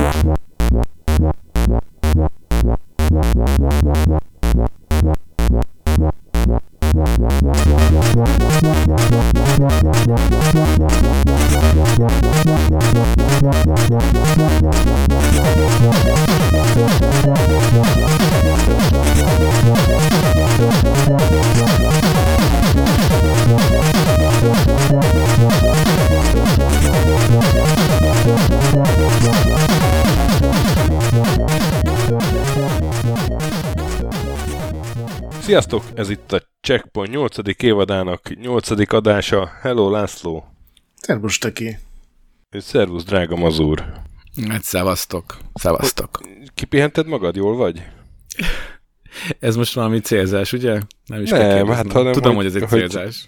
Sziasztok! Ez itt a Checkpoint 8. évadának 8. adása. Hello, László! Szervusz, Töki! És szervusz, drága Mazur! Hát szevasztok! Szevasztok! Kipihented magad? Jól vagy? Ez most valami célzás, ugye? Nem is nem, hát hanem, tudom, hogy ez egy célzás.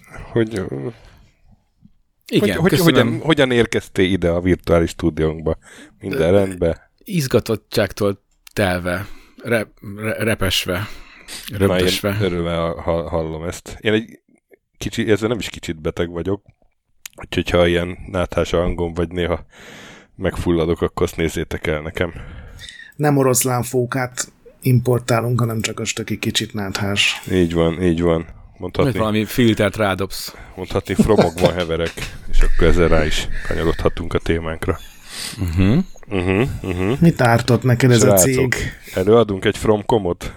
Igen, hogyan érkeztél ide a virtuális stúdiónkba? Minden rendben? Izgatottságtól telve, repesve. Röpösve. Én örülve hallom ezt. Én egy kicsit, ezzel nem is kicsit beteg vagyok, úgyhogy ha ilyen náthás hangom vagy néha megfulladok, akkor azt nézzétek el nekem. Nem oroszlán fókát importálunk, hanem csak az Töki kicsit náthás. Így van, így van. Mondhatni, valami filtert rádobsz. Mondhatni fromokban heverek, és akkor ezzel rá is kanyarodhatunk a témánkra. Mit ártott neked ez Srácok, a cég? Előadunk egy fromkomot?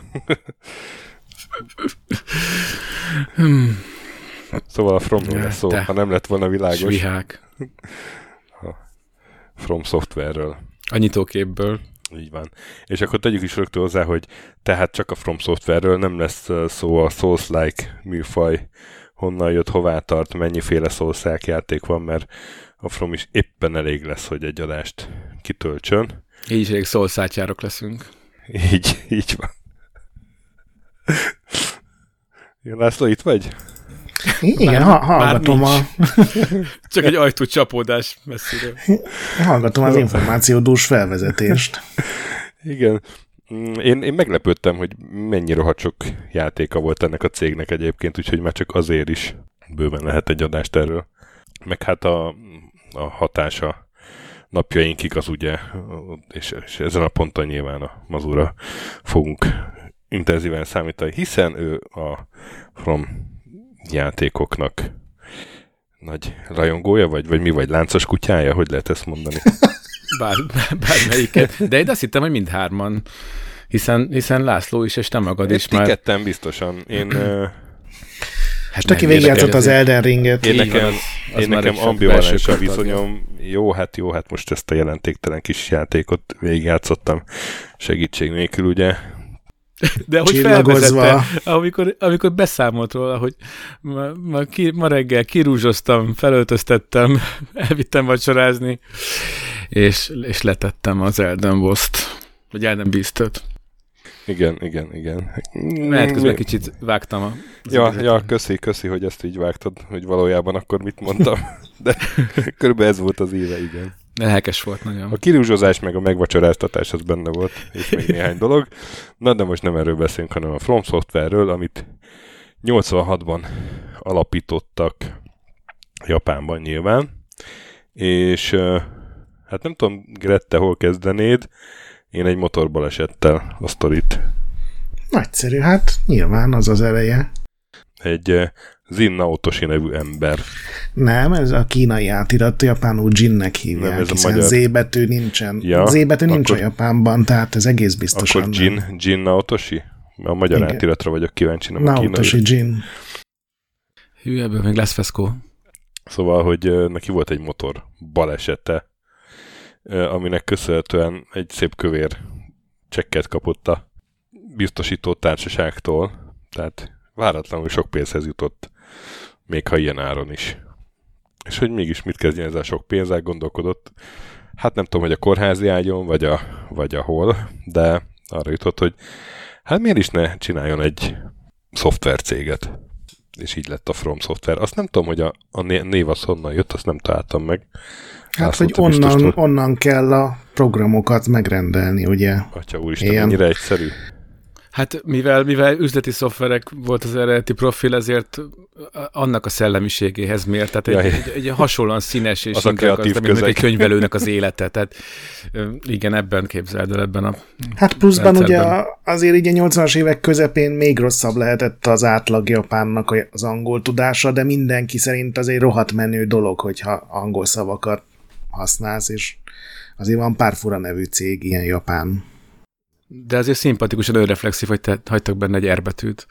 Szóval a fromról lesz szó, ha nem lett volna világos. Svihák. A From Software-ről. A nyitóképből. Így van. És akkor tegyük is rögtön hozzá, hogy tehát csak a From Software-ről nem lesz szó a Souls-like műfaj, honnan jött, hová tart, mennyiféle Souls-like játék van, mert a From is éppen elég lesz, hogy egy adást kitöltsön. Így is elég Souls-átjárok leszünk. Így van. Ja, László, itt vagy? Igen, hallgatom Csak egy ajtó csapódás messziről. Hallgatom az információdús felvezetést. Igen. Én meglepődtem, hogy mennyi rohadt sok játéka volt ennek a cégnek egyébként, úgyhogy már csak azért is bőven lehet egy adást erről. Meg hát a hatása napjainkig az ugye, és ezen a ponton nyilván a Mazura fogunk intenzíven számítani, hiszen ő a From játékoknak nagy rajongója, vagy mi vagy, láncos kutyája? Hogy lehet ezt mondani? Bármelyiket. De én azt hittem, hogy mindhárman, hiszen László is, és te magad is már... Ketten biztosan. Hát Töki végigjátszott az Elden Ringet. Én nekem ambivalens a viszonyom. Jó, hát most ezt a jelentéktelen kis játékot végigjátszottam segítség nélkül, ugye? De hogy felvezette, amikor beszámolt róla, hogy ma reggel kirúzsoztam, felöltöztettem, elvittem vacsorázni, és letettem az Elden Boss-t, vagy Elden Beast-öt. Igen. Mert közben kicsit vágtam. Köszi, hogy ezt így vágtad, hogy valójában akkor mit mondtam. De körülbelül ez volt az éve, igen. Lelkes volt nagyon. A kirúzsozás meg a megvacsoráztatás az benne volt, és még néhány dolog. Na, de most nem erről beszélünk, hanem a From Software-ről, amit 86-ban alapítottak Japánban nyilván. És hát nem tudom, Grette, hol kezdenéd? Én egy motorbalesettel a sztorit. Nagyszerű, hát nyilván az az eleje. Egy Jin Naotoshi nevű ember. Nem, ez a kínai átirat, japánul Jinnek hívják, nem, hiszen magyar... Z-betű nincsen. Ja, Z-betű nincs a Japánban, tehát ez egész biztosan akkor Jin Naotoshi? A magyar igen. Átiratra vagyok kíváncsi, nem Naotoshi a kínai. Jin. Hű, ebből még lesz feszkó. Szóval, hogy neki volt egy motor balesete, aminek köszönhetően egy szép kövér csekket kapott a biztosító társaságtól, tehát váratlanul sok pénzhez jutott, még ha ilyen áron is. És hogy mégis mit kezdjen ezzel sok pénzzel, gondolkodott. Hát nem tudom, hogy a kórházi ágyon, vagy ahol, de arra jutott, hogy hát miért is ne csináljon egy szoftvercéget. És így lett a From Software. Azt nem tudom, hogy a név az honnan jött, azt nem találtam meg. Hát, hogy onnan kell a programokat megrendelni, ugye? Atya úristen, mennyire egyszerű. Hát mivel üzleti szoftverek volt az eredeti profil, ezért annak a szellemiségéhez mért. Tehát egy hasonlóan színes és interaktív, mint egy könyvelőnek az élete. Tehát igen, ebben képzeld el, ebben a hát pluszban ugye azért így a 80-as évek közepén még rosszabb lehetett az átlag japánnak az angol tudása, de mindenki szerint azért rohadt menő dolog, hogyha angol szavakat használsz, és azért van pár fura nevű cég ilyen Japán. De azért szimpatikusan önreflexív, hogy hagytak benne egy R betűt.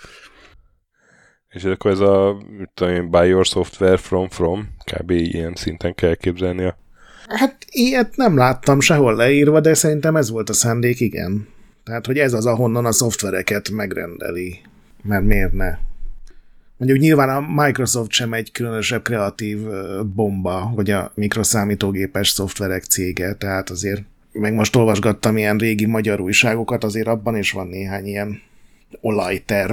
És akkor ez a, buy your software from, kb. Ilyen szinten kell képzelnie. Hát ilyet nem láttam sehol leírva, de szerintem ez volt a szándék, igen. Tehát, hogy ez az, ahonnan a szoftvereket megrendeli. Mert miért ne? Mondjuk nyilván a Microsoft sem egy különösebb kreatív bomba, vagy a mikroszámítógépes szoftverek cége, tehát azért meg most olvasgattam ilyen régi magyar újságokat, azért abban is van néhány ilyen olajterv,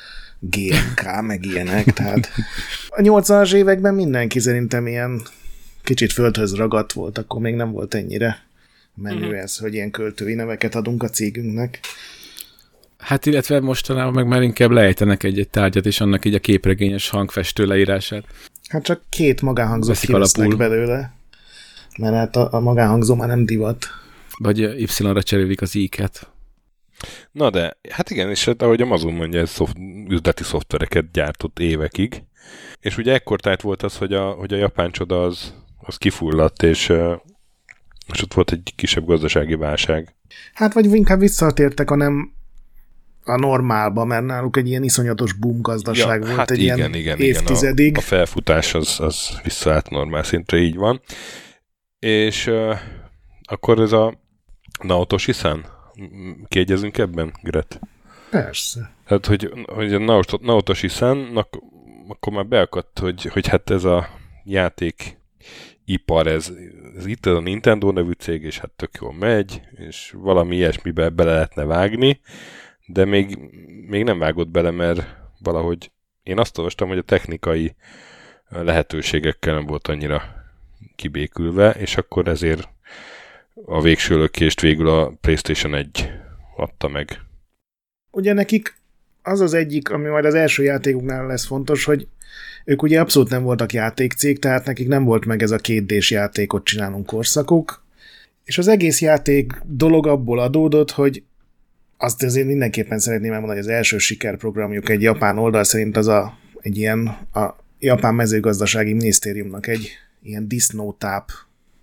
GMK, meg ilyenek, tehát a 80-as években mindenki szerintem ilyen kicsit földhöz ragadt volt, akkor még nem volt ennyire menő ez, hogy ilyen költői neveket adunk a cégünknek. Hát illetve mostanában meg már inkább lejtenek egy tárgyat, és annak így a képregényes hangfestő leírását. Hát csak 2 magánhangzót kivesznek belőle, mert hát a magánhangzó már nem divat. Vagy Y-ra cserélik az i-ket. Na de, hát igen, és hát, ahogy a Mazun mondja, ez üzleti szoftvereket gyártott évekig, és ugye ekkor tájt volt az, hogy a japán csoda az kifulladt, és ott volt egy kisebb gazdasági válság. Hát vagy inkább visszatértek a normálba, mert náluk egy ilyen iszonyatos boom gazdaság volt hát egy igen, ilyen évtizedig. Igen, a felfutás az visszaállt normál szintre, így van. És akkor ez a Naotoshi-san? Kiegyezünk ebben, Gret? Persze. Tehát, hogy a Naotoshi-sannak akkor már beakadt, hogy hát ez a játékipar, ez itt a Nintendo nevű cég, és hát tök jól megy, és valami ilyesmibe bele lehetne vágni, de még nem vágott bele, mert valahogy én azt olvastam, hogy a technikai lehetőségekkel nem volt annyira kibékülve, és akkor ezért a végső lökést végül a PlayStation 1 adta meg. Ugye nekik az az egyik, ami majd az első játékuknál lesz fontos, hogy ők ugye abszolút nem voltak játékcég, tehát nekik nem volt meg ez a 2D-s játékot csinálunk korszakuk, és az egész játék dolog abból adódott, hogy azt azért mindenképpen szeretném elmondani, hogy az első sikerprogramjuk egy japán oldal szerint az a japán mezőgazdasági minisztériumnak egy ilyen disznótáp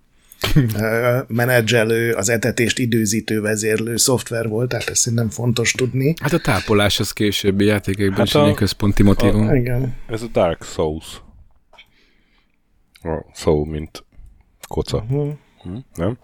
menedzselő, az etetést időzítő, vezérlő szoftver volt, tehát ezt szerintem fontos tudni. Hát a tápolás az későbbi játékokban is egy központi motívum. Igen. Ez a Dark Souls. A szó, mint koca. Nem?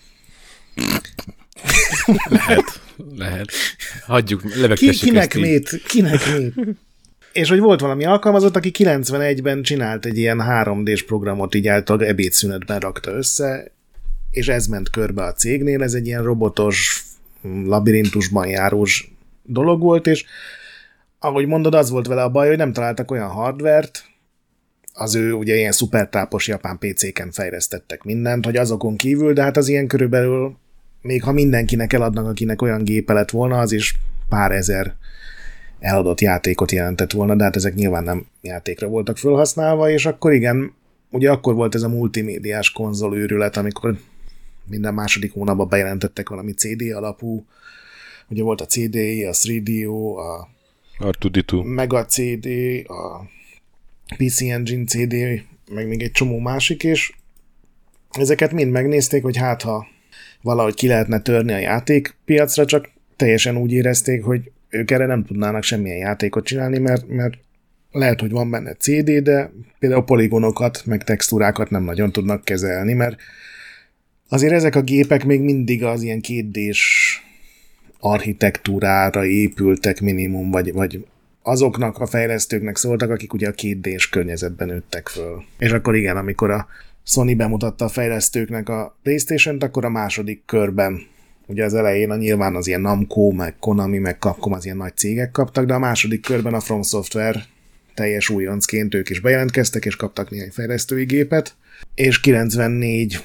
Lehet. Hagyjuk, levektessük ezt így. Kinek mét? És hogy volt valami alkalmazott, aki 91-ben csinált egy ilyen 3D-s programot, így általában ebédszünetben rakta össze, és ez ment körbe a cégnél, ez egy ilyen robotos, labirintusban járós dolog volt, és ahogy mondod, az volt vele a baj, hogy nem találtak olyan hardvert, az ő ugye ilyen szupertápos japán PC-ken fejlesztettek mindent, hogy azokon kívül, de hát az ilyen körülbelül, még ha mindenkinek eladnak, akinek olyan gépe lett volna, az is pár ezer eladott játékot jelentett volna, de hát ezek nyilván nem játékra voltak felhasználva, és akkor igen, ugye akkor volt ez a multimédiás konzolőrület, amikor minden második hónapban bejelentettek valami CD alapú, ugye volt a CDI, a 3DO, a R2D2, Mega CD, a PC Engine CD, meg még egy csomó másik, és ezeket mind megnézték, hogy hát ha valahogy ki lehetne törni a játékpiacra, csak teljesen úgy érezték, hogy ők erre nem tudnának semmilyen játékot csinálni, mert lehet, hogy van benne CD, de például poligonokat, meg textúrákat nem nagyon tudnak kezelni, mert azért ezek a gépek még mindig az ilyen 2D-s architektúrára épültek minimum, vagy azoknak a fejlesztőknek szóltak, akik ugye a 2D-s környezetben nőttek föl. És akkor igen, amikor a Sony bemutatta a fejlesztőknek a PlayStation-t, akkor a második körben, ugye az elején nyilván az ilyen Namco, meg Konami, meg Capcom az ilyen nagy cégek kaptak, de a második körben a From Software teljes újoncként ők is bejelentkeztek, és kaptak néhány fejlesztői gépet, és 94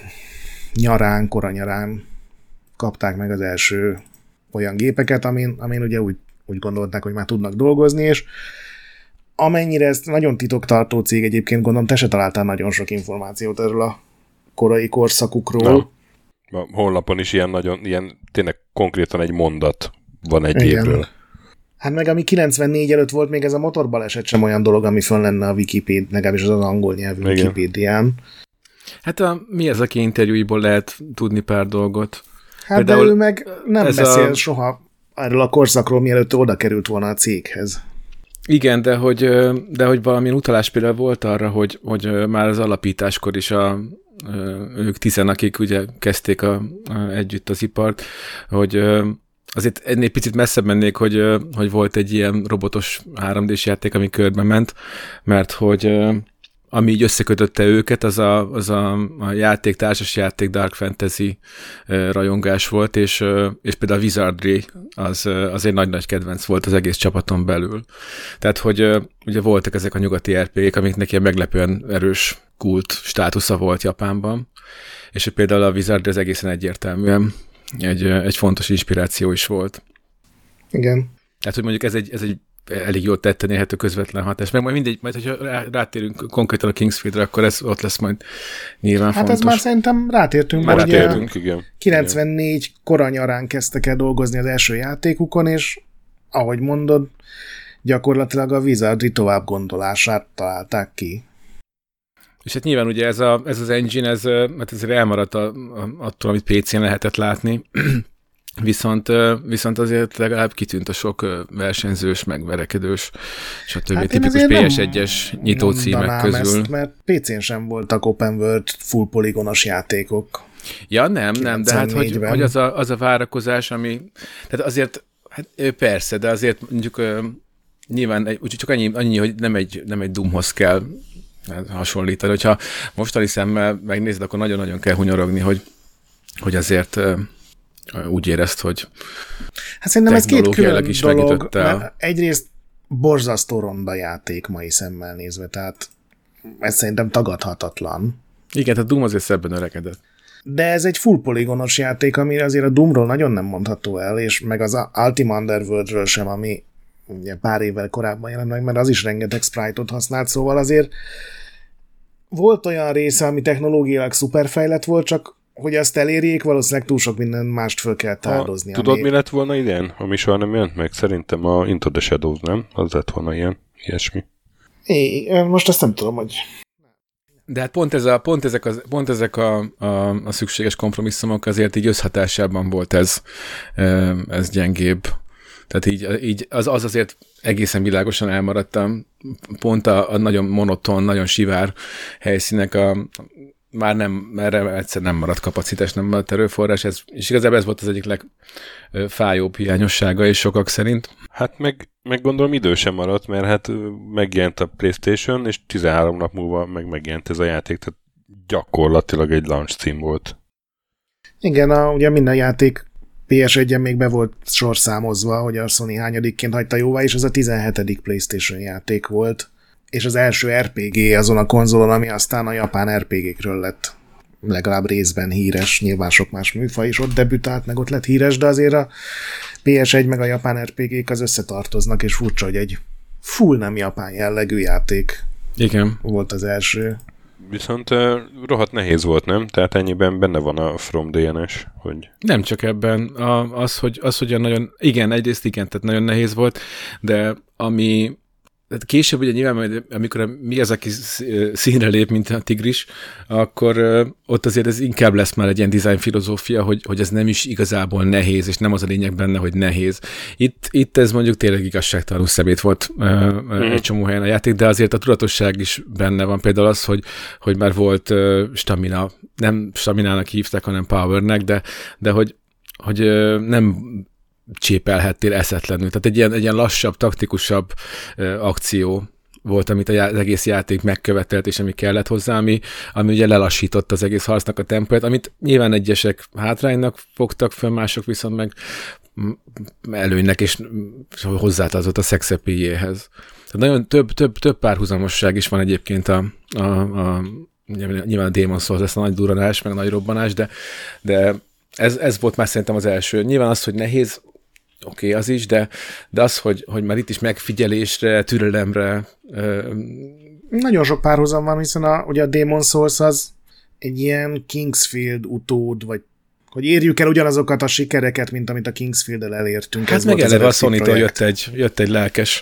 koranyarán kapták meg az első olyan gépeket, amin ugye úgy gondolták, hogy már tudnak dolgozni, és amennyire ez nagyon titoktartó cég egyébként, gondolom, te se találtál nagyon sok információt erről a korai korszakukról. A honlapon is ilyen tényleg konkrétan egy mondat van egy évről. Hát meg ami 94 előtt volt, még ez a motorbaleset sem olyan dolog, ami fönn lenne a Wikipédia, legalábbis az angol nyelvű Wikipédián. Hát mi az, aki interjúiból lehet tudni pár dolgot? Hát például de ő meg nem beszél soha erről a korszakról, mielőtt oda került volna a céghez. Igen, de hogy valamilyen utalás például volt arra, hogy már az alapításkor is ők 10, akik ugye kezdték együtt az ipart, hogy azért ennél picit messzebb mennék, hogy volt egy ilyen robotos 3D-s játék, ami körbe ment, mert hogy ami így összekötötte őket, az a játék, társasjáték, Dark Fantasy rajongás volt, és például a Wizardry az egy nagy-nagy kedvenc volt az egész csapaton belül. Tehát, hogy ugye voltak ezek a nyugati RPG-k, amiknek ilyen meglepően erős kult státusza volt Japánban, és például a Wizardry az egészen egyértelműen egy fontos inspiráció is volt. Igen. Tehát, hogy mondjuk ez egy elég jól tetten érhető közvetlen hatás. Meg majd mindegy, majd hogyha rátérünk konkrétan a Kingsfieldre, akkor ott lesz majd nyilván fontos. Hát ez már szerintem rátértünk. Már rátértünk, igen. 94 koranyarán kezdtek el dolgozni az első játékukon, és ahogy mondod, gyakorlatilag a Wizardry tovább gondolását találták ki. És hát nyilván ugye ez az engine, ez azért elmaradt attól, amit PC-n lehetett látni, viszont azért legalább kitűnt a sok versenyzős, megverekedős, és a többi tipikus PS1-es nyitócímek közül. Ezt, mert PC-n sem voltak open world, full poligonos játékok. Ja, nem, de hát hogy az a várakozás, ami... Tehát azért, hát persze, de azért mondjuk nyilván csak annyi, hogy nem egy Doomhoz kell hasonlítani. Hogyha mostani szemmel megnézed, akkor nagyon-nagyon kell hunyorogni, hogy azért úgy érezt, hogy hát szerintem ez két külön dolog, mert egyrészt borzasztó ronda játék mai szemmel nézve, tehát ez szerintem tagadhatatlan. Igen, tehát Doom azért szebben öregedett. De ez egy full poligonos játék, ami azért a Doomról nagyon nem mondható el, és meg az Ultima Underworldről sem, ami ugye pár évvel korábban jelent meg, mert az is rengeteg sprite-ot használt, szóval azért volt olyan része, ami technológiailag szuperfejlett volt, csak hogy azt elérjék, valószínűleg túl sok minden mást föl kell áldozni. Tudod, mi lett volna idén, ami soha nem jelent meg? Szerintem a Into the Shadows, nem? Az lett volna ilyesmi. Most ezt nem tudom, hogy... De hát pont ezek a szükséges kompromisszumok azért így összhatásában volt ez gyengébb. Tehát így az azért egészen világosan elmaradtam. Pont a nagyon monoton, nagyon sivár helyszínek már nem, erre egyszer nem maradt kapacitás, nem maradt erőforrás, és igazából ez volt az egyik legfájóbb hiányossága, és sokak szerint. Hát meg gondolom idő sem maradt, mert hát megjelent a PlayStation, és 13 nap múlva megjelent ez a játék, tehát gyakorlatilag egy launch cím volt. Igen, ugye minden játék PS1-en még be volt sorszámozva, hogy a Sony hányadikként hagyta jóvá, és ez a 17. PlayStation játék volt, és az első RPG azon a konzolon, ami aztán a japán RPG-kről lett legalább részben híres, nyilván sok más műfaj is ott debütált, meg ott lett híres, de azért a PS1 meg a japán RPG-k az összetartoznak, és furcsa, hogy egy full nem japán jellegű játék volt az első. Viszont rohadt nehéz volt, nem? Tehát ennyiben benne van a From DNS, hogy... Nem csak ebben. Az, hogy nagyon... Igen, egyrészt igen, tehát nagyon nehéz volt, de ami... Tehát később ugye nyilván, amikor a Miyazaki színre lép, mint a tigris, akkor ott azért ez inkább lesz már egy ilyen design filozófia, hogy ez nem is igazából nehéz, és nem az a lényeg benne, hogy nehéz. Itt ez mondjuk tényleg igazságtalanul szemét volt egy csomó helyen a játék, de azért a tudatosság is benne van. Például az, hogy már volt stamina, nem staminának hívták, hanem powernek, de hogy nem csépelhettél eszetlenül. Tehát egy ilyen lassabb, taktikusabb akció volt, amit az egész játék megkövetelt, és ami kellett hozzá, ami ugye lelassított az egész harcnak a tempóját, amit nyilván egyesek hátránynak fogtak föl, mások viszont meg előnynek, és hozzátartozott a sex appeal-jéhez. Tehát nagyon több párhuzamosság is van egyébként nyilván a Demon's Souls, ez a nagy duranás, meg a nagy robbanás, de ez volt már szerintem az első. Nyilván az, hogy nehéz, oké, az is, de az, hogy már itt is megfigyelésre, türelemre... Nagyon sok párhuzam van, hiszen ugye a Demon's Souls az egy ilyen Kingsfield utód, vagy hogy érjük el ugyanazokat a sikereket, mint amit a Kingsfield-el elértünk. Hát meg eleve a Sony-tól jött egy lelkes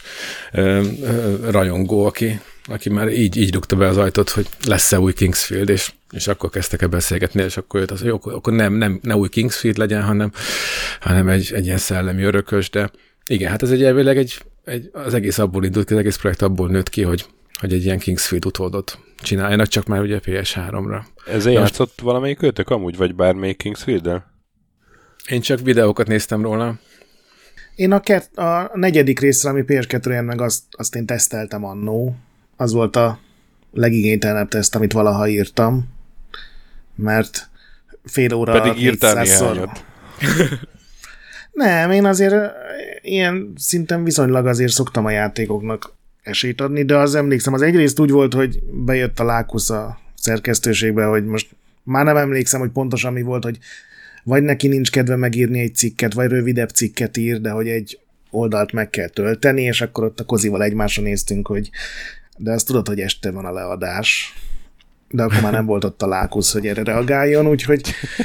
rajongó, aki már így rúgta be az ajtót, hogy lesz-e új Kingsfield, és akkor kezdtek el beszélgetni, és akkor jött az, hogy akkor ne új Kingsfield legyen, hanem egy ilyen szellemi örökös, de igen, hát ez elvileg az egész abból indult, az egész projekt abból nőtt ki, hogy egy ilyen Kingsfield utódot csináljanak, csak már ugye PS3-ra. Ezzel játszott valamelyik őtök amúgy, vagy bármelyik Kingsfield-el? Én csak videókat néztem róla. Én a negyedik részre, ami PS2-en meg azt én teszteltem annó. Az volt a legigénytelenebb teszt, amit valaha írtam, mert fél óra... Pedig írtál néhányat. Nem, én azért ilyen szinten viszonylag azért szoktam a játékoknak esélyt adni, de az emlékszem, az egyrészt úgy volt, hogy bejött a Lákusz a szerkesztőségbe, hogy most már nem emlékszem, hogy pontosan mi volt, hogy vagy neki nincs kedve megírni egy cikket, vagy rövidebb cikket ír, de hogy egy oldalt meg kell tölteni, és akkor ott a Kozival egymásra néztünk, hogy de azt tudod, hogy este van a leadás, de akkor már nem volt ott a Lákusz, hogy erre reagáljon, úgyhogy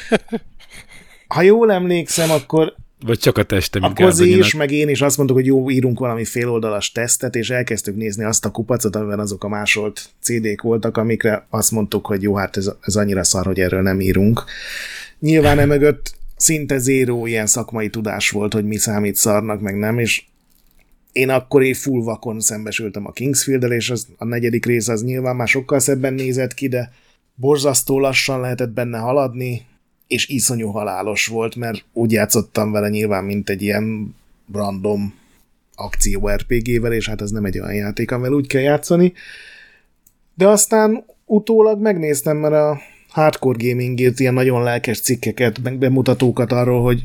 ha jól emlékszem, akkor vagy csak a teste, mint a Kozi is, meg én is azt mondtuk, hogy jó, írunk valami féloldalas tesztet, és elkezdtük nézni azt a kupacot, amiben azok a másolt CD-k voltak, amikre azt mondtuk, hogy jó, hát ez annyira szar, hogy erről nem írunk. Nyilván emögött szinte zéró ilyen szakmai tudás volt, hogy mi számít szarnak, meg nem, és én akkor full vakon szembesültem a Kingsfield-el, és a negyedik rész az nyilván már sokkal szebben nézett ki, de borzasztó lassan lehetett benne haladni, és iszonyú halálos volt, mert úgy játszottam vele nyilván, mint egy ilyen random akció RPG-vel, és hát ez nem egy olyan játék, amivel úgy kell játszani. De aztán utólag megnéztem, mert a Hardcore Gaming írt ilyen nagyon lelkes cikkeket, meg bemutatókat arról, hogy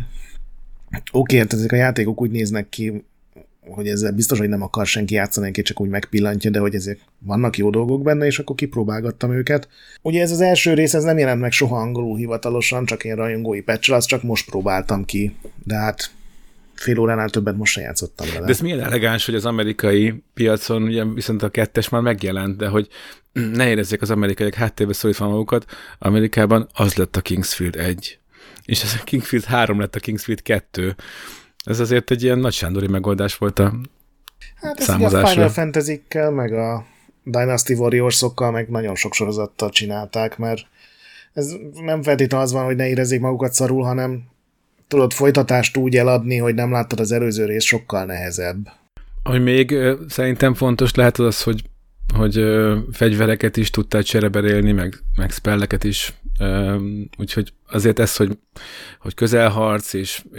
oké, hát ezek a játékok úgy néznek ki, hogy ezzel biztos, hogy nem akar senki játszani, aki csak úgy megpillantja, de hogy ezek vannak jó dolgok benne, és akkor kipróbálgattam őket. Ugye ez az első rész, ez nem jelent meg soha angolul hivatalosan, csak én rajongói patch-el, azt csak most próbáltam ki, de hát fél óránál többet most sem játszottam vele. De ez milyen elegáns, hogy az amerikai piacon, ugye viszont a 2-es már megjelent, de hogy ne érezzék az amerikaiak háttérbe szorítva magukat, Amerikában az lett a Kingsfield 1, és ez a Kingsfield 3 lett a Kingsfield 2. Ez azért egy ilyen nagy sándori megoldás volt a számozásra. Hát a Final Fantasy-kkel, meg a Dynasty Warriors-okkal, meg nagyon sok sorozattal csinálták, mert ez nem feltétlenül az van, hogy ne érezzék magukat szarul, hanem tudod folytatást úgy eladni, hogy nem láttad az előző rész, sokkal nehezebb. Ami még szerintem fontos lehet az, hogy fegyvereket is tudtál csereberélni, meg spelleket is, úgyhogy azért ez, hogy közelharc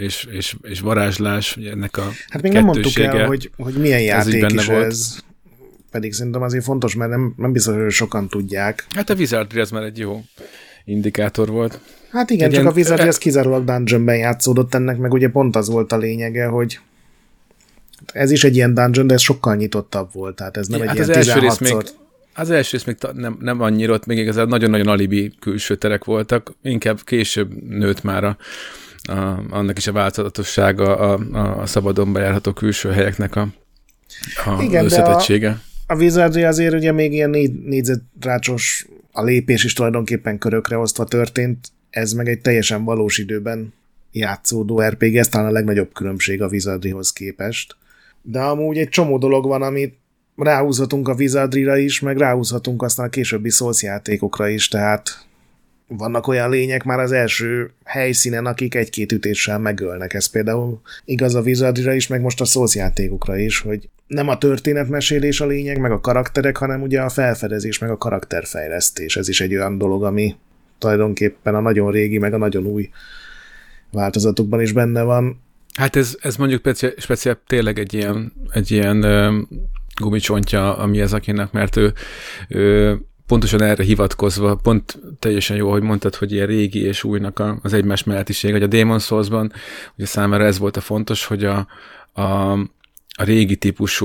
és varázslás, ugye ennek a hát még nem mondtuk el, hogy milyen játék is ez. Pedig szerintem azért fontos, mert nem biztos, hogy sokan tudják. Hát a Wizardry ez már egy jó indikátor volt. Hát igen, csak a Wizardry az kizárólag dungeonben játszódott, ennek meg ugye pont az volt a lényege, hogy ez is egy ilyen dungeon, de ez sokkal nyitottabb volt, tehát ez nem egy ilyen 16-szor. Az első rész még nem annyira, ott még igazából nagyon-nagyon alibi külső terek voltak, inkább később nőtt már annak is a változatossága, a szabadon bejárható külső helyeknek a igen, összetettsége. A Wizardry azért ugye még ilyen négyzetrácsos, a lépés is tulajdonképpen körökre osztva történt, ez meg egy teljesen valós időben játszódó RPG, ez talán a legnagyobb különbség a Wizardryhoz képest. De amúgy egy csomó dolog van, amit ráhúzhatunk a Wizardryra is, meg ráhúzhatunk aztán a későbbi Souls játékokra is, tehát vannak olyan lények már az első helyszínen, akik egy-két ütéssel megölnek. Ez például igaz a Wizardryra is, meg most a Souls játékokra is, hogy nem a történetmesélés a lényeg, meg a karakterek, hanem ugye a felfedezés, meg a karakterfejlesztés. Ez is egy olyan dolog, ami tulajdonképpen a nagyon régi, meg a nagyon új változatokban is benne van. Hát ez mondjuk speciál tényleg egy ilyen gumicsontja, ami ez akinek, mert ő pontosan erre hivatkozva, pont teljesen jó, hogy mondtad, hogy ilyen régi és újnak az egymás mellettiség, hogy a Demon's Souls-ban ugye számára ez volt a fontos, hogy a régi típusú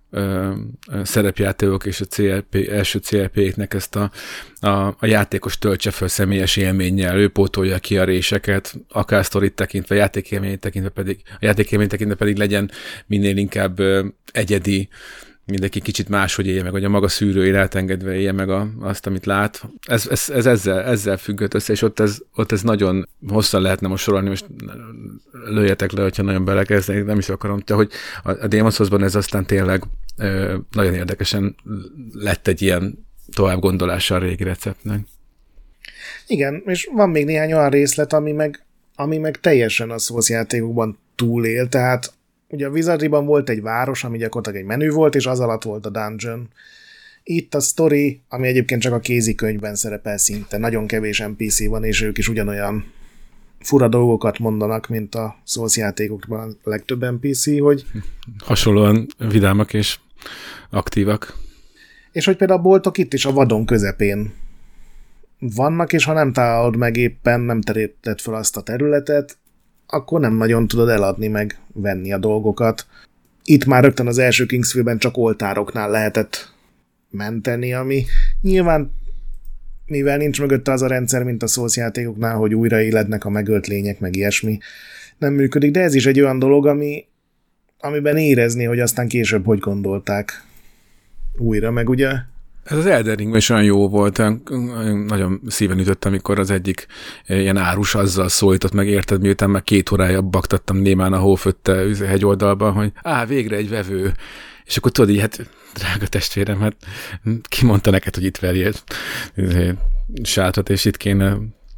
szerepjátékok és a első CLP-nek ezt a játékos töltse föl személyes élménnyel, ő pótolja ki a réseket, akár sztorit tekintve, játékélményt tekintve pedig legyen minél inkább egyedi, mindenki kicsit máshogy élje meg, hogy a maga szűrőjén átengedve élje meg azt, amit lát. Ez ezzel függött össze, és ott ez nagyon hosszan lehetne most sorolni, most lőjetek le, hogyha nagyon belekezdenék, nem is akarom, de hogy a Demon's Souls-ban ez aztán tényleg nagyon érdekesen lett egy ilyen tovább gondolása a régi receptnek. Igen, és van még néhány olyan részlet, ami meg teljesen a Souls játékokban túlél, tehát ugye a Wizardryban volt egy város, ami gyakorlatilag egy menü volt, és az alatt volt a dungeon. Itt a sztori, ami egyébként csak a kézikönyvben szerepel szinte, nagyon kevés NPC van, és ők is ugyanolyan fura dolgokat mondanak, mint a Souls játékokban a legtöbb NPC, hogy... Hasonlóan vidámak és aktívak. És hogy például a boltok itt is a vadon közepén vannak, és ha nem találod meg éppen, nem teríted fel azt a területet, akkor nem nagyon tudod eladni, meg venni a dolgokat. Itt már rögtön az első Kingsfield-ben csak oltároknál lehetett menteni, ami nyilván, mivel nincs mögötte az a rendszer, mint a Souls játékoknál, hogy újraélednek a megölt lények, meg ilyesmi, nem működik, de ez is egy olyan dolog, amiben érezni, hogy aztán később hogy gondolták újra, meg ugye... Ez az Elden Ringben is olyan jó volt, nagyon szíven ütött, amikor az egyik ilyen árus azzal szólított meg, érted, miután meg 2 órája baktattam némán a hófötte hegyoldalban, hogy végre egy vevő. És akkor tudod így, hát drága testvérem, hát ki mondta neked, hogy itt verjél sátrat, és itt kéne...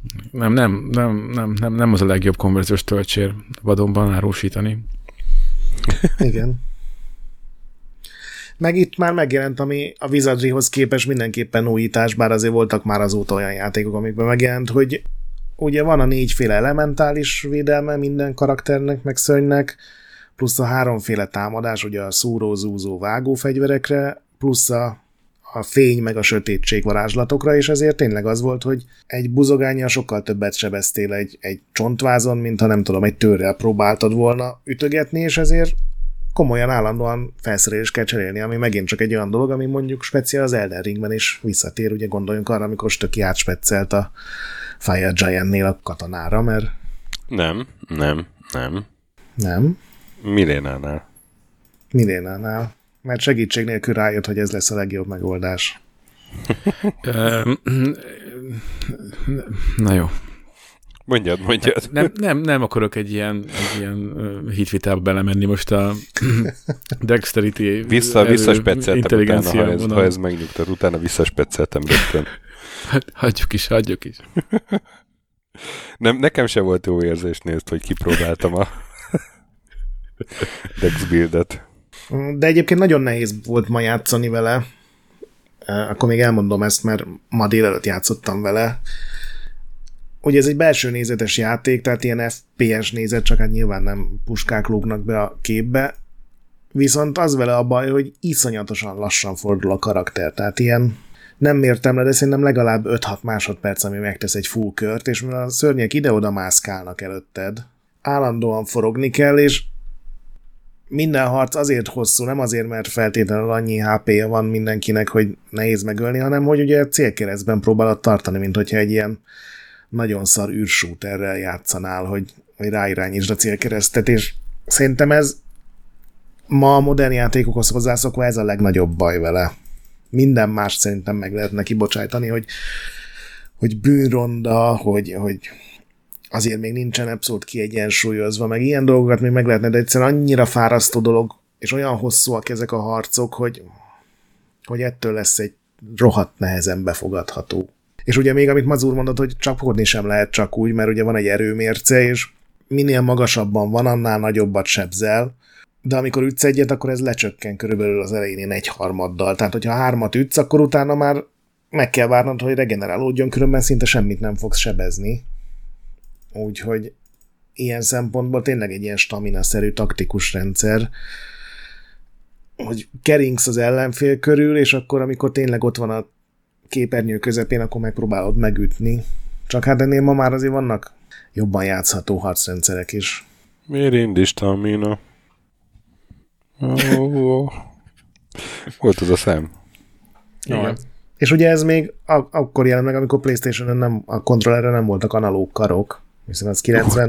Nem az a legjobb konverziós töltsér vadonban árusítani. Igen. Meg itt már megjelent, ami a Wizardryhoz képest mindenképpen újítás, bár azért voltak már azóta olyan játékok, amikben megjelent, hogy ugye van a 4 elementális védelme minden karakternek, meg szörnynek, plusz a 3 támadás, ugye a szúró, zúzó, vágó fegyverekre, plusz a fény meg a sötétség varázslatokra, és ezért tényleg az volt, hogy egy buzogánnyal sokkal többet sebeztél egy csontvázon, mint ha nem tudom, egy tőrrel próbáltad volna ütögetni, és ezért komolyan állandóan felszerelést kell cserélni, ami megint csak egy olyan dolog, ami mondjuk speciál az Elden Ringben is visszatér, ugye gondoljunk arra, amikor Stöki átspeccelt a Fire Giant-nél a katonára, mert... Nem. Nem? Millénánál. Mert segítség nélkül rájött, hogy ez lesz a legjobb megoldás. Na jó. Mondjad. Nem akarok egy ilyen hitvitába belemenni most a dexterity Visszaspecceltem utána, ha ez megnyugtat, utána visszaspecceltem rögtön. Hagyjuk is. Nem, nekem se volt jó érzés, nézd, hogy kipróbáltam a Dex buildet. De egyébként nagyon nehéz volt ma játszani vele. Akkor még elmondom ezt, mert ma délelőtt játszottam vele. Ugye ez egy belső nézetes játék, tehát ilyen FPS nézet, csak hát nyilván nem puskák lógnak be a képbe. Viszont az vele a baj, hogy iszonyatosan lassan fordul a karakter. Tehát ilyen nem mértem le, de szerintem legalább 5-6 másodperc, ami megtesz egy full kört, és mivel a szörnyek ide-oda mászkálnak előtted, állandóan forogni kell, és minden harc azért hosszú, nem azért, mert feltétlenül annyi HP-ja van mindenkinek, hogy nehéz megölni, hanem hogy ugye célkeresztben próbálod tartani, mint hogyha egy ilyen nagyon szar űrsúterrel játszanál, hogy ráirányítsd a célkeresztet, és szerintem ez ma a modern játékokhoz hozzászokva ez a legnagyobb baj vele. Minden más szerintem meg lehet neki bocsájtani, hogy bűnronda, hogy azért még nincsen abszolút kiegyensúlyozva, meg ilyen dolgokat még meg lehetne, de egyszerűen annyira fárasztó dolog, és olyan hosszúak ezek a harcok, hogy ettől lesz egy rohadt nehezen befogadható. És ugye még, amit Mazur mondott, hogy csapkodni sem lehet csak úgy, mert ugye van egy erőmérce, és minél magasabban van, annál nagyobbat sebzel, de amikor ütsz egyet, akkor ez lecsökken körülbelül az elején 1/3-dal. Tehát, hogyha 3-at ütsz, akkor utána már meg kell várnod, hogy regenerálódjon, különben szinte semmit nem fogsz sebezni. Úgyhogy ilyen szempontból tényleg egy ilyen stamina-szerű taktikus rendszer, hogy keringsz az ellenfél körül, és akkor, amikor tényleg ott van a képernyő közepén, akkor megpróbálod megütni. Csak hát ennél ma már azért vannak jobban játszható harcrendszerek is. Miért indi stamina? Volt az a szem. Igen. És ugye ez még akkor jelent meg, amikor PlayStation-on a kontrollerre nem voltak analóg karok, hiszen az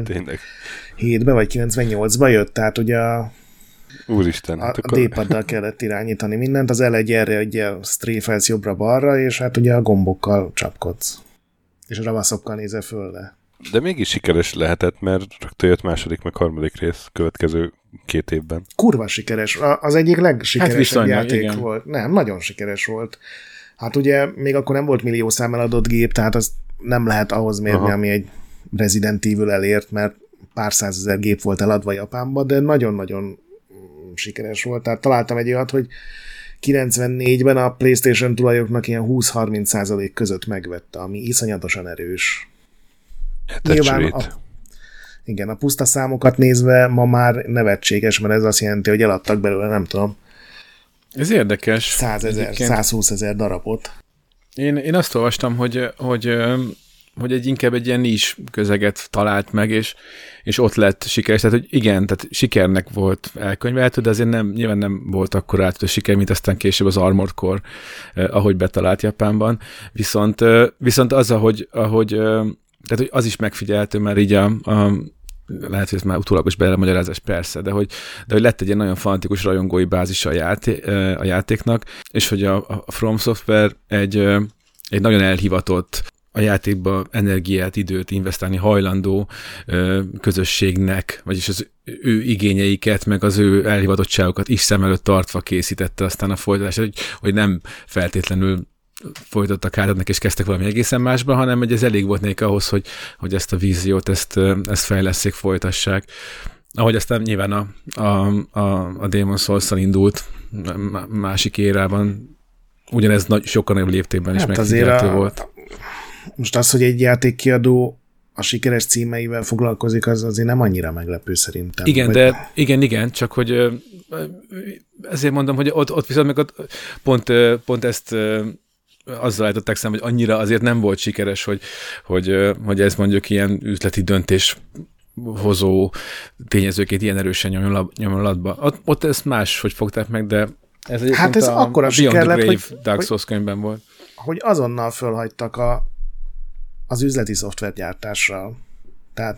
97-ben vagy 98-ban jött, tehát ugye Úristen, a D-paddal kellett irányítani mindent, az L1 erre ugye stréfelsz jobbra-balra, és hát ugye a gombokkal csapkodsz. És a ravaszokkal nézel föl. De mégis sikeres lehetett, mert rögtön jött második, meg harmadik rész következő 2 évben. Kurva sikeres. Az egyik legsikeresebb játék igen. volt. Nem, nagyon sikeres volt. Hát ugye még akkor nem volt millió szám eladott gép, tehát azt nem lehet ahhoz mérni, ami egy Resident Evil elért, mert pár százezer gép volt eladva Japánba, de nagyon-nagyon sikeres volt. Tehát találtam egy olyat, hogy 94-ben a PlayStation tulajoknak ilyen 20-30% között megvette, ami iszonyatosan erős. Nyilván igen, a puszta számokat nézve ma már nevetséges, mert ez azt jelenti, hogy eladtak belőle, nem tudom. Ez érdekes. 100 000, 120 000 darabot. Én azt olvastam, hogy inkább egy ilyen nis közeget talált meg, és ott lett sikeres. Tehát, hogy igen, tehát sikernek volt elkönyvelhető, de azért nyilván nem volt akkor átadó siker, mint aztán később az Armored Core, ahogy betalált Japánban. Viszont az, tehát, hogy az is megfigyelhető, mert így lehet, hogy ez már utólagos belemagyarázás, persze, de hogy lett egy ilyen nagyon fanatikus rajongói bázisa a játéknak, és hogy a From Software egy nagyon elhivatott, a játékba energiát, időt investálni hajlandó közösségnek, vagyis az ő igényeiket, meg az ő elhivatottságokat is szem előtt tartva készítette aztán a folytatást, hogy nem feltétlenül folytattak átadnak és kezdtek valami egészen másba, hanem hogy ez elég volt nekik ahhoz, hogy ezt a víziót, ezt fejlesszék, folytassák. Ahogy aztán nyilván a Demon's Souls-szal indult másik érában, ugyanez sokkal nagyobb léptékben is megfigyelhető volt. Most az, hogy egy játékkiadó a sikeres címeivel foglalkozik, az azért nem annyira meglepő szerintem. Igen, de igen, csak hogy ezért mondom, hogy ott viszont meg pont ezt azzal állították szemben, hogy annyira azért nem volt sikeres, hogy ez mondjuk ilyen üzleti döntés hozó tényezőként ilyen erősen nyomjon latba. Ott ezt máshogy fogták meg, de ez egyébként ez akkora siker lett, hogy Dark Souls könyvben volt. Hogy azonnal fölhagytak az üzleti szoftvergyártással. Tehát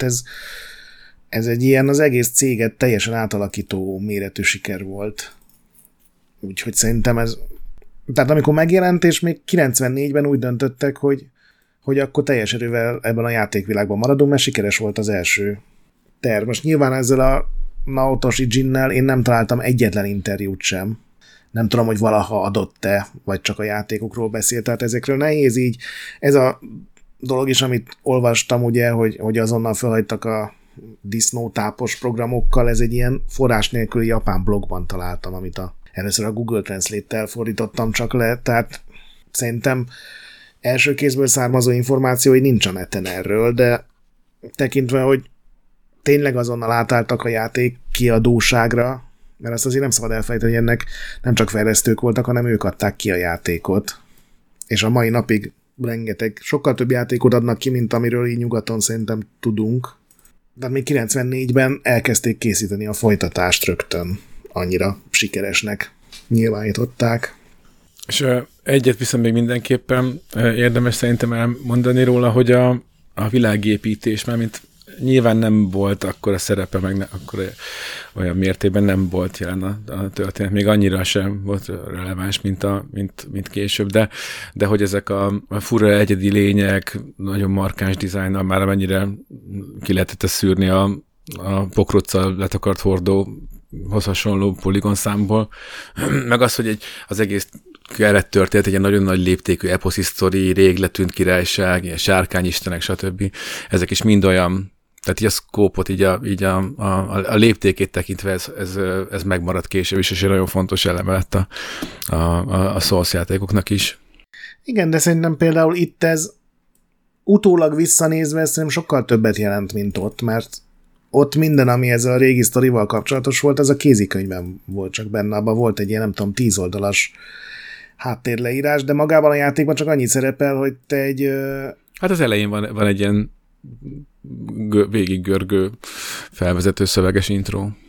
ez egy ilyen az egész céget teljesen átalakító méretű siker volt. Úgyhogy szerintem ez... Tehát amikor megjelent, és még 94-ben úgy döntöttek, hogy akkor teljes erővel ebben a játékvilágban maradunk, mert sikeres volt az első terv. Most nyilván ezzel a Naotoshi Jinnel én nem találtam egyetlen interjút sem. Nem tudom, hogy valaha adott-e, vagy csak a játékokról beszélt, tehát ezekről nehéz így. Ez a dolog is, amit olvastam, ugye, hogy azonnal felhagytak a disznótápos programokkal, ez egy ilyen forrás nélküli japán blogban találtam, amit először a Google Translate-tel fordítottam csak le, tehát szerintem első kézből származó információi nincs a neten erről, de tekintve, hogy tényleg azonnal átálltak a játék kiadóságra, mert azt azért nem szabad elfelejteni, hogy ennek nem csak fejlesztők voltak, hanem ők adták ki a játékot. És a mai napig rengeteg, sokkal több játékot adnak ki, mint amiről így nyugaton szerintem tudunk. De még 94-ben elkezdték készíteni a folytatást rögtön. Annyira sikeresnek nyilvánították. És egyet viszont még mindenképpen érdemes szerintem elmondani róla, hogy a világépítés, már mint nyilván nem volt akkora szerepe, meg akkor olyan mértékben nem volt jelen a történet. Még annyira sem volt releváns, mint később, de hogy ezek a fura egyedi lények, nagyon markáns dizájnnal már amennyire ki lehetett szűrni a pokróccal letakart hordóhoz hasonló poligonszámból, meg az, hogy az egész kerettörténet egy ilyen nagyon nagy léptékű eposzisztori, rég letűnt királyság, ilyen sárkányistenek, stb. Ezek is mind olyan, tehát így a szkópot, így a léptékét tekintve ez megmaradt később is, és egy nagyon fontos eleme lett a Souls játékoknak is. Igen, de szerintem például itt ez utólag visszanézve szerintem sokkal többet jelent, mint ott, mert ott minden, ami ezzel a régi sztorival kapcsolatos volt, az a kézikönyvben volt csak benne, abban volt egy ilyen, nem tudom, 10 oldalas háttérleírás, de magában a játékban csak annyit szerepel, hogy te egy... Hát az elején van egy ilyen végig görgő felvezető szöveges intro.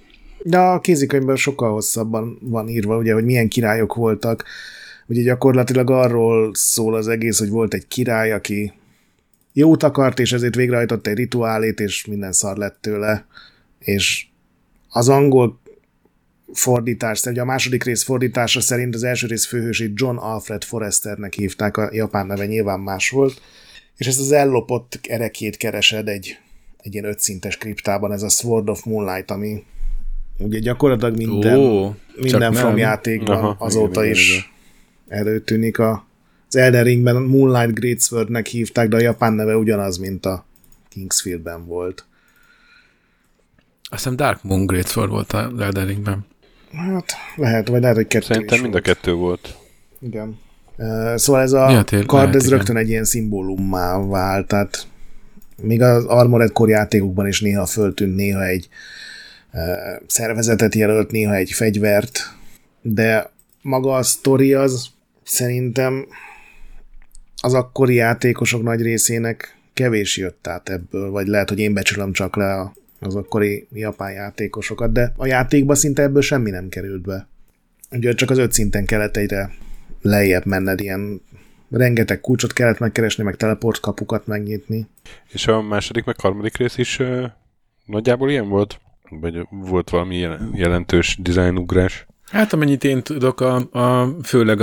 De a kézikönyvben sokkal hosszabban van írva, ugye, hogy milyen királyok voltak. Ugye gyakorlatilag arról szól az egész, hogy volt egy király, aki jót akart, és ezért végrehajtott egy rituálét, és minden szar lett tőle. És az angol fordítás, ugye a második rész fordítása szerint az első rész főhősét John Alfred Forresternek hívták, a japán neve nyilván más volt, és ezt az ellopott erekét keresed egy ilyen 5 szintes kriptában, ez a Sword of Moonlight, ami ugye gyakorlatilag minden From játékban azóta is előtűnik. Az Elden Ringben Moonlight Greatswordnek hívták, de a japán neve ugyanaz, mint a Kingsfieldben volt. Azt hiszem Dark Moon Greatsword volt az Elden Ringben. Hát lehet, vagy lehet, hogy kettő Szerintem mind a kettő volt. Igen. Szóval ez a kard, ez rögtön egy ilyen szimbólummá vált, tehát még az Armored Core játékokban is néha föltűnt, néha egy szervezetet jelölt, néha egy fegyvert, de maga a sztori az szerintem az akkori játékosok nagy részének kevés jött át ebből, vagy lehet, hogy én becsülöm csak le az akkori japán játékosokat, de a játékban szinte ebből semmi nem került be. Ugye csak az 5 szinten kellett egyre lejjebb menned, ilyen rengeteg kulcsot kellett megkeresni, meg teleport kapukat megnyitni. És a második, meg harmadik rész is nagyjából ilyen volt? Vagy volt valami jelentős dizájnugrás? Hát amennyit én tudok, főleg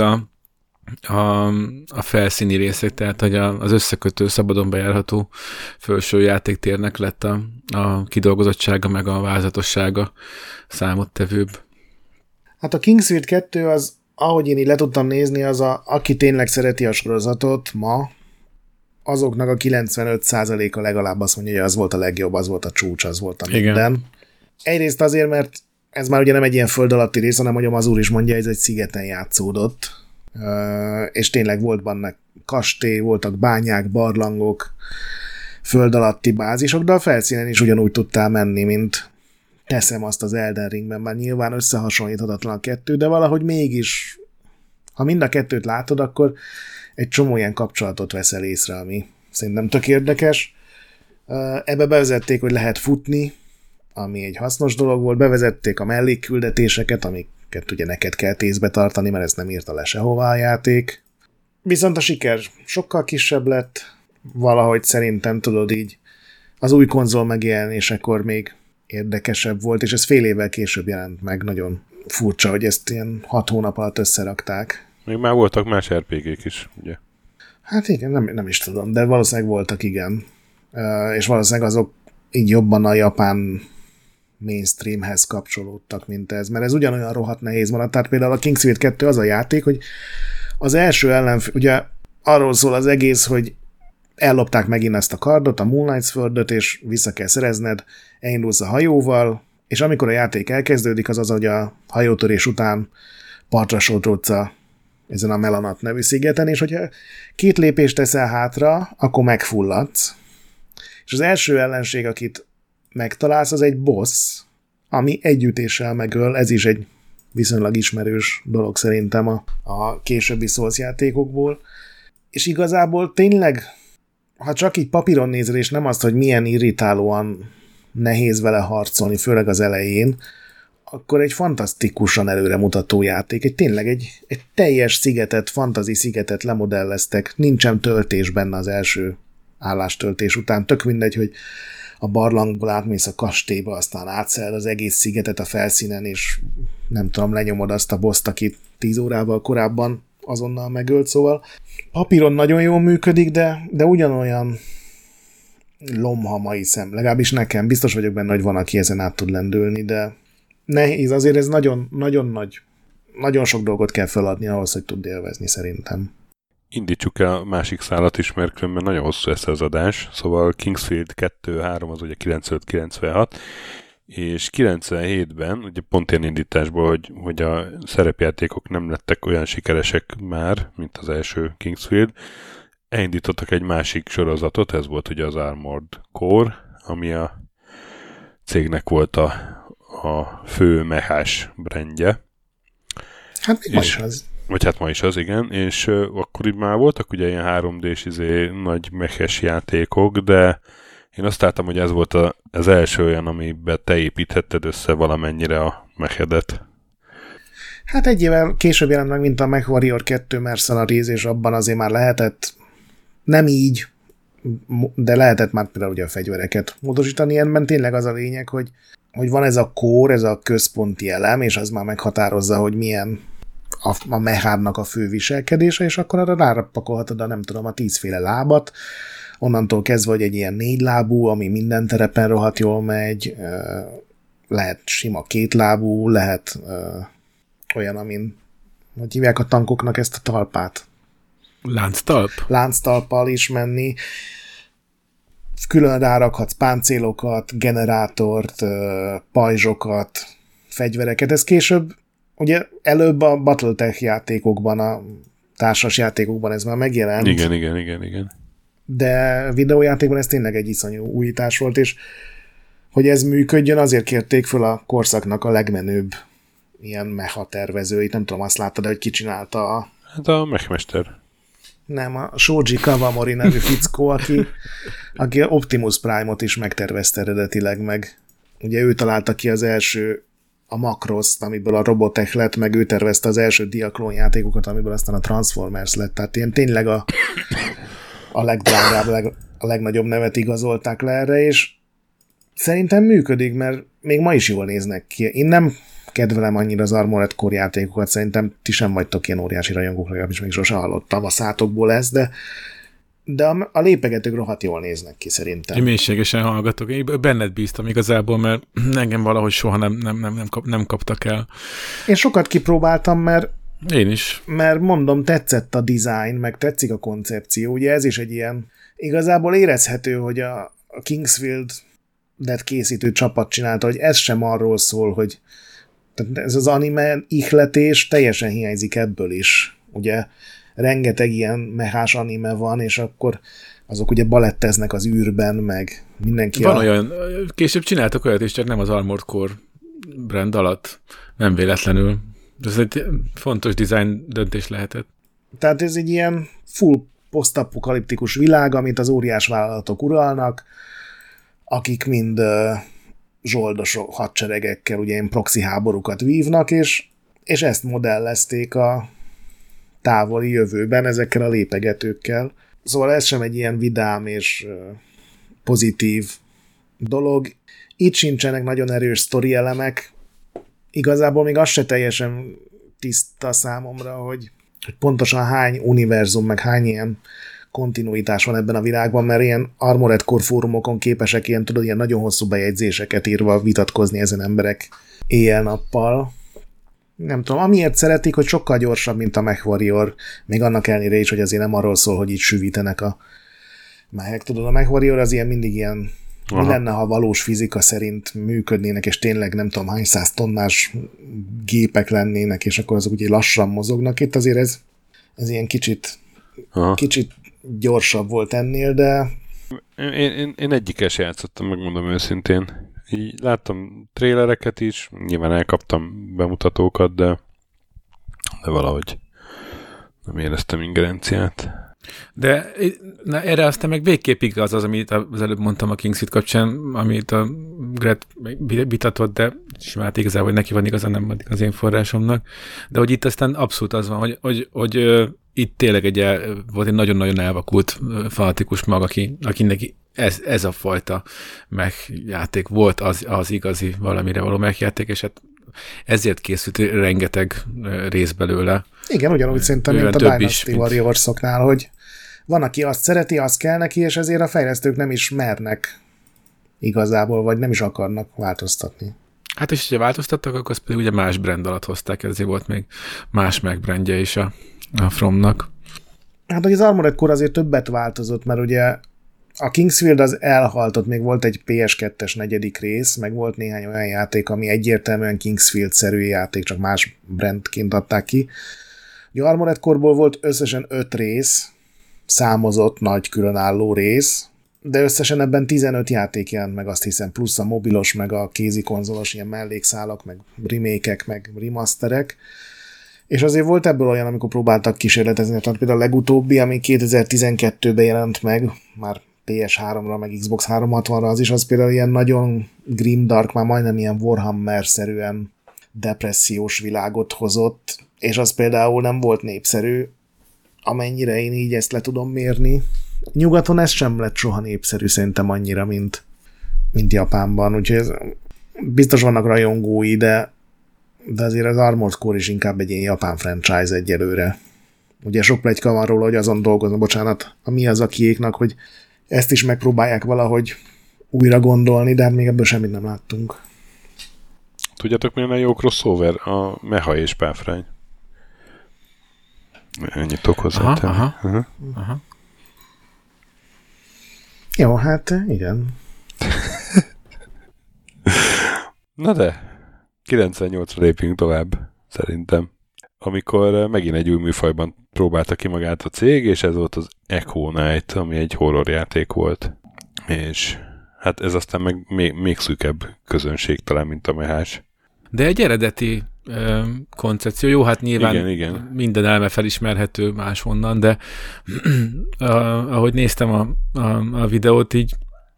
a felszíni részek, tehát hogy az összekötő, szabadon bejárható felső játéktérnek lett a kidolgozottsága, meg a vázatossága számottevőbb. Hát a Kingsfield 2 az, ahogy én így le tudtam nézni, az aki tényleg szereti a sorozatot ma, azoknak a 95%-a legalább azt mondja, hogy az volt a legjobb, az volt a csúcs, az volt a minden. Egyrészt azért, mert ez már ugye nem egy ilyen föld alatti rész, hanem, hogy az úr is mondja, ez egy szigeten játszódott, és tényleg volt benne kastély, voltak bányák, barlangok, föld alatti bázisok, de a felszínen is ugyanúgy tudtál menni, mint teszem azt az Elden Ringben, már nyilván összehasonlíthatatlan a kettő, de valahogy mégis, ha mind a kettőt látod, akkor egy csomó ilyen kapcsolatot veszel észre, ami szerintem tök érdekes. Ebbe bevezették, hogy lehet futni, ami egy hasznos dolog volt, bevezették a mellékküldetéseket, amiket ugye neked kell tézbe tartani, mert ezt nem írta le sehová a játék. Viszont a siker sokkal kisebb lett, valahogy szerintem tudod így, az új konzol megjelenésekor még érdekesebb volt, és ez fél évvel később jelent meg, nagyon furcsa, hogy ezt ilyen 6 hónap alatt összerakták. Még már voltak más RPG-k is, ugye? Hát igen, nem is tudom, de valószínűleg voltak, igen. És valószínűleg azok így jobban a japán mainstreamhez kapcsolódtak, mint ez, mert ez ugyanolyan rohadt nehéz van. Tehát például a Kingsfield 2 az a játék, hogy az első ellenfél, ugye arról szól az egész, hogy ellopták megint ezt a kardot, a Moonlight Swordot, és vissza kell szerezned, elindulsz a hajóval, és amikor a játék elkezdődik, az, hogy a hajótörés után partra sodrodsz ezen a Melanat nevű szigeten, és hogyha 2 lépést teszel hátra, akkor megfulladsz. És az első ellenség, akit megtalálsz, az egy boss, ami együttéssel megöl, ez is egy viszonylag ismerős dolog szerintem a későbbi Souls játékokból. És igazából tényleg, ha csak így papíron nézel, és nem azt, hogy milyen irritálóan nehéz vele harcolni, főleg az elején, akkor egy fantasztikusan előremutató játék. Tényleg egy teljes szigetet, fantasy szigetet lemodelleztek, nincsen töltés benne az első állástöltés után. Tök mindegy, hogy a barlangból átmész a kastélyba, aztán átszeled az egész szigetet a felszínen, és nem tudom, lenyomod azt a boszt, akit 10 órával korábban azonnal megölt, szóval papíron nagyon jól működik, de ugyanolyan lomhamai szem, legalábbis nekem, biztos vagyok benne, hogy van, aki ezen át tud lendülni, de nehéz, azért ez nagyon nagy, nagyon sok dolgot kell feladni ahhoz, hogy tud élvezni szerintem. Indítsuk el a másik szálat is, mert különben nagyon hosszú lesz az adás, szóval Kingsfield 2-3 az ugye 95-96, és 97-ben, ugye pont ilyen indításból, hogy a szerepjátékok nem lettek olyan sikeresek már, mint az első Kingsfield, elindítottak egy másik sorozatot, ez volt ugye az Armored Core, ami a cégnek volt a fő mechás brandje. Hát még ma is az. Vagy hát ma is az, igen, és akkor így már voltak ugye ilyen 3D-s nagy meches játékok, de Én azt láttam, hogy ez volt az első olyan, amiben te építhetted össze valamennyire a mechedet. Hát egy évvel később jelent meg, mint a MechWarrior 2 Mercenaries, és abban azért már lehetett, nem így, de lehetett már például ugye a fegyvereket módosítani. Ilyenben tényleg az a lényeg, hogy van ez a core, ez a központi elem, és az már meghatározza, hogy milyen a mechádnak a fő viselkedése, és akkor arra rápakolhatod a 10 féle lábat, onnantól kezdve, hogy egy ilyen 4 lábú, ami minden terepen rohadt jól megy, lehet sima 2 lábú, lehet olyan, amin, hogy hívják a tankoknak ezt a talpát? Lánctalp? Lánctalppal is menni. Külön rárakhatsz páncélokat, generátort, pajzsokat, fegyvereket. Ez később, ugye előbb a Battletech játékokban, a társas játékokban ez már megjelent. Igen. De videójátékban ez tényleg egy iszonyú újítás volt, és hogy ez működjön, azért kérték föl a korszaknak a legmenőbb ilyen mecha tervezőit. Nem tudom, azt láttad, hogy ki csinálta Hát a mechmester. Nem, a Shoji Kawamori nevű fickó, aki Optimus Prime-ot is megtervezte eredetileg, meg ugye ő találta ki az első a Macross, amiből a Robotech lett, meg ő tervezte az első Diaclone játékokat, amiből aztán a Transformers lett. Tehát ilyen tényleg a legdrágább, a legnagyobb nevet igazolták le erre, és szerintem működik, mert még ma is jól néznek ki. Én nem kedvelem annyira az Armored Core játékokat, szerintem ti sem vagytok ilyen óriási rajongók, legalábbis még sosem hallottam a szátokból ezt, de a lépegetők rohadt jól néznek ki szerintem. Én mélységesen hallgatok. Én benned bíztam igazából, mert engem valahogy soha nem kaptak el. Én sokat kipróbáltam, mert én is. Mert mondom, tetszett a design, meg tetszik a koncepció. Ugye ez is egy ilyen, igazából érezhető, hogy a Kingsfield-et készítő csapat csinálta, hogy ez sem arról szól, hogy tehát ez az anime ihletés teljesen hiányzik ebből is. Ugye rengeteg ilyen mechás anime van, és akkor azok ugye baletteznek az űrben, meg mindenki van olyan, később csináltak olyat is, csak nem az Armored Core brand alatt, nem véletlenül. Ez egy fontos design döntés lehetett. Tehát ez egy ilyen full posztapokaliptikus világ, amit az óriás vállalatok uralnak, akik mind zsoldos hadseregekkel ugye ilyen proxy háborúkat vívnak, és ezt modellezték a távoli jövőben ezekkel a lépegetőkkel. Szóval ez sem egy ilyen vidám és pozitív dolog. Itt sincsenek nagyon erős sztori elemek. Igazából még az se teljesen tiszta számomra, hogy pontosan hány univerzum, meg hány ilyen kontinuitás van ebben a világban, mert ilyen Armored Core fórumokon képesek ilyen, tudod, ilyen nagyon hosszú bejegyzéseket írva vitatkozni ezen emberek éjjel-nappal. Nem tudom, amiért szeretik, hogy sokkal gyorsabb, mint a MechWarrior, még annak ellenére is, hogy azért nem arról szól, hogy így süvítenek a mechek. Tudod, a MechWarrior az ilyen mindig ilyen, mi lenne, ha valós fizika szerint működnének, és tényleg nem tudom, hány száz tonnás gépek lennének, és akkor azok ugye lassan mozognak. Itt azért ez ilyen kicsit gyorsabb volt ennél, de... Én egyikkel sem játszottam, megmondom őszintén. Így láttam trélereket is, nyilván elkaptam bemutatókat, de valahogy nem éreztem ingerenciát. De erre aztán meg végképp igaz az, amit az előbb mondtam a Kingsfield kapcsán, amit a Gret vitatott, de simán igazából, hogy neki van igazán, nem az én forrásomnak. De hogy itt aztán abszolút az van, hogy itt tényleg volt egy nagyon-nagyon elvakult fanatikus mag, akinek ez a fajta mechjáték volt az igazi valamire való mechjáték, és hát ezért készült rengeteg rész belőle. Igen, ugyanúgy szerintem, mint a Dynasty Warriors-oknál, hogy van, aki azt szereti, azt kell neki, és ezért a fejlesztők nem is mernek igazából, vagy nem is akarnak változtatni. Hát és ha változtattak, akkor azt pedig ugye más brand alatt hozták, ezért volt még más megbrandje is a Fromnak. Hát, hogy az Armored Core azért többet változott, mert ugye a Kingsfield az elhaltott, még volt egy PS2-es 4. rész, meg volt néhány olyan játék, ami egyértelműen Kingsfield-szerű játék, csak más brandként adták ki. Ugye Armored Core-ból volt összesen 5 rész, számozott nagy különálló rész, de összesen ebben 15 játék jelent meg, azt hiszem, plusz a mobilos, meg a kézikonzolos ilyen mellékszálak, meg remake-ek, meg remasterek. És azért volt ebből olyan, amikor próbáltak kísérletezni, tehát például a legutóbbi, ami 2012-ben jelent meg, már PS3-ra, meg Xbox 360-ra, az is az például ilyen nagyon grimdark, már majdnem ilyen Warhammer-szerűen depressziós világot hozott, és az például nem volt népszerű, amennyire én így ezt le tudom mérni. Nyugaton ez sem lett soha népszerű szerintem annyira, mint Japánban, úgyhogy ez, biztos vannak rajongói, de azért az Armored Core is inkább egy ilyen japán franchise egyelőre. Ugye sok pletyka van róla, hogy azon dolgoznak, bocsánat, a Miyazakiéknak, hogy ezt is megpróbálják valahogy újra gondolni, de hát még ebből semmit nem láttunk. Tudjátok, milyen a jó crossover? A Meha és Páfrány. Ennyit tudok hozzátenni. Aha. Jó, hát igen. Na de, 98-ra lépjünk tovább, szerintem. Amikor megint egy új műfajban próbálta ki magát a cég, és ez volt az Echo Knight, ami egy horrorjáték volt. És hát ez aztán meg még szűkebb közönség talán, mint a Mehás. De egy eredeti koncepció, jó, hát nyilván igen. minden elme felismerhető máshonnan, de ahogy néztem a videót, így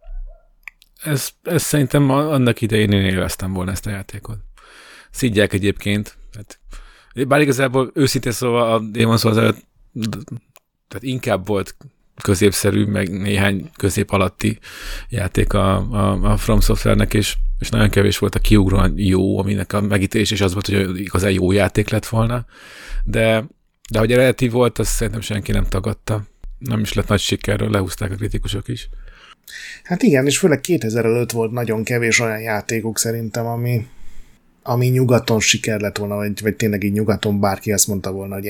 ez szerintem annak idején én élveztem volna ezt a játékot. Szidják egyébként. Bár igazából őszintén szóval a Demon's Souls előtt tehát inkább volt középszerű, meg néhány közép alatti játék a From Software-nek, és nagyon kevés volt a kiugróan jó, aminek a megítélés is az volt, hogy igazán jó játék lett volna. De hogy eredeti volt, azt szerintem senki nem tagadta. Nem is lett nagy sikerről, lehúzták a kritikusok is. Hát igen, és főleg 2000 előtt volt nagyon kevés olyan játékok szerintem, ami nyugaton siker lett volna, vagy tényleg így nyugaton bárki azt mondta volna, hogy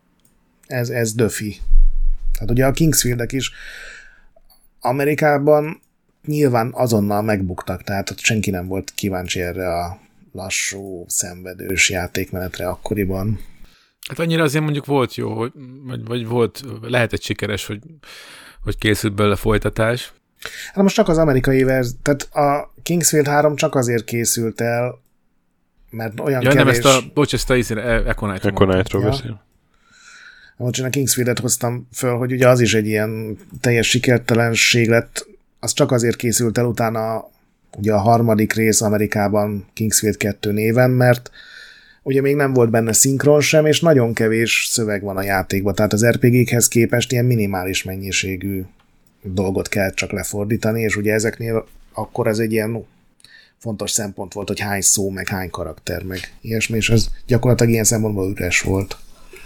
ez döfi. Tehát ugye a Kingsfieldek is Amerikában nyilván azonnal megbuktak, tehát ott senki nem volt kíváncsi erre a lassú, szenvedős játékmenetre akkoriban. Hát annyira azért mondjuk volt jó, vagy volt, lehetett sikeres, hogy készült belőle folytatás. Hát most csak az amerikai verzió, tehát a Kingsfield 3 csak azért készült el, mert olyan kevés... nem ezt a Echo Knight-ról beszél. Most én a Kingsfieldet hoztam föl, hogy ugye az is egy ilyen teljes sikertelenség lett, az csak azért készült el utána ugye a harmadik rész Amerikában Kingsfield 2 néven, mert ugye még nem volt benne szinkron sem, és nagyon kevés szöveg van a játékban, tehát az RPG-khez képest ilyen minimális mennyiségű dolgot kell csak lefordítani, és ugye ezeknél akkor ez egy ilyen fontos szempont volt, hogy hány szó, meg hány karakter, meg ilyesmi, és ez gyakorlatilag ilyen szempontból üres volt.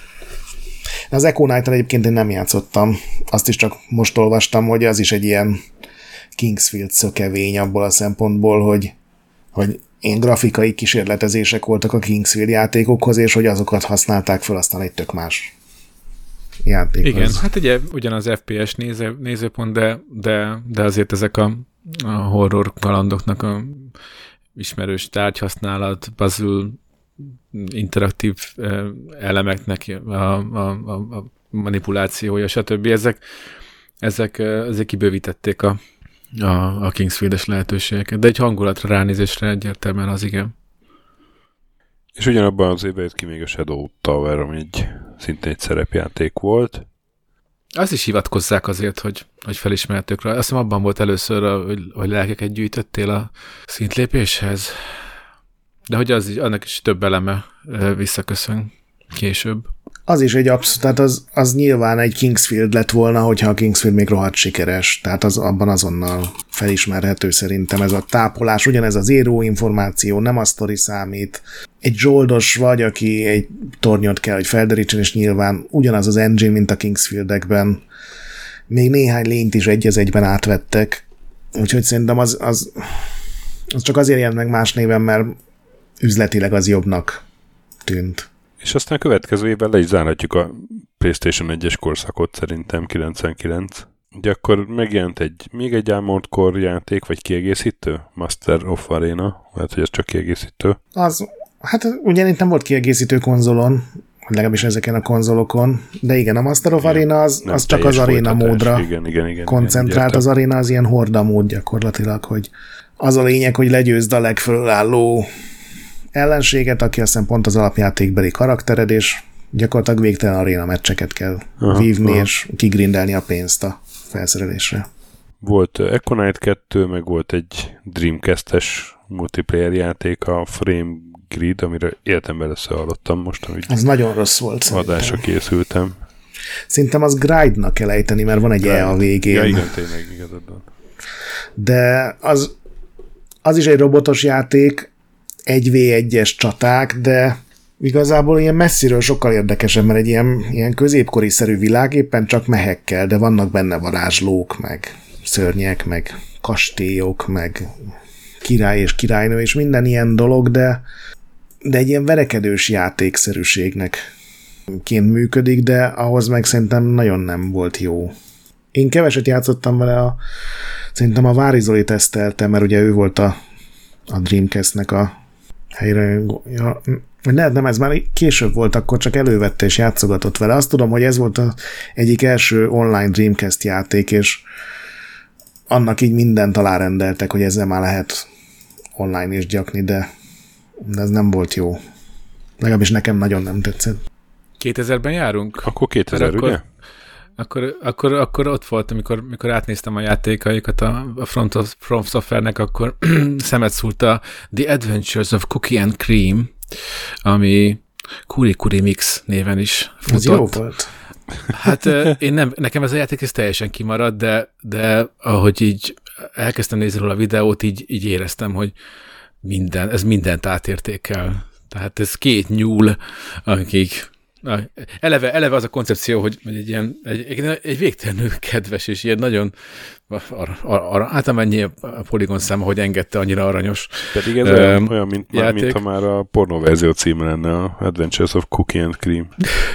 Az Echo Knight-tal egyébként én nem játszottam, azt is csak most olvastam, hogy az is egy ilyen Kingsfield szökevény abból a szempontból, hogy ilyen grafikai kísérletezések voltak a Kingsfield játékokhoz, és hogy azokat használták fel aztán egy tök más játékhoz. Igen, hát ugye ugyanaz FPS nézőpont, de azért ezek a horror kalandoknak a ismerős tárgyhasználat, puzzle, interaktív elemeknek a manipulációja, stb. Ezek kibővítették a Kingsfield-es lehetőségeket, de egy hangulatra, ránézésre egyértelműen az igen. És ugyanabban az évben jött ki még a Shadow Tower, ami szintén egy szerepjáték volt. Azt is hivatkozzák azért, hogy felismertük rá. Azt hiszem abban volt először, hogy lelkeket gyűjtöttél a szintlépéshez. De hogy annak is több eleme visszaköszön később. Az is egy abszolút, tehát az nyilván egy Kingsfield lett volna, hogyha a Kingsfield még rohadt sikeres. Tehát abban azonnal felismerhető szerintem ez a tápolás, ugyanez az éró információ, nem a sztori számít. Egy zsoldos vagy, aki egy tornyot kell, hogy felderítsen, és nyilván ugyanaz az engine, mint a Kingsfieldekben. Még néhány lényt is egy az egyben átvettek. Úgyhogy szerintem az csak azért jelent meg más néven, mert üzletileg az jobbnak tűnt. És aztán a következő évben le is zárhatjuk a PlayStation 1-es korszakot szerintem, 99. Ugye akkor megjelent még egy Armored Core játék, vagy kiegészítő? Master of Arena, lehet, hogy ez csak kiegészítő. Hát ugye itt nem volt kiegészítő konzolon, legalábbis ezeken a konzolokon, de igen, a Master of Arena az csak az Arena módra igen, koncentrált, az Arena az ilyen horda mód gyakorlatilag, hogy az a lényeg, hogy legyőzd a legfölálló ellenséget, aki azt hiszem pont az alapjátékbeli karaktered, és gyakorlatilag végtelen aréna meccseket kell vívni, és kigrindelni a pénzt a felszerelésre. Volt Econite 2, meg volt egy Dreamcast-es multiplayer játék, a Frame Grid, amire életemben először hallottam most, amit az nagyon rossz volt. adásra készültem. Szerintem az Gride-nak kell ejteni, mert van egy Gride. E a végén. Ja, igen, tényleg igazad van. De az is egy robotos játék, 1v1-es csaták, de igazából ilyen messziről sokkal érdekesebb, mert egy ilyen középkori-szerű világ, éppen csak mehekkel, de vannak benne varázslók, meg szörnyek, meg kastélyok, meg király és királynő, és minden ilyen dolog, de egy ilyen verekedős játékszerűségnek ként működik, de ahhoz meg szerintem nagyon nem volt jó. Én keveset játszottam vele, szerintem a Vári Zoli tesztelte, mert ugye ő volt a Dreamcast-nek a helyre, nem, ez már később volt, akkor csak elővette és játszogatott vele. Azt tudom, hogy ez volt az egyik első online Dreamcast játék, és annak így mindent alárendeltek, hogy ezzel már lehet online is gyakni, de ez nem volt jó. Legalábbis nekem nagyon nem tetszett. 2000-ben járunk? Akkor 2000, ugye? Akkor ott volt, amikor átnéztem a játékaikat a From Software-nek, akkor szemet szúrt a The Adventures of Cookie and Cream, ami Kuri Mix néven is futott. Ez jó volt. Hát nekem ez a játék ez teljesen kimaradt, de ahogy így elkezdtem nézni róla a videót, így éreztem, hogy ez mindent átértékel. Tehát ez két nyúl, akik eleve az a koncepció, hogy egy végtelenül kedves, és ilyen nagyon hát amennyi a poligon száma, hogy engedte, annyira aranyos. Pedig ez olyan, mint ha már a pornóverzió címe lenne, a Adventures of Cookie and Cream.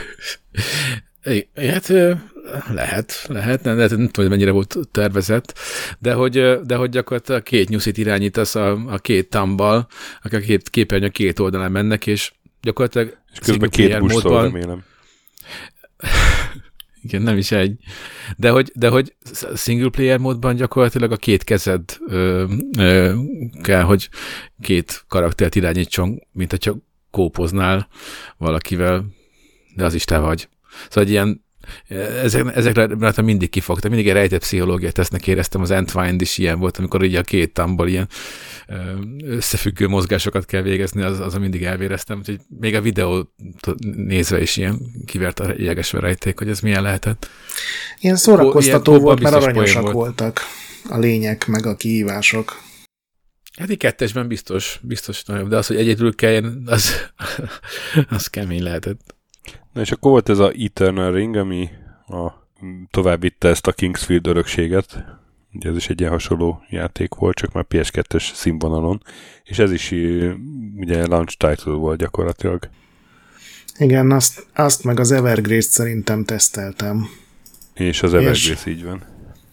Hát lehet, nem tudom, hogy mennyire volt tervezett, de hogy gyakorlatilag két nyuszit irányítasz a két tambal, akik a két képernyő két oldalán mennek, és gyakorlatilag és közben két busztól remélem. Igen, nem is egy. De hogy single player módban gyakorlatilag a két kezed kell, hogy két karaktert irányítson, mint hogyha kópoznál valakivel, de az is te vagy. Szóval egy ilyen, ezekre mindig kifogtam, mindig egy rejtett pszichológiát tesznek, éreztem, az Entwined is ilyen volt, amikor így a két tamból ilyen összefüggő mozgásokat kell végezni, az mindig elvéreztem, úgyhogy még a videót nézve is ilyen kivert a jegesve rejték, hogy ez milyen lehetett. Ilyen szórakoztató volt, mert aranyosak voltak a lények, meg a kihívások. Hát így kettesben biztos nagyobb, de az, hogy egyedül kelljen, az kemény lehetett. Na és akkor volt ez a Eternal Ring, ami tovább vitte ezt a Kingsfield örökséget. Ugye ez is egy ilyen hasonló játék volt, csak már PS2-es színvonalon. És ez is ugye launch title volt gyakorlatilag. Igen, azt meg az Evergrace-t szerintem teszteltem. És az Evergrace így van.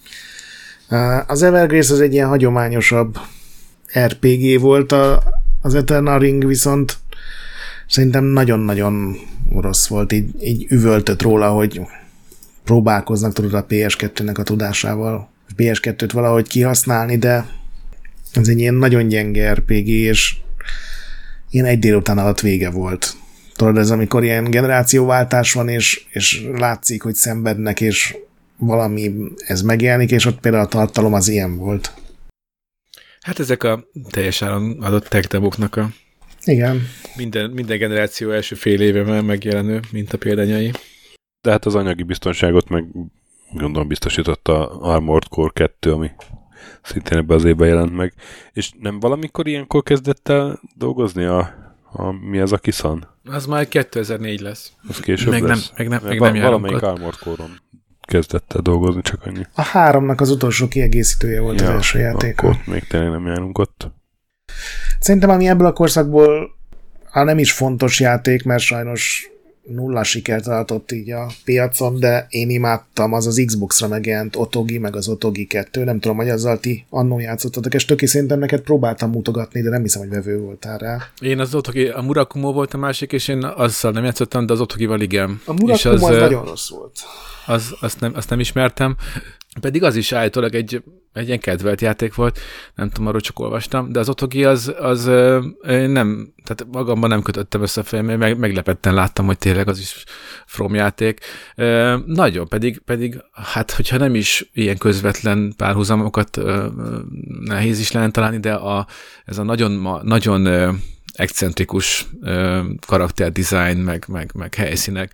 Az Evergrace az egy ilyen hagyományosabb RPG volt, az Eternal Ring viszont szerintem nagyon-nagyon rossz volt, így üvöltött róla, hogy próbálkoznak tudod a PS2-nek a tudásával, PS2-t valahogy kihasználni, de ez egy ilyen nagyon gyenge RPG, és ilyen egy délután alatt vége volt. Tudod, ez amikor ilyen generációváltás van, és látszik, hogy szenvednek, és valami ez megjelenik, és ott például a tartalom az ilyen volt. Hát ezek a teljes áron adott tech demoknak a igen. Minden generáció első fél éve megjelenő mintapéldányai. De hát az anyagi biztonságot meg gondolom biztosította a Armored Core 2, ami szintén ebben az évben jelent meg. És nem valamikor ilyenkor kezdett el dolgozni mi az a Kisan? Az már 2004 lesz. Az később lesz? Meg nem valamelyik Armored Core-on kezdett el dolgozni, csak annyi. A 3-nak az utolsó kiegészítője volt az első játék. Akkor még tényleg nem járunk ott. Szerintem ami ebből a korszakból nem is fontos játék, mert sajnos nulla sikert adott így a piacon, de én imádtam, az Xbox-ra megjelent Otogi, meg az Otogi 2, nem tudom, hogy azzal ti annó játszottatok, és Töki szerintem neked próbáltam mutogatni, de nem hiszem, hogy vevő voltál rá. Én az Otogi, a Murakumo volt a másik, és én azzal nem játszottam, de az Otogival igen. A Murakumo az nagyon rossz volt. Azt nem ismertem, pedig az is állítólag egy ilyen kedvelt játék volt, nem tudom, arról csak olvastam, de az Otogi az nem, tehát magamban nem kötöttem össze a fejem, meglepetten láttam, hogy tényleg az is From játék. Nagyon, pedig hát hogyha nem is ilyen közvetlen párhuzamokat nehéz is lenne találni, de ez a nagyon excentrikus karakterdesign, meg helyszínek,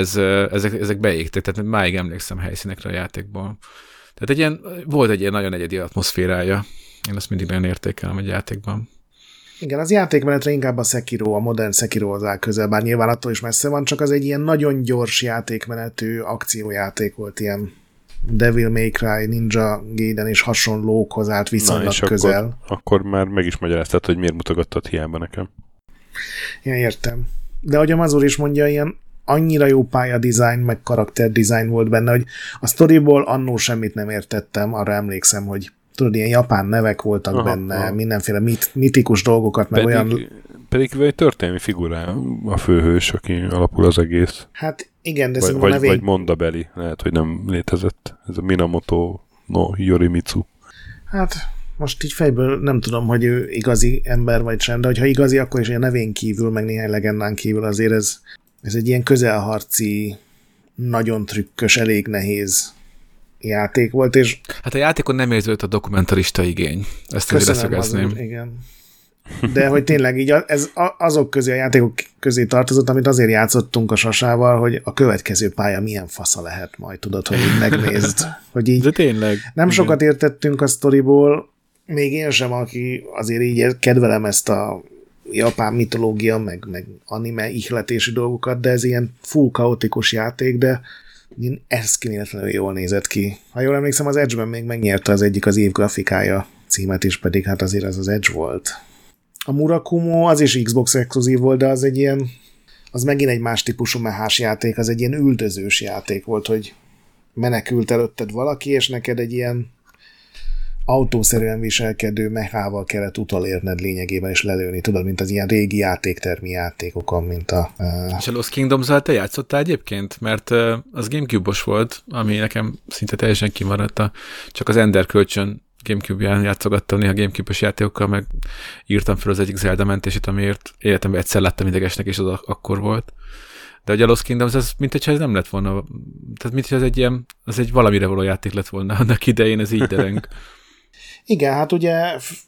ezek beégtek, tehát máig emlékszem helyszínekre a játékból. Tehát volt egy ilyen nagyon egyedi atmoszférája. Én azt mindig nagyon értékelem egy játékban. Igen, az játékmenetre inkább a Sekiro, a modern Sekiro az áll közel, bár nyilván attól is messze van, csak az egy ilyen nagyon gyors játékmenetű akciójáték volt, ilyen Devil May Cry, Ninja Gaiden és hasonlókhoz állt viszonylag közel. Akkor már meg is magyaráztad, hogy miért mutogattad hiába nekem. Ja, értem. De ahogy a Mazur is mondja, ilyen annyira jó pálya-design, meg karakter-design volt benne, hogy a sztoriból annó semmit nem értettem, arra emlékszem, hogy tudod, ilyen japán nevek voltak benne, mindenféle mitikus dolgokat, meg Pedig egy történelmi figura a főhős, aki alapul az egész. Hát igen, de szerintem a nevén... Vagy Mondabeli, lehet, hogy nem létezett. Ez a Minamoto no Yorimitsu. Hát most így fejből nem tudom, hogy ő igazi ember vagy sem, de hogyha igazi, akkor is a nevén kívül, meg néhány legendán kívül azért ez egy ilyen közelharci, nagyon trükkös, elég nehéz játék volt, és... Hát a játékon nem érződött a dokumentarista igény. Ezt azért leszögezném. Igen. De hogy tényleg így ez azok közé, a játékok közé tartozott, amit azért játszottunk a Sasával, hogy a következő pálya milyen fasza lehet majd, tudod, hogy így megnézd. Hogy így de tényleg. Nem igen. Sokat értettünk a sztoriból, még én sem, aki azért így kedvelem ezt a japán mitológia, meg anime ihletési dolgokat, de ez ilyen full kaotikus játék, de eszméletlenül jól nézett ki. Ha jól emlékszem, az Edge-ben még megnyerte az egyik az év grafikája címet is, pedig hát azért az Edge volt. A Murakumo az is Xbox exkluzív volt, de az egy ilyen, az megint egy más típusú mehás játék, az egy ilyen üldözős játék volt, hogy menekült előtted valaki, és neked egy ilyen autószerűen viselkedő mechával kellett utolérned lényegében, és lelőni, tudod, mint az ilyen régi játéktermi játékokon, mint a... És a Lost Kingdoms-al te játszottál egyébként? Mert az Gamecube-os volt, ami nekem szinte teljesen kimaradt, csak az Ender kölcsön Gamecube-ján játszogattam néha Gamecube-os játékokkal, meg írtam fel az egyik Zelda mentését, amiért életemben egyszer láttam idegesnek, és az akkor volt. De ugye a Lost Kingdoms, az mint hogyha ez nem lett volna, tehát mint hogyha az egy valamire való játék lett volna, annak idején ez így dereng. Igen, hát ugye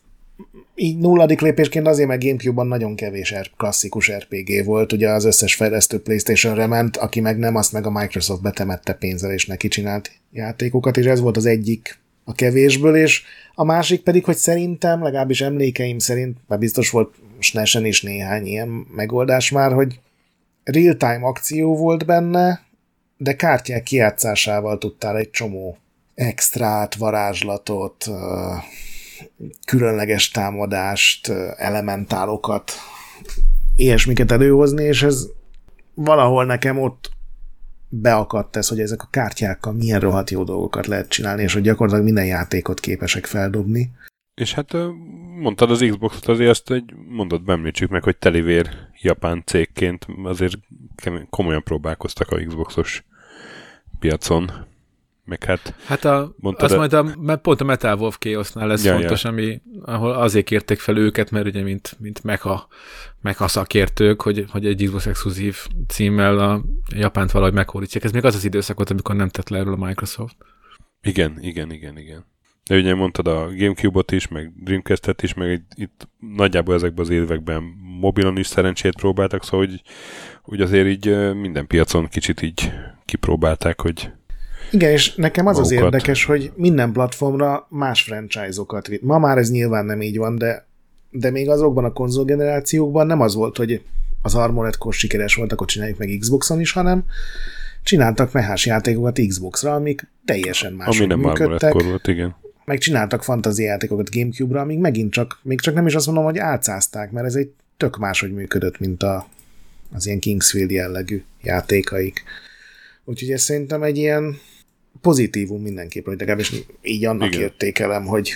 így nulladik lépésként azért, mert Gamecube-ban nagyon kevés klasszikus RPG volt, ugye az összes fejlesztő PlayStation-re ment, aki meg nem, azt meg a Microsoft betemette pénzzel, és neki csinált játékokat, és ez volt az egyik a kevésből, és a másik pedig, hogy szerintem, legalábbis emlékeim szerint, mert biztos volt SNES-en is néhány ilyen megoldás már, hogy real-time akció volt benne, de kártyák kijátszásával tudtál egy csomó extrát, varázslatot, különleges támadást, elementálokat, ilyesmiket előhozni, és ez valahol nekem ott beakadt ez, hogy ezek a kártyákkal milyen rohadt jó dolgokat lehet csinálni, és hogy gyakorlatilag minden játékot képesek feldobni. És hát mondtad az Xbox-ot, azért ezt egy mondatban említsük meg, hogy telivér japán cégként azért komolyan próbálkoztak a Xboxos piacon. Meg hát az majd pont a Metal Wolf Chaosnál lesz fontos, ahol azért kérték fel őket, mert ugye mint mecha szakértők, hogy egy Xbox exkluzív címmel a Japánt valahogy meghódítsák. Ez még az időszak volt, amikor nem tett le erről a Microsoft. Igen. De ugye mondtad a Gamecube-ot is, meg Dreamcast-et is, meg itt nagyjából ezekben az években mobilon is szerencsét próbáltak, szóval hogy azért így minden piacon kicsit így kipróbálták, hogy igen, és nekem az érdekes, hogy minden platformra más franchise-okat vitt. Ma már ez nyilván nem így van, de még azokban a konzolgenerációkban nem az volt, hogy az Armored Core sikeres volt, akkor csináljuk meg Xboxon is, hanem csináltak mehás játékokat Xboxra, amik teljesen máshogy működtek. Ami nem Armored Core volt, igen. Meg csináltak fantasy játékokat Gamecube-ra, amik megint még csak nem is azt mondom, hogy álcázták, mert ez egy tök máshogy működött, mint az ilyen Kingsfield jellegű játékaik. Úgyhogy ez szerintem egy ilyen pozitívum mindenképp, hogy legalábbis így annak értékelem, hogy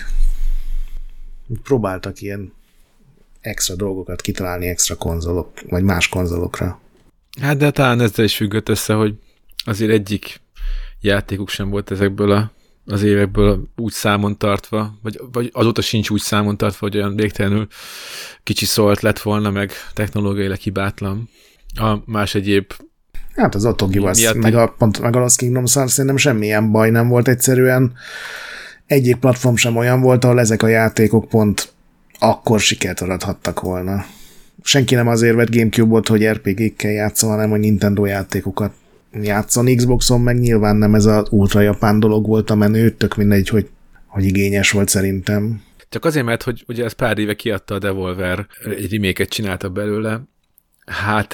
próbáltak ilyen extra dolgokat kitalálni extra konzolok, vagy más konzolokra. Hát de talán ezzel is függött össze, hogy azért egyik játékuk sem volt ezekből a az évekből úgy számon tartva, vagy azóta sincs úgy számon tartva, hogy olyan végtelenül kicsi szólt lett volna, meg technológiailag hibátlan. A más egyéb hát az Otogival, meg a Lost Kingdoms-szal szerintem semmilyen baj nem volt, egyszerűen egyik platform sem olyan volt, ahol ezek a játékok pont akkor sikert arathattak volna. Senki nem azért vett GameCube-ot, hogy RPG-kkel játszol, hanem hogy Nintendo játékokat játszon. Xboxon meg nyilván nem ez az ultra japán dolog volt a menő, tök mindegy, hogy igényes volt szerintem. Csak azért, mert hogy ugye ez pár éve kiadta a Devolver, egy remake-et csinálta belőle. Hát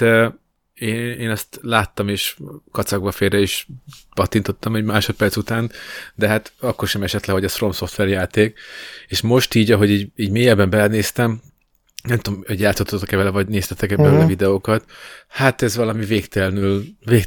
én ezt láttam, és kacagva félre is pattintottam egy másodperc után, de hát akkor sem esett le, hogy ez From Software játék. És most így, ahogy így mélyebben belenéztem, nem tudom, hogy játszottatok-e vele, vagy néztetek-e belőle videókat, hát ez valami végtelenül,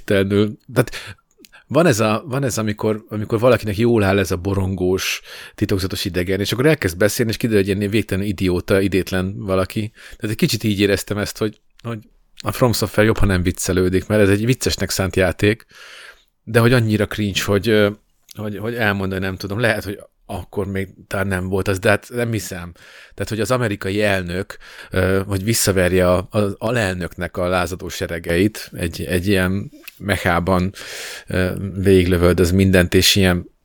de van ez, amikor valakinek jól áll ez a borongós, titokzatos idegen, és akkor elkezd beszélni, és kiderül, hogy ilyen végtelenül idióta, idétlen valaki. Tehát egy kicsit így éreztem ezt, hogy a From Software jobb, ha nem viccelődik, mert ez egy viccesnek szánt játék, de hogy annyira cringe, hogy elmondani nem tudom. Lehet, hogy akkor még talán nem volt az, de hát nem hiszem. Tehát, hogy az amerikai elnök, hogy visszaverje az alelnöknek a lázadó seregeit, egy ilyen mechában végiglövöldöz mindent, és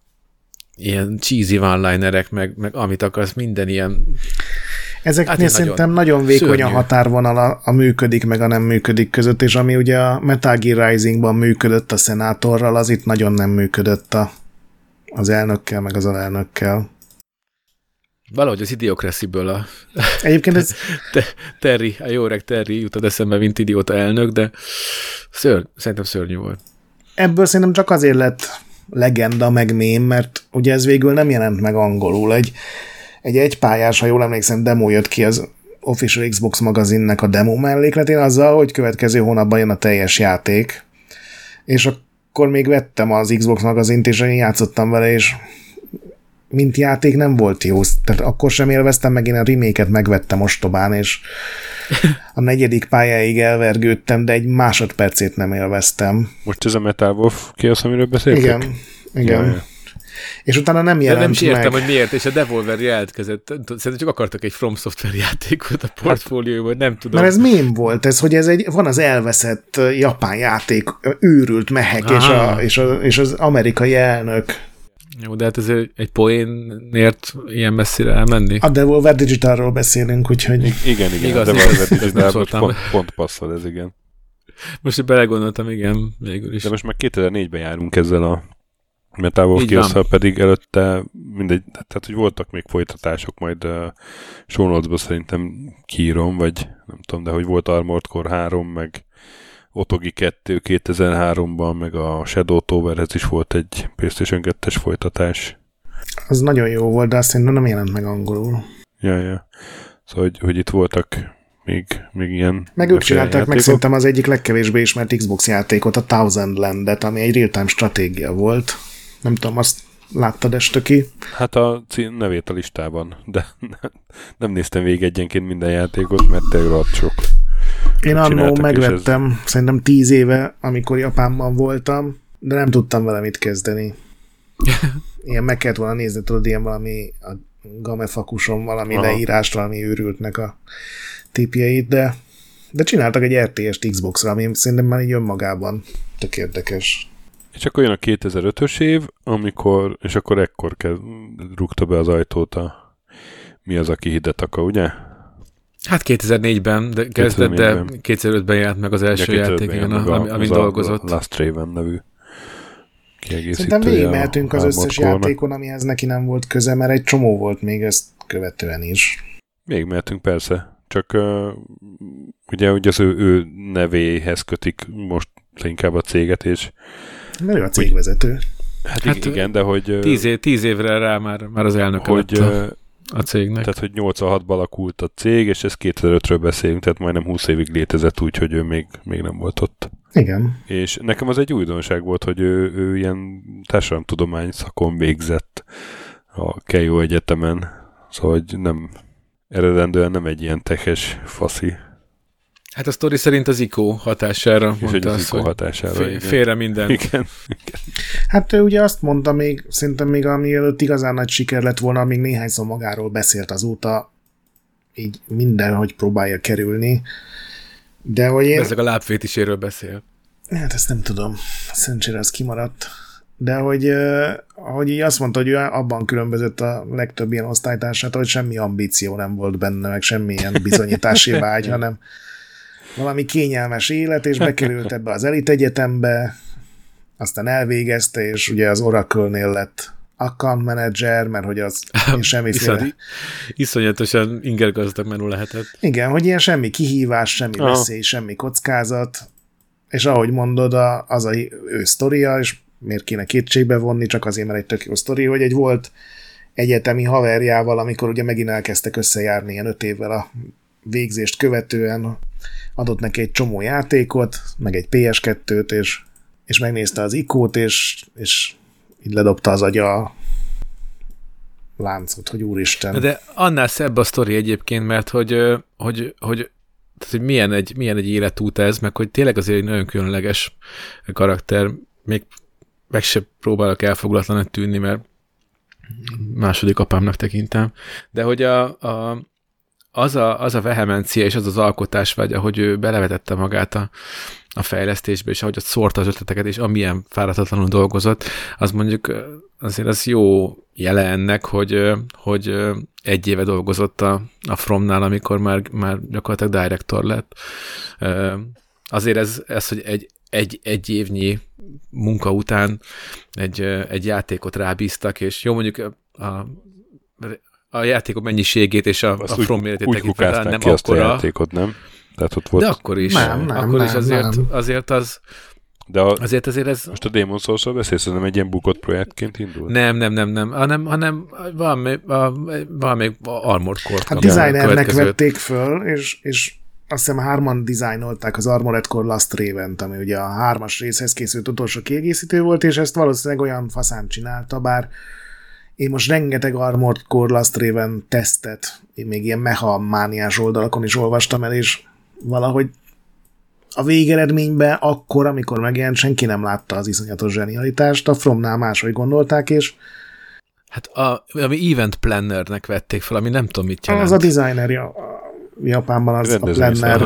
ilyen cheesy one-linerek, meg amit akarsz, minden ilyen... Ezeknél szerintem nagyon vékony szörnyű a határvonal a működik, meg a nem működik között, és ami ugye a Metal Gear Risingban működött a szenátorral, az itt nagyon nem működött az elnökkel, meg az alelnökkel. Valahogy az Idiocracy-ből egyébként ez... Terry, a jó öreg Terry jutott eszembe, mint idióta elnök, de szerintem szörnyű volt. Ebből szerintem csak azért lett legenda, meg mém, mert ugye ez végül nem jelent meg angolul. Egy egypályás, ha jól emlékszem, demo jött ki az Official Xbox magazinnek a demo mellékletén azzal, hogy következő hónapban jön a teljes játék. És akkor még vettem az Xbox magazint, és én játszottam vele, és mint játék nem volt jó. Tehát akkor sem élveztem, meg én a remake-et megvettem ostobán, és a 4. pályáig elvergődtem, de egy másodpercét nem élveztem. Most ez a Metal Wolf ki az, amiről beszéltek? Igen. Ja. És utána nem jelent meg. Nem is értem, hogy miért, és a Devolver jelentkezett. Szerintem csak akartak egy From Software játékot a portfólióban, nem tudom. Mert ez mém volt, van az elveszett japán játék, őrült mehek, és az amerikai elnök. Jó, de hát ez egy poénért ilyen messzire elmenni. A Devolver Digitalról beszélünk, úgyhogy... Igen, igaz, a Devolver Digitalról pont passzol ez, igen. Most, hogy belegondoltam, igen, végül is. De most már 2004-ben járunk ezzel a Metal Wolf Gears-szal, pedig előtte mindegy, tehát hogy voltak még folytatások, majd show notes-ba szerintem kiírom, vagy nem tudom, de hogy volt Armored Core 3, meg Otogi 2 2003-ban, meg a Shadow Towerhez is volt egy PlayStation 2-es folytatás. Az nagyon jó volt, de azt szerintem nem jelent meg angolul. Ja. Szóval, hogy itt voltak még ilyen... Meg ők csinálták meg szerintem az egyik legkevésbé ismert Xbox játékot, a Thousand Land-et, ami egy real-time stratégia volt. Nem tudom, azt láttad estöki? Hát a nevét a listában, de nem néztem végig egyenként minden játékot, mert tényleg sok. Én annó megvettem, szerintem 10 éve, amikor Japánban voltam, de nem tudtam vele mit kezdeni. Ilyen meg kellett volna nézni, tudod, ilyen valami a Gamefakuson valami leírást, valami őrültnek a tipjeit, de csináltak egy RTS-t Xbox-ra, ami szerintem már így önmagában tök érdekes. És akkor jön a 2005-ös év, és akkor ekkor rúgta be az ajtót mi az, aki Hidetaka, ugye? Hát 2004-ben kezdett, de 2005-ben járt meg az első játék, igen, amin dolgozott. A Last Raven nevű kiegészítője. Szerintem végigmehetünk az összes játékon, amihez neki nem volt köze, mert egy csomó volt még ezt követően is. Végigmehetünk persze, csak ugye az ő nevéhez kötik most inkább a céget, és mert ő a cégvezető. Hát igen, de hogy... 10 évre rá már az elnök lett a cégnek. Tehát, hogy 86-ban alakult a cég, és ez 2005-ről beszélünk, tehát majdnem 20 évig létezett úgy, hogy ő még nem volt ott. Igen. És nekem az egy újdonság volt, hogy ő ilyen társadalomtudomány szakon végzett a Keio Egyetemen, szóval hogy nem eredendően nem egy ilyen teches faszi. Hát a sztori szerint az ICO hatására és mondta az ICO hatására. Félre minden. Igen. Hát ő ugye azt mondta még, szerintem még amielőtt igazán nagy siker lett volna, még néhányszor magáról beszélt azóta, így mindenhogy próbálja kerülni. De hogy én... Ezek a lábfétiséről beszél. Hát ezt nem tudom. Szerencsére az kimaradt. De hogy így azt mondta, hogy ő abban különbözött a legtöbb ilyen osztálytársát, hogy semmi ambíció nem volt benne, meg semmilyen bizonyítási vágy, hanem valami kényelmes élet, és bekerült ebbe az elit egyetembe, aztán elvégezte, és ugye az Oracle-nél lett account manager, mert hogy az semmiféle... Iszonyatosan ingergazdag menü lehetett. Igen, hogy ilyen semmi kihívás, semmi veszély, semmi kockázat, és ahogy mondod, az ő sztoria, és miért kéne kétségbe vonni, csak azért, mert egy tök jó sztori, hogy egy volt egyetemi haverjával, amikor ugye megint elkezdtek összejárni ilyen 5 évvel a végzést követően, adott neki egy csomó játékot, meg egy PS2-t, és megnézte az ICO-t, és így ledobta az agya a láncot, hogy úristen. De annál szebb a sztori egyébként, mert hogy milyen egy életút ez, meg hogy tényleg azért egy nagyon különleges karakter, még meg se próbálok elfogulatlanul tűnni, mert második apámnak tekintem, de hogy az a vehemencia és az az alkotásvágy, ahogy ő belevetette magát a fejlesztésbe, és ahogy ott szórta az ötleteket, és amilyen fáradhatatlanul dolgozott, az mondjuk azért az jó jele ennek, hogy 1 éve dolgozott a Fromnál, amikor már gyakorlatilag director lett. Azért ez hogy egy évnyi munka után egy játékot rábíztak, és jó, mondjuk a játékok mennyiségét és a From méretét tekintve nem akkora. A játékot, nem? Tehát ott volt... De akkor is. Azért az... Azért ez... Most a Demon's Souls-ról beszélsz, nem egy ilyen bukott projektként indul? Nem, hanem valami Armored Core-t. Hát designernek vették föl, és azt hiszem 3-an dizájnolták az Armored Core Last Raven-t, ami ugye a 3-as részhez készült utolsó kiegészítő volt, és ezt valószínűleg olyan faszán csinálta, bár én most rengeteg Armored Core Last Raven tesztet, én még ilyen mechamániás oldalakon is olvastam el, és valahogy a végeredményben akkor, amikor megjelent, senki nem látta az iszonyatos zsenialitást, a Fromnál máshogy gondolták, és hát ami event plannernek vették fel, ami nem tudom mit jelent. Az a designer Japánban az a planner.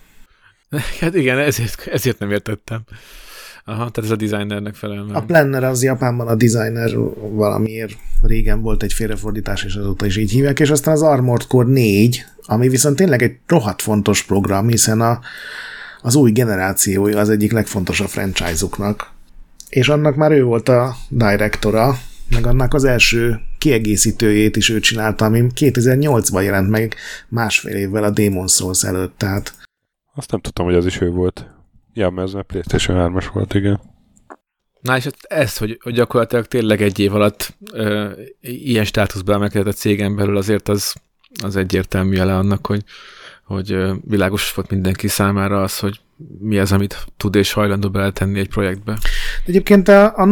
Hát igen, ezért nem értettem. Aha, tehát ez a designernek felel. A planner az Japánban a designer, valamiért régen volt egy félrefordítás, és azóta is így hívják, és aztán az Armored Core 4, ami viszont tényleg egy rohadt fontos program, hiszen az új generációja az egyik legfontosabb franchise-uknak. És annak már ő volt a directora, meg annak az első kiegészítőjét is ő csinálta, ami 2008-ban jelent meg 1,5 évvel a Demon's Souls előtt, tehát... Azt nem tudtam, hogy az is ő volt. Ja, mert ez a PlayStation 3-as volt, igen. Na és ez, hogy gyakorlatilag tényleg 1 év alatt ilyen státuszba emelkedett a cégen belül, azért az egyértelmű jele annak, hogy világos volt mindenki számára az, hogy mi az, amit tud és hajlandó beletenni egy projektbe. Egyébként a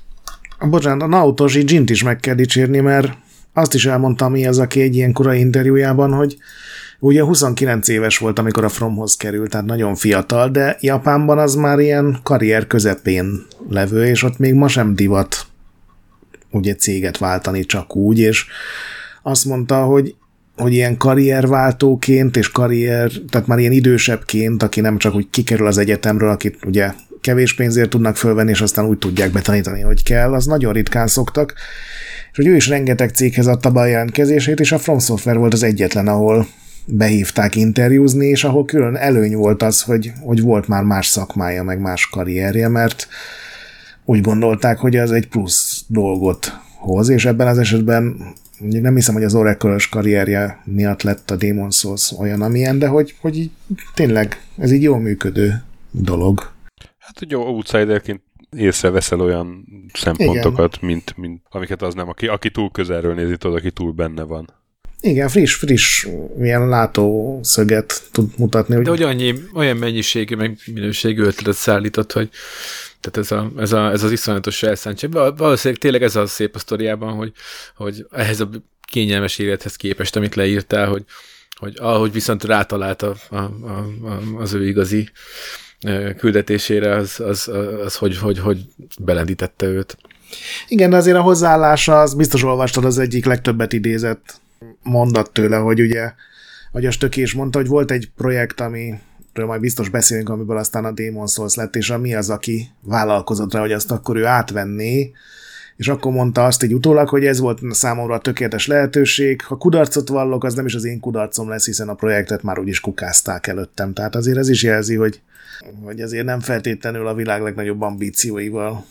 Naoto Jint is meg kell dicsérni, mert azt is elmondta mi az, aki egy ilyen korai interjújában, hogy ugye 29 éves volt, amikor a Fromhoz került, tehát nagyon fiatal, de Japánban az már ilyen karrier közepén levő, és ott még ma sem divat ugye céget váltani csak úgy, és azt mondta, hogy ilyen karrierváltóként, és tehát már ilyen idősebbként, aki nem csak úgy kikerül az egyetemről, akit ugye kevés pénzért tudnak fölvenni, és aztán úgy tudják betanítani, hogy kell, az nagyon ritkán szoktak. És hogy ő is rengeteg céghez adta be a jelentkezését, és a From Software volt az egyetlen, ahol behívták interjúzni, és ahol külön előny volt az, hogy volt már más szakmája, meg más karrierje, mert úgy gondolták, hogy az egy plusz dolgot hoz, és ebben az esetben nem hiszem, hogy az Oracle-ös karrierje miatt lett a Demon's Souls olyan, amilyen, de hogy így, tényleg ez így jól működő dolog. Hát ugye outsiderként észreveszel olyan szempontokat, mint amiket az nem, aki túl közelről nézi, tudod, aki túl benne van. Igen, friss ilyen látószöget tud mutatni. De hogy olyan mennyiségű, meg minőségű ötletet szállított, hogy tehát ez az iszonyatos elszántság. Valószínűleg tényleg ez a szép a sztoriában, hogy ehhez a kényelmes élethez képest, amit leírtál, hogy ahogy viszont rátalált az ő igazi küldetésére, az hogy belendítette őt. Igen, de azért a hozzáállása, az biztos olvastad az egyik legtöbbet idézett mondat tőle, hogy ugye, vagy a Stöki mondta, hogy volt egy projekt, amiről majd biztos beszélünk, amiből aztán a Demon's Souls lett, és mi az, aki vállalkozott rá, hogy azt akkor ő átvenné, és akkor mondta azt így utólag, hogy ez volt számomra a tökéletes lehetőség. Ha kudarcot vallok, az nem is az én kudarcom lesz, hiszen a projektet már úgyis kukázták előttem. Tehát azért ez is jelzi, hogy azért nem feltétlenül a világ legnagyobb ambícióival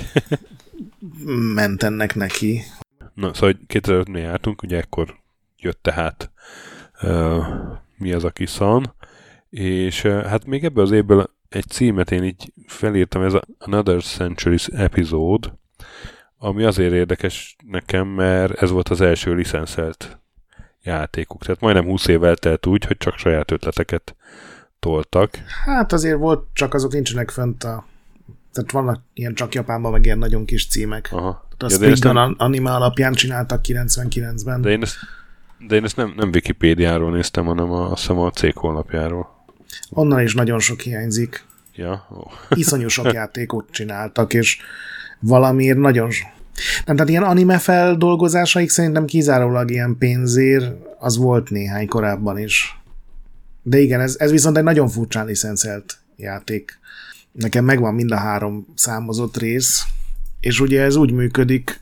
ment ennek neki. Na, szóval 2005-nél jártunk, ugye ekkor jött tehát mi az a kis szan, és hát még ebből az évből egy címet én így felírtam, ez a Another Century's Episode, ami azért érdekes nekem, mert ez volt az első licenszelt játékuk. Tehát majdnem 20 év eltelt úgy, hogy csak saját ötleteket toltak. Hát azért volt, csak azok nincsenek fönt tehát vannak ilyen csak Japánban, meg ilyen nagyon kis címek. Aha. Tehát a Spriggan anime alapján csináltak 99-ben. De én ezt nem Wikipédiáról néztem, hanem azt hiszem a cég honlapjáról. Onnan is nagyon sok hiányzik. Ja? Oh. Iszonyú sok játékot csináltak, és valamiért nagyon... Nem, tehát ilyen anime feldolgozásaik szerintem kizárólag ilyen pénzért, az volt néhány korábban is. De igen, ez viszont egy nagyon furcsán licenszelt játék. Nekem megvan mind a 3 számozott rész, és ugye ez úgy működik,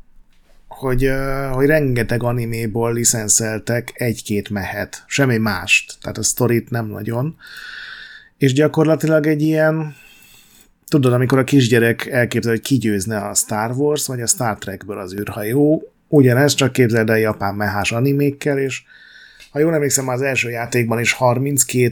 hogy rengeteg animéból licenszeltek 1-2 mehet, semmi mást, tehát a sztorit nem nagyon. És gyakorlatilag egy ilyen, tudod, amikor a kisgyerek elképzel, hogy kigyőzne a Star Wars, vagy a Star Trekből az űrhajó, ugyanez, csak képzeld el japán mehás animékkel, és ha jól emlékszem, az első játékban is 32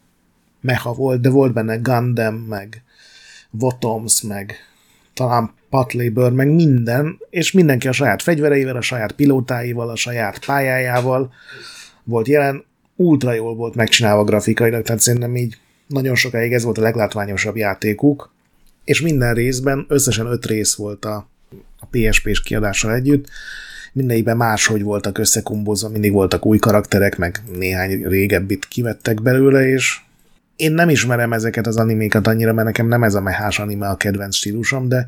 meha volt, de volt benne Gundam, meg Votoms, meg talán Patlabor, meg minden, és mindenki a saját fegyvereivel, a saját pilótáival, a saját pályájával volt jelen, ultra jól volt megcsinálva grafikailag, tehát szerintem így nagyon sokáig ez volt a leglátványosabb játékuk, és minden részben, összesen 5 rész volt a PSP-s kiadással együtt, mindegyikben máshogy voltak összekumbozva, mindig voltak új karakterek, meg néhány régebbit kivettek belőle, és én nem ismerem ezeket az animékat annyira, mert nekem nem ez a mehás anime a kedvenc stílusom, de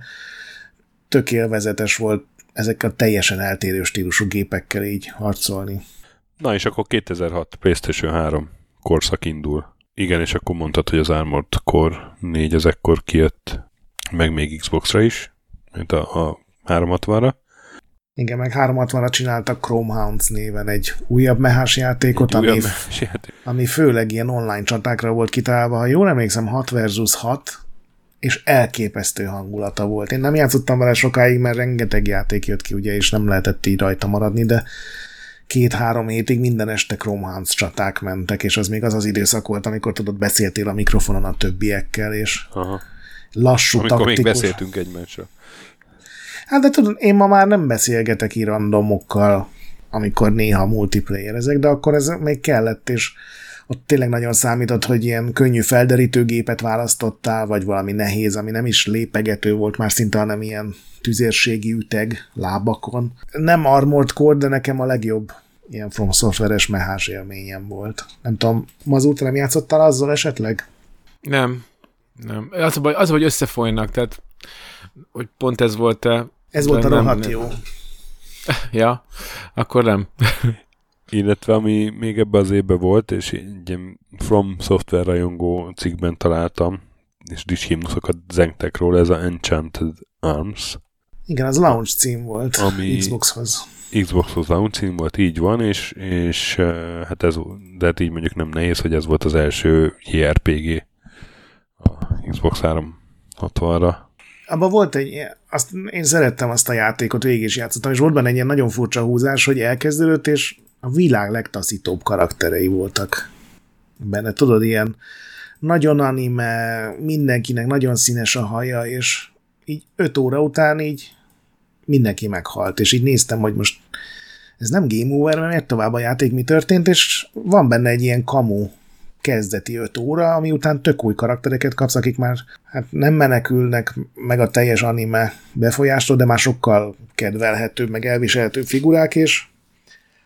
tök élvezetes volt ezekkel teljesen eltérő stílusú gépekkel így harcolni. Na és akkor 2006 PlayStation 3 korszak indul. Igen, és akkor mondtad, hogy az Armored Core 4 ezekkor kijött, meg még Xbox-ra is, mint a 360-ra. Igen, meg 360-ra csináltak Chrome Hounds néven egy újabb mehás játékot, ami főleg ilyen online csatákra volt kitalálva. Ha jól emlékszem, 6 versus 6, és elképesztő hangulata volt. Én nem játszottam vele sokáig, mert rengeteg játék jött ki, ugye, és nem lehetett így rajta maradni, de 2-3 hétig minden este Chrome Hounds csaták mentek, és az még az időszak volt, amikor tudod, beszéltél a mikrofonon a többiekkel, és lassú, amikor taktikus. Még beszéltünk egymásra. Hát de tudod, én ma már nem beszélgetek így randomokkal, amikor néha multiplayerezek, de akkor ez még kellett, és ott tényleg nagyon számított, hogy ilyen könnyű felderítőgépet választottál, vagy valami nehéz, ami nem is lépegető volt már szinte, hanem ilyen tüzérségi üteg lábakon. Nem Armored Core, de nekem a legjobb ilyen From Software-es mehás élményem volt. Nem tudom, Mazur, te nem játszottál azzal esetleg? Nem. Az, hogy összefolynak, tehát hogy pont ez volt-e. Ez volt a rohadt jó. Ja, akkor nem. Illetve ami még ebben az évben volt, és egy From Software rajongó cikkben találtam, és dicshimnuszokat zengtek róla, ez a Enchanted Arms. Igen, az launch cím volt ami Xboxhoz. Xboxhoz launch cím volt, így van, és hát ez, de hát így mondjuk nem nehéz, hogy ez volt az első JRPG a Xbox 360-ra. Abban volt én szerettem azt a játékot, végig is játszottam, és volt benne egy ilyen nagyon furcsa húzás, hogy elkezdődött, és a világ legtaszítóbb karakterei voltak benne. Tudod, ilyen nagyon anime, mindenkinek nagyon színes a haja, és így 5 óra után így mindenki meghalt, és így néztem, hogy most ez nem game over, mert miért tovább a játék, mi történt, és van benne egy ilyen kamu kezdeti 5 óra, ami után tök új karaktereket kapsz, akik már hát nem menekülnek meg a teljes anime befolyástól, de már sokkal kedvelhetőbb, meg elviselhetőbb figurák, és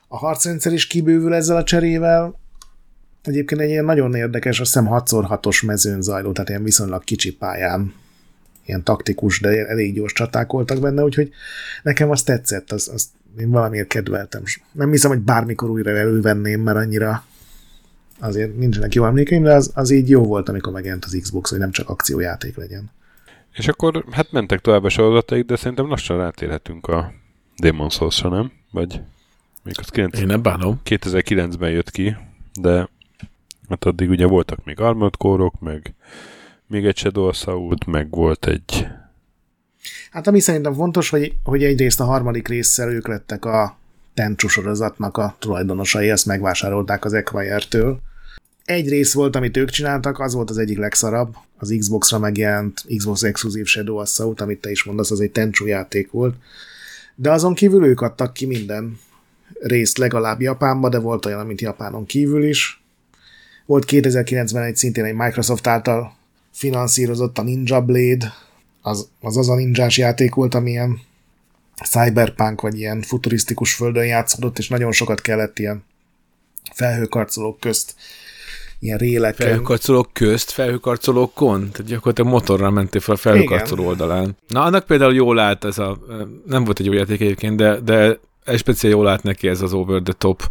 A harcrendszer is kibővül ezzel a cserével. Egyébként egy ilyen nagyon érdekes, azt hiszem 6x6-os mezőn zajló, tehát ilyen viszonylag kicsi pályán. Ilyen taktikus, de elég gyors csaták voltak benne, úgyhogy nekem azt tetszett, azt én valamiért kedveltem. Nem hiszem, hogy bármikor újra elővenném, mert annyira azért nincsenek jó emlékeim, de az így jó volt, amikor megjelent az Xbox, hogy nem csak akciójáték legyen. És akkor hát mentek tovább a sorozataik, de szerintem lassan rátérhetünk a Demon's Souls-ra, nem? Vagy még az én nem bánom. 2009-ben jött ki, de hát addig ugye voltak még Armored Core-ok, meg még egy Shadow Assault, meg volt egy... Hát ami szerintem fontos, hogy egyrészt a harmadik résszel ők lettek a Tenchu sorozatnak a tulajdonosai, ezt megvásárolták az Acquire-től. Egy rész volt, amit ők csináltak, az volt az egyik legszarabb. Az Xbox-ra megjelent Xbox exkluzív Shadow Assault, amit te is mondasz, az egy Tenchu játék volt. De azon kívül ők adtak ki minden részt legalább Japánba, de volt olyan, amit Japánon kívül is. Volt 2009-ben egy szintén egy Microsoft által finanszírozott a Ninja Blade, az a ninjás játék volt, ami ilyen cyberpunk, vagy ilyen futurisztikus földön játszódott, és nagyon sokat kellett ilyen felhőkarcolók közt, ilyen réleken. Felhőkarcolók közt, felhőkarcolókon? Tehát gyakorlatilag motorral mentél fel a felhőkarcoló oldalán. Na, annak például jól állt ez a, nem volt egy jó játék egyébként, de speciál jól állt neki ez az over the top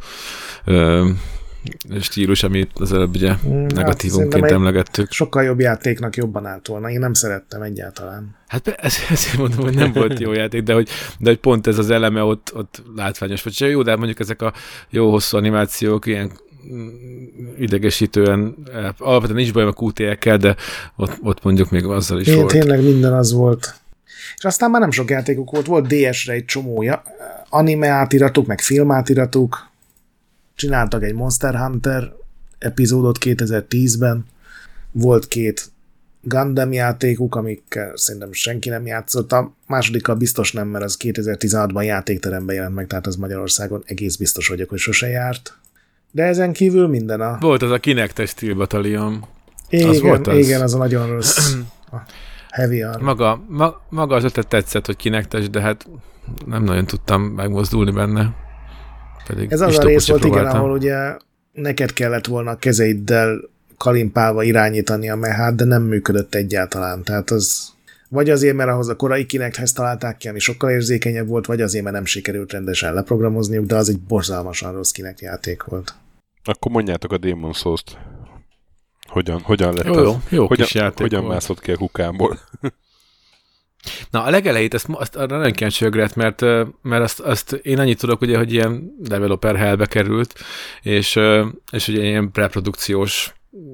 stílus, amit az előbb ugye negatívunként emlegettük. Sokkal jobb játéknak jobban állt volna. Én nem szerettem egyáltalán. Hát ezért mondom, hogy nem volt jó játék, de hogy pont ez az eleme ott látványos. Vagy jó, de mondjuk ezek a jó hosszú animációk ilyen idegesítően, alapvetően nincs bajom a QTE-kkel, de ott mondjuk még azzal is volt. Tényleg minden az volt. És aztán már nem sok játékok volt DS-re egy csomója. Anime átiratuk, meg film átiratuk. Csináltak egy Monster Hunter epizódot 2010-ben. Volt 2 Gundam játékuk, amikkel szerintem senki nem játszott. A másodikkal biztos nem, mert az 2016-ban játékteremben jelent meg, tehát az Magyarországon egész biztos vagyok, hogy sose járt. De ezen kívül minden a... Volt az a Kinect-es Steel Battalion. Igen, az volt az? Igen, az a nagyon rossz. A Heavy Arm. Maga az ötlet tetszett, hogy Kinect-es, de hát nem nagyon tudtam megmozdulni benne. Pedig ez az a rész volt, igen, ahol ugye neked kellett volna a kezeiddel kalimpálva irányítani a mehát, de nem működött egyáltalán. Tehát az vagy azért, mert ahhoz a korai Kinecthez találták ki, ami sokkal érzékenyebb volt, vagy azért, mert nem sikerült rendesen leprogramozniuk, de az egy borzalmasan rossz Kinect játék volt. Akkor mondjátok a Demon's Souls-t. Hogyan lett jó kis játék hogyan volt. mászott ki a kukámból? Na, a legelejét azt arra nagyon kíváncsi mert azt én annyit tudok, ugye, hogy ilyen developer hellbe került, és ugye ilyen preprodukciós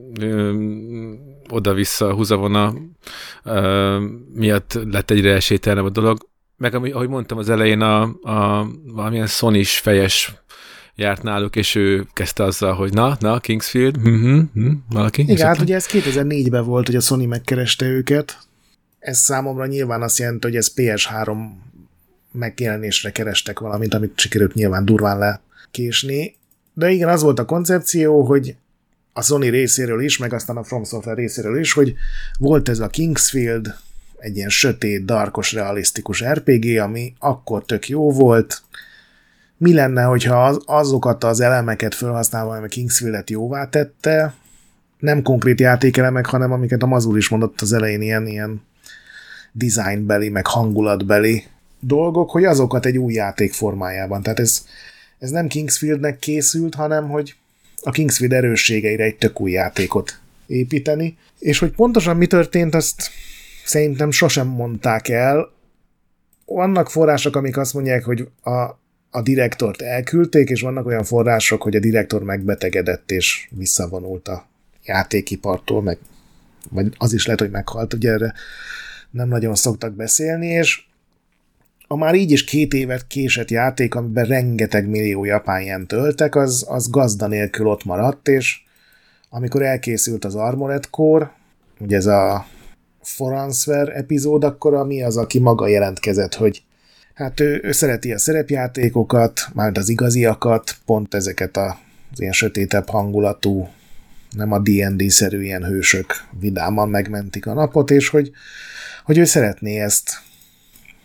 oda-vissza húzavona miatt lett egyre esélytelenebb a dolog. Meg ahogy mondtam az elején, a valamilyen Sony-s fejes járt náluk, és ő kezdte azzal, hogy na, Kingsfield, valaki? Igen, hát ugye ez 2004-ben volt, hogy a Sony megkereste őket. Ez számomra nyilván azt jelenti, hogy ez PS3 megjelenésre kerestek valamit, amit sikerült nyilván durván lekésni. De igen, az volt a koncepció, hogy a Sony részéről is, meg aztán a From Software részéről is, hogy volt ez a Kingsfield, egy ilyen sötét, darkos, realisztikus RPG, ami akkor tök jó volt. Mi lenne, hogyha azokat az elemeket felhasználva, ami a Kingsfield-et jóvá tette, nem konkrét játékelemek, hanem amiket a Mazur is mondott az elején, ilyen designbeli, meg hangulatbeli dolgok, hogy azokat egy új játék formájában. Tehát ez nem Kingsfieldnek készült, hanem hogy a Kingsfield erősségeire egy tök új játékot építeni. És hogy pontosan mi történt, azt szerintem sosem mondták el. Vannak források, amik azt mondják, hogy a direktort elküldték, és vannak olyan források, hogy a direktor megbetegedett, és visszavonult a játékipartól, vagy az is lehet, hogy meghalt, ugye erre nem nagyon szoktak beszélni, és a már így is 2 évet késett játék, amiben rengeteg millió japán yen töltek, az gazda nélkül ott maradt, és amikor elkészült az Armored Core, ugye ez a For Answer epizód, akkor ami az, aki maga jelentkezett, hogy hát ő szereti a szerepjátékokat, már az igaziakat, pont ezeket az ilyen sötétebb hangulatú, nem a D&D-szerű ilyen hősök vidáman megmentik a napot, és hogy ő szeretné ezt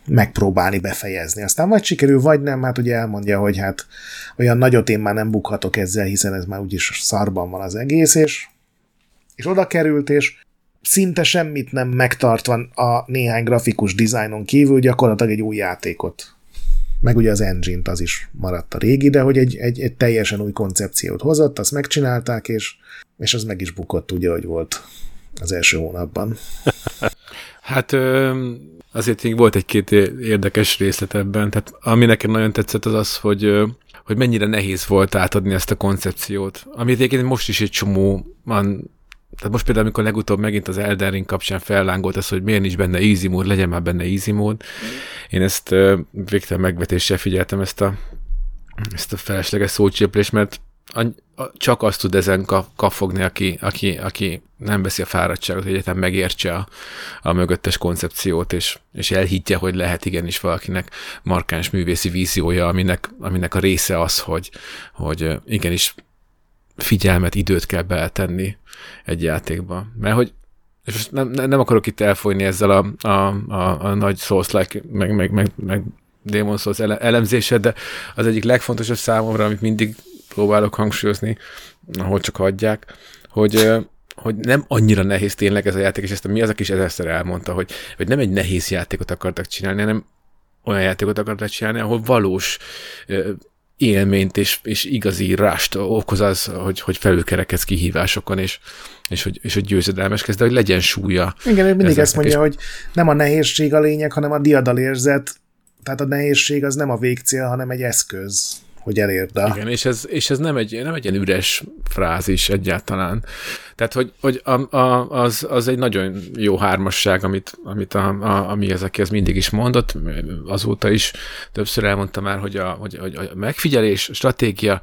megpróbálni befejezni. Aztán vagy sikerül, vagy nem, hát ugye elmondja, hogy hát olyan nagyot én már nem bukhatok ezzel, hiszen ez már úgyis szarban van az egész, és oda került, és szinte semmit nem megtartva a néhány grafikus dizájnon kívül, gyakorlatilag egy új játékot. Meg ugye az engine-t, az is maradt a régi, de hogy egy teljesen új koncepciót hozott, azt megcsinálták, és az meg is bukott úgy, ahogy volt az első hónapban. Hát azért még volt egy-két érdekes részlet ebben, tehát ami nekem nagyon tetszett az az, hogy mennyire nehéz volt átadni ezt a koncepciót, amit egyébként most is egy csomó van. Tehát most például, amikor legutóbb megint az Elden Ring kapcsán fellángolt az, hogy miért nincs benne easy mód, legyen már benne easy mód. Én ezt végtelen megvetéssel figyeltem, ezt a felesleges szócséplést, mert csak azt tud ezen kapfogni, aki nem veszi a fáradtságot, hogy egyetem megértse a mögöttes koncepciót, és elhiggye, hogy lehet igenis valakinek markáns művészi víziója, aminek a része az, hogy igenis figyelmet, időt kell beletenni egy játékba. Mert hogy, és most nem akarok itt elfolyni ezzel a nagy Souls-like, meg Demon's Souls elemzéssel, de az egyik legfontosabb számomra, amit mindig próbálok hangsúlyozni, ahol csak hagyják, hogy nem annyira nehéz tényleg ez a játék, és ezt a mi az, aki is ezerszer elmondta, hogy nem egy nehéz játékot akartak csinálni, hanem olyan játékot akartak csinálni, ahol valós élményt és igazi rást okoz az, hogy felülkerekedsz kihívásokon, és hogy győzedelmeskedsz, de hogy legyen súlya. Igen, ő mindig ezt mondja, hogy nem a nehézség a lényeg, hanem a diadalérzet, tehát a nehézsig az nem a végcél, hanem egy eszköz, hogy elérd. Igen, és ez nem egy ilyen üres frázis egyáltalán. Tehát, hogy az egy nagyon jó hármasság, amit a Miyazaki az mindig is mondott, azóta is többször elmondta már, hogy a megfigyelés, stratégia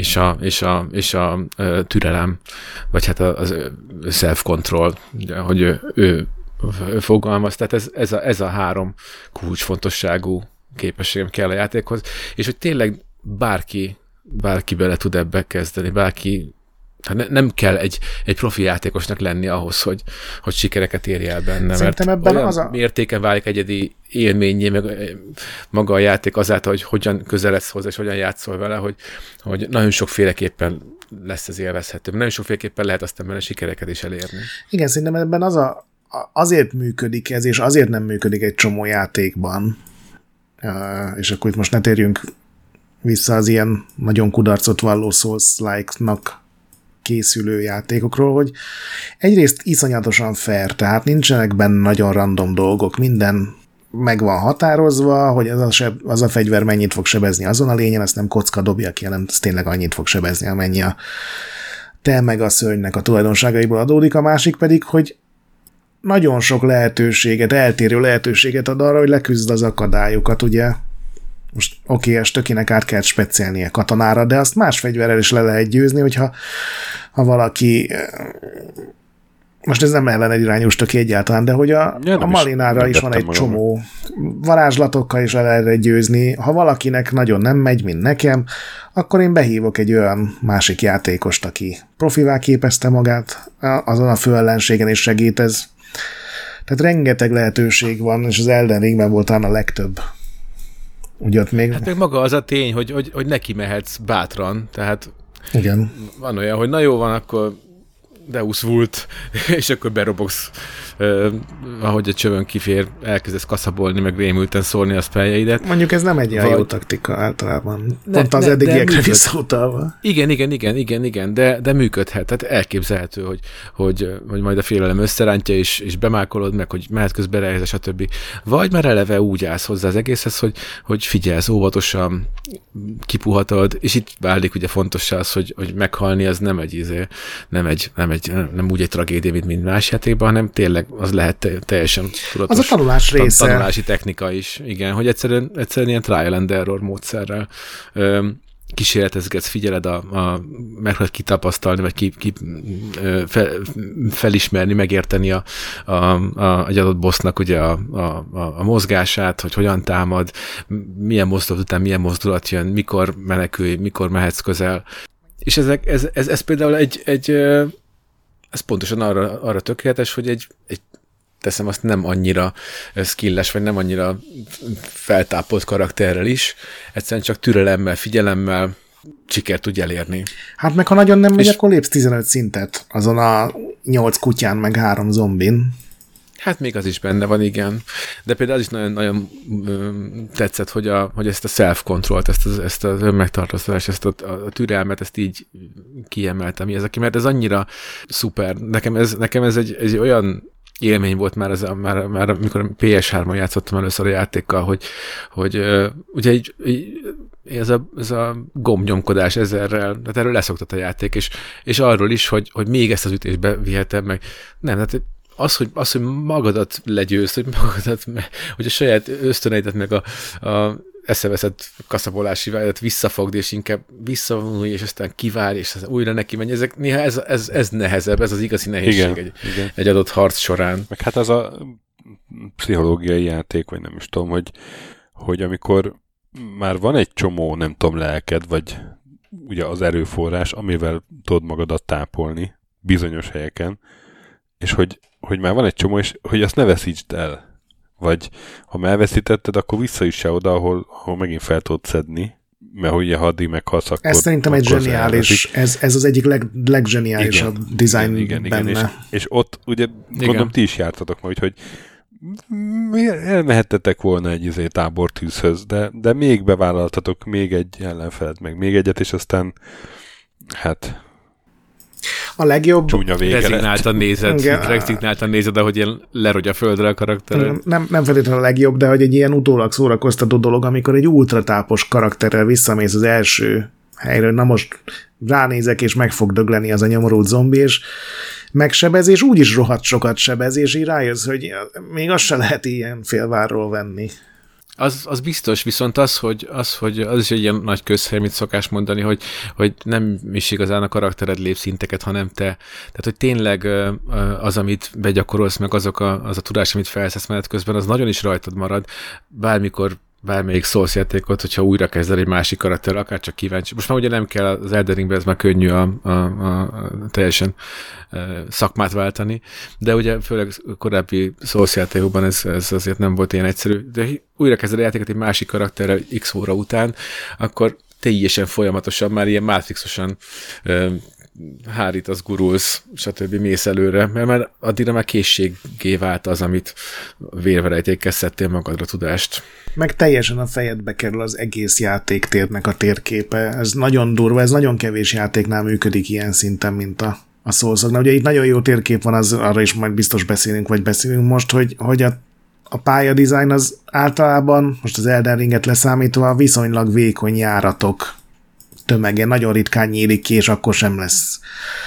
és a türelem, vagy hát az self-control, hogy ő fogalmaz, tehát ez a három kulcsfontosságú képességem kell a játékhoz, és hogy tényleg bárki bele tud ebbe kezdeni, bárki, hát nem kell egy profi játékosnak lenni ahhoz, hogy sikereket érje el benne, szerintem mert ebben olyan mértéken válik egyedi élményé, meg maga a játék azáltal, hogy hogyan közeledsz hozzá, és hogyan játszol vele, hogy nagyon sokféleképpen lesz ez élvezhető. Nagyon sokféleképpen lehet aztán benne sikereket is elérni. Igen, szerintem ebben azért működik ez, és azért nem működik egy csomó játékban, és akkor itt most ne térjünk vissza az ilyen nagyon kudarcot valló Souls-like-nak készülő játékokról, hogy egyrészt iszonyatosan fair, tehát nincsenek benne nagyon random dolgok, minden meg van határozva, hogy az a fegyver mennyit fog sebezni azon a lényen, azt nem kocka dobja ki, hanem ez tényleg annyit fog sebezni, amennyi a te meg a szörnynek a tulajdonságaiból adódik, a másik pedig, hogy nagyon sok lehetőséget, eltérő lehetőséget ad arra, hogy leküzd az akadályokat, ugye. Most oké, tökének át kell speciálnie katonára, de azt más fegyverrel is le lehet győzni, hogyha valaki, most ez nem ellen egy irányús töké egyáltalán, de hogy a Malinára is van egy csomó varázslatokkal is le lehet győzni. Ha valakinek nagyon nem megy, mint nekem, akkor én behívok egy olyan másik játékost, aki profivá képezte magát azon a főellenségen, és segít ez. Tehát rengeteg lehetőség van, és az Elden Ringben volt talán a legtöbb. Úgy ott még... Hát meg maga az a tény, hogy neki mehetsz bátran, tehát igen. Van olyan, hogy na jó van, akkor Deus Vult, és akkor berobogsz, ahogy a csövön kifér, elkezdesz kaszabolni, meg rémülten szólni a spelljeidet. Mondjuk ez nem egy ilyen jó taktika általában. Pont az eddigiekre visszautalva. Igen, de működhet. Tehát elképzelhető, hogy majd a félelem összerántja, és bemákolod meg, hogy mehet közben rejhez, stb. Vagy már eleve úgy állsz hozzá az egészhez, hogy figyelsz óvatosan, kipuhatod, és itt válik ugye fontossá az, hogy meghalni az nem úgy egy tragédia, mint más játékban, hanem tényleg az lehet teljesen tudatos. Az a tanulás része. Tanulási technika is, igen, hogy egyszerűen ilyen trial and error módszerrel kísérletezgetsz, figyeled meg kitapasztalni, vagy felismerni, megérteni egy adott bossnak ugye a mozgását, hogy hogyan támad, milyen mozdulat után milyen mozdulat jön, mikor menekülj, mikor mehetsz közel. És ez például ez pontosan arra tökéletes, hogy hozzáteszem, azt nem annyira skilles, vagy nem annyira feltápolt karakterrel is, egyszerűen csak türelemmel, figyelemmel sikert tudj elérni. Hát meg ha nagyon nem megy, akkor lépsz 15 szintet azon a 8 kutyán, meg 3 zombin. Hát még az is benne van, igen. De például az is nagyon tetszett, hogy ezt a self-controlt, ezt az önmegtartóztatást, ezt a türelmet, ezt így kiemeltem. Mert ez annyira szuper. Nekem ez egy olyan élmény volt már amikor PS3-on játszottam először a játékkal, hogy ugye ez a gombnyomkodás ezerrel, tehát erről leszoktat a játék, és arról is, hogy még ezt az ütést bevihetem meg. Nem, tehát az, hogy magadat legyőzd, hogy a saját ösztöneidet meg a eszeveszett kaszabolási vágyat visszafogd, és inkább visszavonulj, és aztán kivárj, és újra neki menj. Néha ez nehezebb, ez az igazi nehézség egy adott harc során. Meg hát az a pszichológiai játék, vagy nem is tudom, hogy amikor már van egy csomó, nem tudom, lelked, vagy ugye az erőforrás, amivel tudod magadat tápolni bizonyos helyeken, és hogy már van egy csomó, és hogy azt ne veszítsd el. Vagy ha elveszítetted, akkor vissza is se oda, ahol megint fel tudod szedni, mert ugye ha addig meghalsz, akkor... Ez szerintem egy zseniális, ez az egyik legzseniálisabb design benne. Igen. És ott ugye gondolom ti is jártatok majd, hogy elmehettetek volna egy tábortűzhöz, de még bevállaltatok még egy ellenfelet, meg még egyet, és aztán hát... A legjobb... Csúnya vége rezignáltan nézed, ahogy ilyen lerogy a földre a karakter. Nem feltétlenül a legjobb, de hogy egy ilyen utólag szórakoztató dolog, amikor egy ultratápos karakterrel visszamész az első helyről, na most ránézek, és meg fog dögleni az a nyomorult zombi, és megsebez, és úgyis rohadt sokat sebez, és így rájössz, hogy még azt se lehet ilyen félvárról venni. Az biztos, viszont az is egy ilyen nagy közhely, mint szokás mondani, hogy nem is igazán a karaktered lép szinteket, hanem te. Tehát, hogy tényleg az, amit begyakorolsz, meg az a tudás, amit felszesz menet közben, az nagyon is rajtad marad, bármelyik Souls játékot, hogyha újra kezded egy másik karakterrel, akár csak kíváncsi. Most már ugye nem kell az Elden Ringben, ez már könnyű a teljesen szakmát váltani, de ugye főleg korábbi Souls játékokban ez azért nem volt ilyen egyszerű, de újra kezded a játékot egy másik karakterrel x óra után, akkor teljesen folyamatosan, már ilyen Matrixosan hárítasz, gurulsz, stb. Mész előre, mert már addigra már készséggé vált az, amit vérverejtékkel szedtél magadra tudást. Meg teljesen a fejedbe kerül az egész játéktérnek a térképe. Ez nagyon durva, ez nagyon kevés játéknál működik ilyen szinten, mint a Soulsoknál. Ugye itt nagyon jó térkép van, arra is majd biztos beszélünk most, hogy a pályadizájn az általában, most az Elden Ringet leszámítva, viszonylag vékony járatok tömege, nagyon ritkán nyílik ki, és akkor sem lesz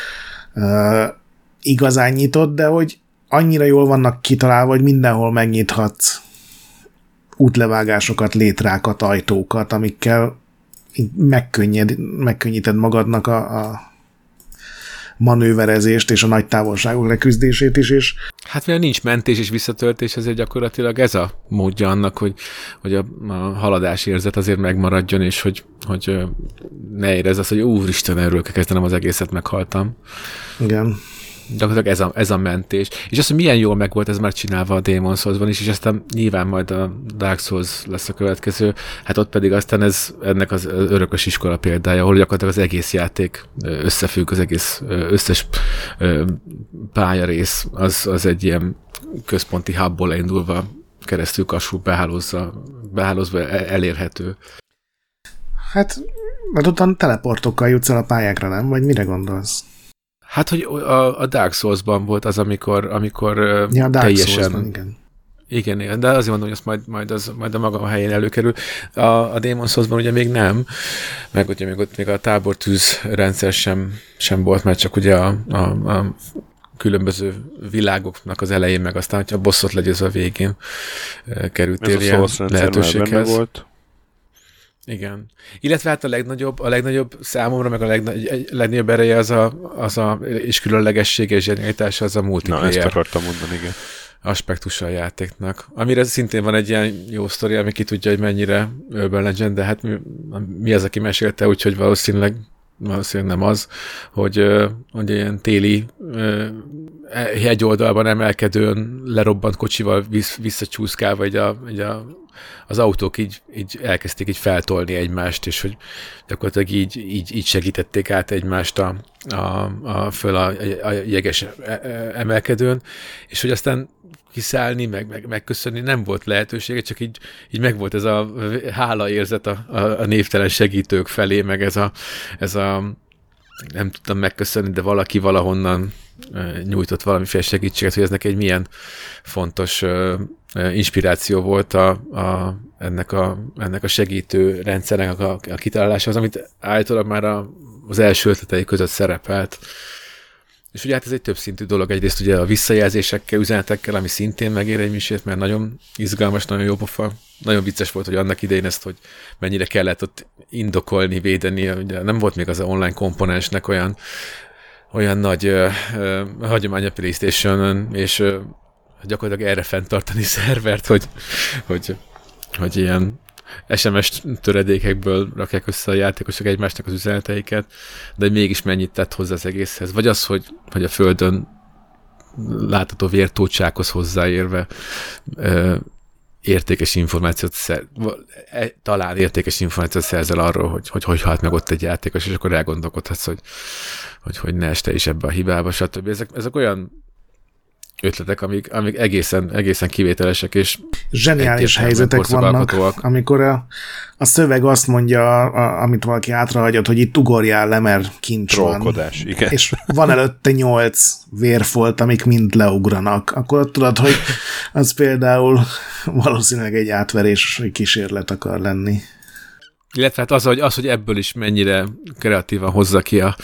igazán nyitott, de hogy annyira jól vannak kitalálva, hogy mindenhol megnyithatsz útlevágásokat, létrákat, ajtókat, amikkel megkönnyíted magadnak a manőverezést és a nagy távolságok leküzdését is. És hát mivel nincs mentés és visszatöltés, ezért gyakorlatilag ez a módja annak, hogy a haladás érzet azért megmaradjon, és hogy ne érezz azt, hogy úristen, erről kell kezdenem az egészet, meghaltam. Igen. Gyakorlatilag ez a mentés. És azt, hogy milyen jól meg volt ez már csinálva a Demon's Souls-ban is, és aztán nyilván majd a Dark Souls lesz a következő, hát ott pedig aztán ez ennek az örökös iskola példája, ahol gyakorlatilag az egész játék összefügg, az egész összes pályarész, az egy ilyen központi hubból indulva keresztül kasul behálózva elérhető. Hát, mert ott teleportokkal jutsz el a pályákra, nem? Vagy mire gondolsz? Hát, hogy a Dark Souls-ban volt az, amikor ja, Dark teljesen... Souls-ban, igen. Igen, de azért mondom, hogy azt majd a maga helyén előkerül. A Demon's Souls-ban ugye még nem, meg ugye még a tábortűz rendszer sem volt, mert csak ugye a különböző világoknak az elején, meg aztán, hogyha a bosszot legyőzve a végén kerültél ilyen lehetőséghez. Volt. Igen. Illetve hát a legnagyobb számomra, meg a legnagyobb ereje és különlegessége és zsenialitása az a multiplayer. Na, ezt akartam mondani, igen. Aspektusa a játéknak. Amire szintén van egy ilyen jó sztori, ami ki tudja, hogy mennyire Urban Legend, de hát mi az, aki mesélte, úgyhogy valószínűleg valószínűleg nem az, hogy ilyen téli hegyoldalban emelkedőn lerobbant kocsival visszacsúszkálva, az autók így elkezdték így feltolni egymást, és hogy gyakorlatilag így segítették át egymást föl a jeges emelkedőn, és hogy aztán kiszállni, megköszönni nem volt lehetősége, csak így megvolt ez a hálaérzet a névtelen segítők felé, meg ez a nem tudtam megköszönni, de valaki valahonnan nyújtott valamiféle segítséget, hogy ez neki egy milyen fontos inspiráció volt ennek a segítő rendszernek a kitalálása, az, amit állítólag már az első ötletei között szerepelt. És ugye hát ez egy többszintű dolog. Egyrészt ugye a visszajelzésekkel, üzenetekkel, ami szintén megér egy misét, mert nagyon izgalmas, nagyon jó pofa. Nagyon vicces volt, hogy annak idején ezt, hogy mennyire kellett ott indokolni, védeni. Ugye nem volt még az online komponensnek olyan nagy hagyomány a PlayStation-on, és gyakorlatilag erre fenntartani szervert, hogy ilyen SMS töredékekből rakják össze a játékosok egymásnak az üzeneteiket, de mégis mennyit tett hozzá az egészhez. Vagy az, hogy a Földön látható vértócsákhoz hozzáérve értékes információt talán értékes információt szerzel arról, hogy halt meg ott egy játékos, és akkor elgondolkodhatsz, hogy ne este is ebbe a hibába, stb. Ezek olyan ötletek, amik egészen kivételesek, és zseniális helyzetek vannak, amikor a szöveg azt mondja, amit valaki hátrahagyott, hogy itt ugorjál le, mert kincs van. Igen. És van előtte 8 vérfolt, amik mind leugranak. Akkor tudod, hogy az például valószínűleg egy átverés kísérlet akar lenni. Illetve hát az, hogy ebből is mennyire kreatívan hozza ki a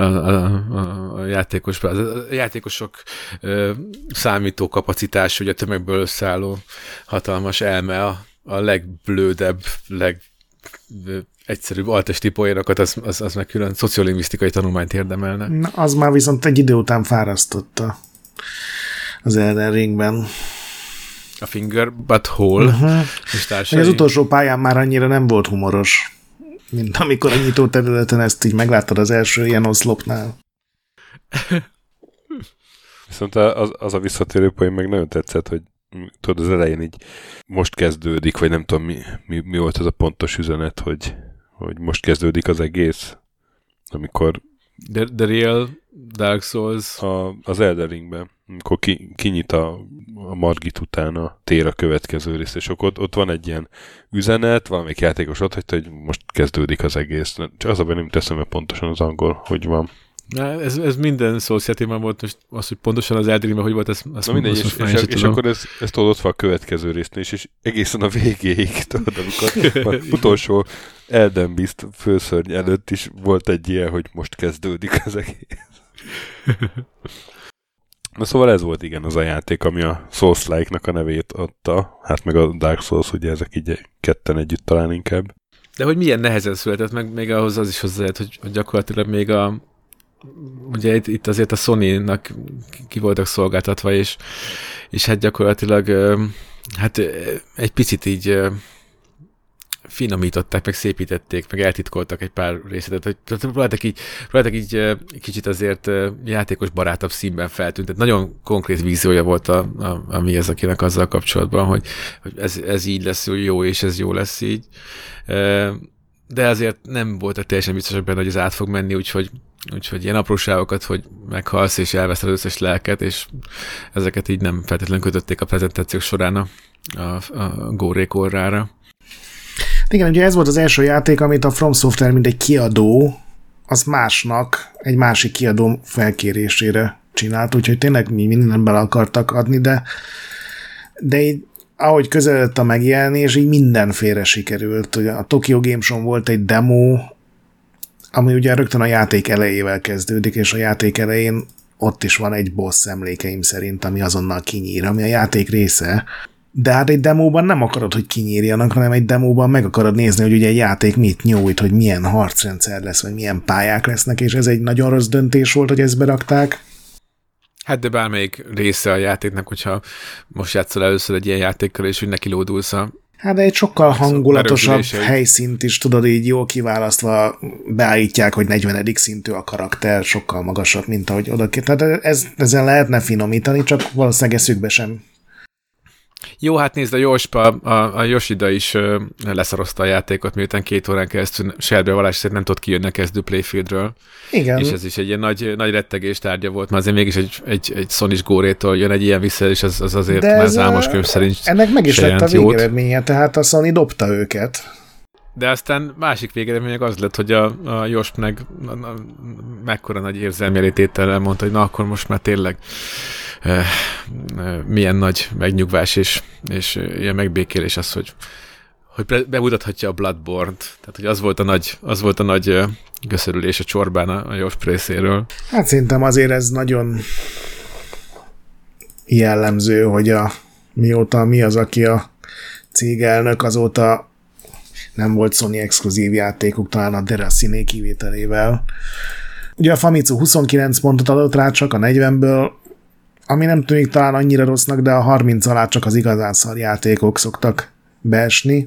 játékosba. A játékosok számító kapacitás, hogy a tömegből összeálló hatalmas elme a legblődebb, legegyszerűbb altesti poénokat, az meg külön szociolingvisztikai tanulmányt érdemelne. Na, az már viszont egy idő után fárasztotta az Elden Ringben. A Finger But Hole és társai. Az utolsó pályán már annyira nem volt humoros, mint amikor a nyitó területen ezt így megláttad az első ilyen oszlopnál. Viszont az a visszatérő poén meg nagyon tetszett, hogy tudod, az elején így most kezdődik, vagy nem tudom mi volt az a pontos üzenet, hogy most kezdődik az egész, amikor The Real Dark Souls az Elden Ringben, amikor kinyit a Margit után a tér a következő rész, és ott van egy ilyen üzenet, valamelyik játékos ott hagyta, hogy most kezdődik az egész. Csak az a nem teszem, mert pontosan az angol, hogy van. Na, ez minden Souls játékban volt, most az, hogy pontosan az Elden Ringben, hogy volt, ezt mindegy, és akkor ezt tudod, ott van a következő résznél is, és egészen a végéig, tudod, amikor az utolsó Elden Beast főszörny előtt is volt egy ilyen, hogy most kezdődik az egész. Na szóval ez volt igen az a játék, ami a Souls-like-nak a nevét adta, hát meg a Dark Souls, ugye ezek így ketten együtt talán inkább. De hogy milyen nehezen született, meg még ahhoz az is hozzájött, hogy gyakorlatilag még ugye itt azért a Sony-nak ki voltak szolgáltatva, és hát gyakorlatilag hát egy picit így finomították, meg szépítették, meg eltitkoltak egy pár részletet, hogy próbáltak így kicsit azért játékos barátabb színben feltűnt. Tehát nagyon konkrét víziója volt a mi ez akinek azzal kapcsolatban, hogy ez így lesz jó, és ez jó lesz így. De azért nem voltak teljesen biztosak benne, hogy ez át fog menni, úgyhogy ilyen apróságokat, hogy meghalsz és elveszed az összes lelket, és ezeket így nem feltétlenül kötötték a prezentációk során a górékorrára. Igen, ugye ez volt az első játék, amit a From Software, mint egy kiadó, az másnak, egy másik kiadó felkérésére csinált, úgyhogy tényleg mi mindent bele akartak adni, de így, ahogy közeledett a megjelenés, így mindenféle sikerült. Ugye a Tokyo Game Show volt egy demo, ami ugye rögtön a játék elejével kezdődik, és a játék elején ott is van egy boss emlékeim szerint, ami azonnal kinyír, ami a játék része. De hát egy demóban nem akarod, hogy kinyírjanak, hanem egy demóban meg akarod nézni, hogy ugye egy játék mit nyújt, hogy milyen harcrendszer lesz, vagy milyen pályák lesznek, és ez egy nagyon rossz döntés volt, hogy ezt berakták. Hát de bármelyik része a játéknak, hogyha most játszol először egy ilyen játékkal, és úgy neki lódulsz Hát de egy sokkal hangulatosabb helyszínt is, tudod, így jól kiválasztva beállítják, hogy 40. szintű a karakter, sokkal magasabb, mint ahogy oda. Tehát ezen lehetne finomítani, csak valószínűleg eszükbe sem. Jó, hát nézd, a Yoshida is leszarozta a játékot, miután 2 órán keresztül saját bevallás szerint nem tudott kijönni a kezdő playfieldről. Igen. És ez is egy ilyen nagy rettegés tárgya volt, mert azért mégis egy Sony-s górétól jön egy ilyen visszajelzés, az azért már számos könyv szerint ennek meg is lett a végeredménye, tehát a Sony dobta őket. De aztán másik végeredmények az lett, hogy a Jospnek mekkora nagy érzelmi elététellel mondta, hogy na akkor most már tényleg milyen nagy megnyugvás és ilyen megbékélés az, hogy bemutathatja a Bloodborne-t. Tehát, hogy az volt a nagy göszörülés a csorbán a Josp részéről. Hát szerintem azért ez nagyon jellemző, hogy mióta mi az, aki a cégelnök, azóta nem volt Sony exkluzív játékuk, talán a Deracine kivételével. Ugye a Famitsu 29 pontot adott rá csak a 40-ből, ami nem tűnik talán annyira rossznak, de a 30 alá csak az igazán szar játékok szoktak beesni.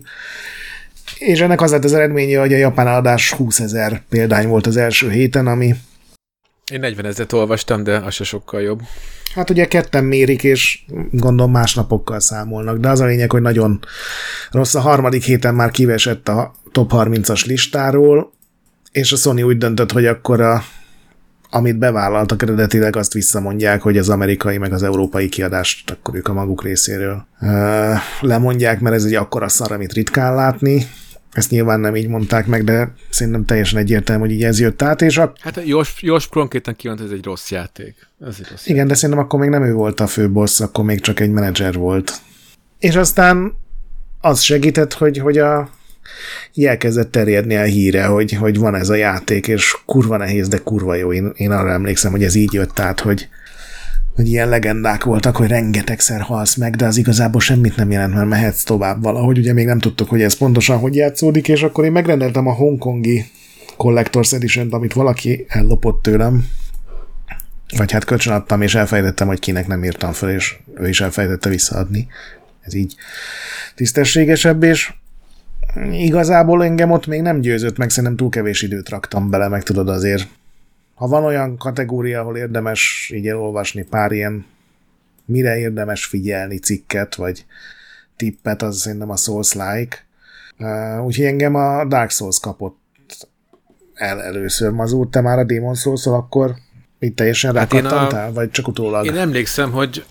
És ennek az lett az eredménye, hogy a japán eladás 20 000 példány volt az első héten, ami... Én 40 000-et olvastam, de az se sokkal jobb. Hát ugye ketten mérik, és gondolom más napokkal számolnak, de az a lényeg, hogy nagyon rossz. A harmadik héten már kivesett a top 30-as listáról, és a Sony úgy döntött, hogy akkor amit bevállaltak eredetileg, azt visszamondják, hogy az amerikai meg az európai kiadást akkor ők a maguk részéről lemondják, mert ez egy akkora szar, amit ritkán látni. Ezt nyilván nem így mondták meg, de szerintem teljesen egyértelmű, hogy így ez jött át. És Hát Jos konkrétan kimondta, hogy ez egy rossz játék. Igen, de szerintem akkor még nem ő volt a főbossz, akkor még csak egy menedzser volt. És aztán az segített, hogy elkezdett terjedni a híre, hogy van ez a játék, és kurva nehéz, de kurva jó. Én arra emlékszem, hogy ez így jött át, hogy ilyen legendák voltak, hogy rengetegszer halsz meg, de az igazából semmit nem jelent, mert mehetsz tovább valahogy. Ugye még nem tudtuk, hogy ez pontosan hogy játszódik, és akkor én megrendeltem a hongkongi Collector's Edition-t, amit valaki ellopott tőlem, vagy hát kölcsönadtam, és elfejtettem, hogy kinek nem írtam fel, és ő is elfejtette visszaadni. Ez így tisztességesebb, és igazából engem ott még nem győzött meg, szerintem túl kevés időt raktam bele, meg tudod azért. Ha van olyan kategória, ahol érdemes így elolvasni pár ilyen, mire érdemes figyelni cikket, vagy tippet, az szerintem a Souls-like. Úgyhogy engem a Dark Souls kapott el először. Mazur, te már a Demon's Souls-ol akkor így teljesen rákattantál, vagy csak utólag? Én emlékszem, hogy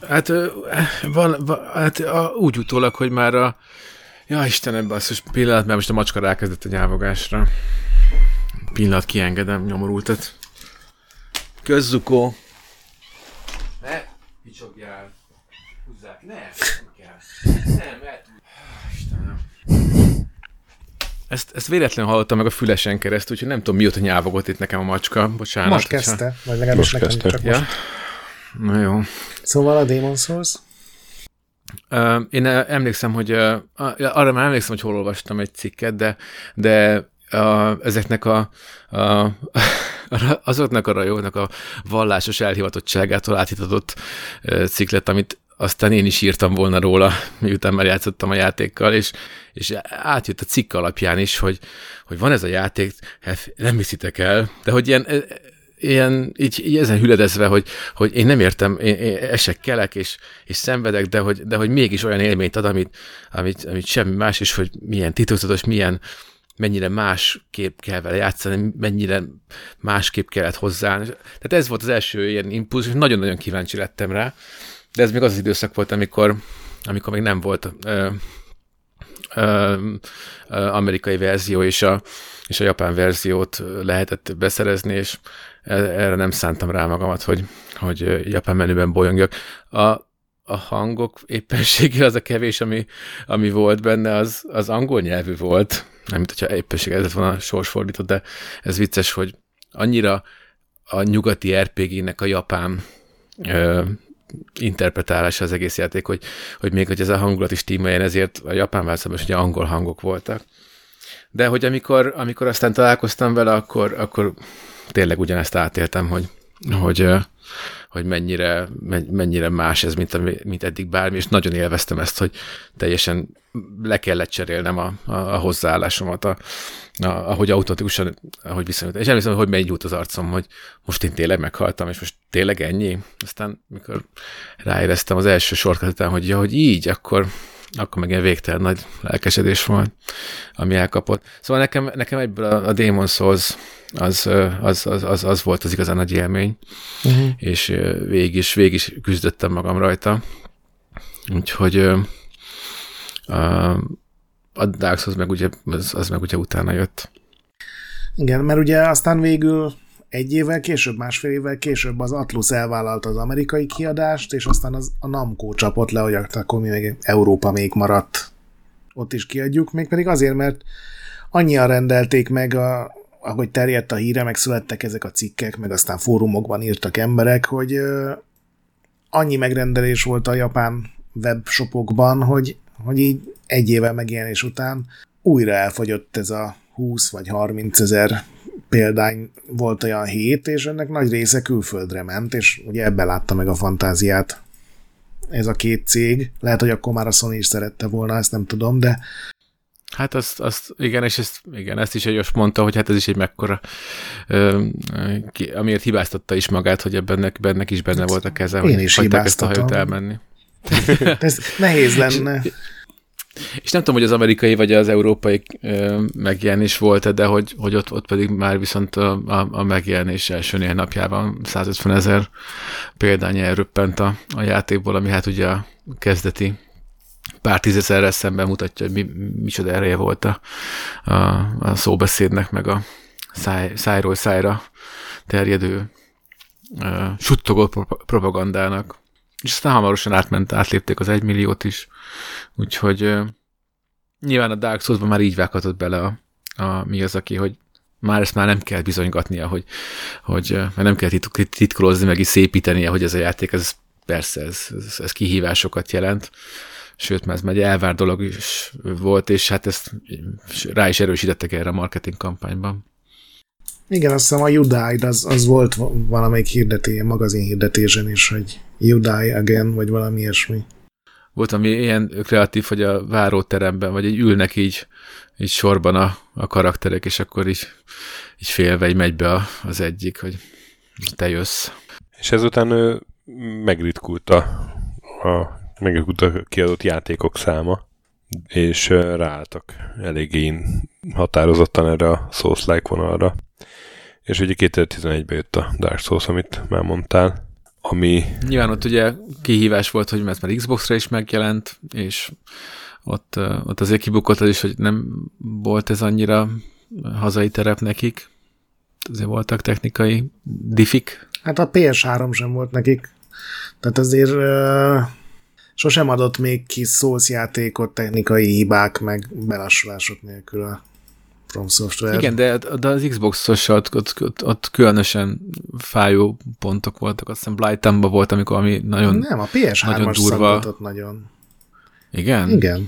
úgy utólag, hogy már ja Istenem, basszus, pillanat, mert most a macska rákezdett a nyávogásra. Pillanat, kiengedem nyomorultat. Közzukó. Ne, picsogjál. Húzzák, ne, nem, Istenem. Ezt véletlenül hallottam meg a fülesen keresztül, úgyhogy nem tudom, mióta nyávogott itt nekem a macska. Bocsánat. Most kezdte, vagy legalábbis nekem csak most. Ja? Na jó. Szóval a Demon's Souls? Én emlékszem, hogy arra már emlékszem, hogy hol olvastam egy cikket, de ezeknek azoknak a rajóknak a vallásos elhivatottságától áthitatott ciklet, amit aztán én is írtam volna róla, miután már játszottam a játékkal, és átjött a cikk alapján is, hogy van ez a játék, hát nem hiszitek el, de hogy ilyen így ezen hüledezve, hogy én nem értem, én esek, kelek és szenvedek, de hogy mégis olyan élményt ad, amit semmi más, és hogy milyen titokzatos, mennyire másképp kell vele játszani, mennyire másképp kellett hozzá. Tehát ez volt az első ilyen impulzus, és nagyon-nagyon kíváncsi lettem rá, de ez még az időszak volt, amikor még nem volt amerikai verzió, és a japán verziót lehetett beszerezni, és erre nem szántam rá magamat, hogy japán menüben bolyongjak. A hangok éppenséggel az a kevés, ami volt benne, az angol nyelvű volt. Nem, mint hogyha éppenséggel ez lett volna sorsfordított, de ez vicces, hogy annyira a nyugati RPG-nek a japán interpretálása az egész játék, hogy még hogy ez a hangulat is tímeljen, ezért a japán változatban is ugye angol hangok voltak. De hogy amikor aztán találkoztam vele, akkor tényleg ugyanezt átéltem, hogy hogy mennyire más ez, mint eddig bármi, és nagyon élveztem ezt, hogy teljesen le kellett cserélnem a hozzáállásomat, ahogy automatikusan, ahogy viszonyult. És emlékszem, hogy megnyújt az arcom, hogy most én tényleg meghaltam, és most tényleg ennyi? Aztán, mikor ráéreztem az első sorkat után, hogy így, akkor meg ilyen végtelen nagy lelkesedés volt, ami elkapott. Szóval nekem egyből a Demon's Souls az volt az igazán nagy élmény, és végig is küzdöttem magam rajta. Úgyhogy a Dark Souls meg ugye utána jött. Igen, mert ugye aztán végül másfél évvel később az Atlus elvállalta az amerikai kiadást, és aztán a Namco csapott le, hogy akkor még Európa még maradt. Ott is kiadjuk, mégpedig azért, mert annyian rendelték meg, ahogy terjedt a híre, meg születtek ezek a cikkek, meg aztán fórumokban írtak emberek, hogy annyi megrendelés volt a japán webshopokban, hogy így egy évvel megjelenés után újra elfogyott ez a 20 vagy 30 ezer példány, volt olyan 7, és ennek nagy része külföldre ment, és ugye ebben látta meg a fantáziát ez a két cég. Lehet, hogy akkor már a Sony is szerette volna, ezt nem tudom, de hát igen, és ezt is Jos mondta, hogy hát ez is egy mekkora, amiért hibáztatta is magát, hogy bennek is benne volt a keze, hogy hagyták ezt a hajót elmenni. Ez nehéz lenne. És nem tudom, hogy az amerikai vagy az európai megjelenés volt, de hogy ott pedig már viszont a megjelenés első néhány napjában 150 000 példány elröppent a játékból, ami hát ugye a kezdeti pár tízezerrel szemben mutatja, hogy micsoda ereje volt a szóbeszédnek, meg a szájról szájra terjedő suttogó propagandának. És aztán hamarosan átlépték az 1 milliót is. Úgyhogy nyilván a Dark Souls-ban már így vághatott bele a Miyazaki, hogy ezt már nem kell bizonygatnia, hogy mert nem kell titkolózni, meg is szépítenie, hogy ez a játék, ez persze, ez kihívásokat jelent. Sőt, mert ez már egy elvárt dolog is volt, és hát ezt rá is erősítettek erre a marketing kampányban. Igen, azt hiszem a You Died, az volt valamelyik magazin hirdetésen is, hogy You Die Again, vagy valami ilyesmi. Volt ami ilyen kreatív, hogy a váróteremben, vagy ülnek így sorban a karakterek, és akkor így félve így megy be az egyik, hogy te jössz. És ezután megritkult a kiadott játékok száma, és ráálltak eléggé határozottan erre a Souls-like vonalra. És ugye 2011-ben jött a Dark Souls, amit már mondtál, ami... Nyilván ott ugye kihívás volt, hogy ez már Xbox-ra is megjelent, és ott azért kibukott az is, hogy nem volt ez annyira hazai terep nekik. Azért voltak technikai diffik. Hát a PS3 sem volt nekik. Tehát azért sosem adott még ki Souls játékot technikai hibák, meg belassulások nélkül a From Software. Igen, de az Xbox-os ott különösen fájó pontok voltak. Azt hiszem Blighttown-ban volt, amikor ami nagyon nem, a PS3-as szaggatott nagyon. Igen? Igen.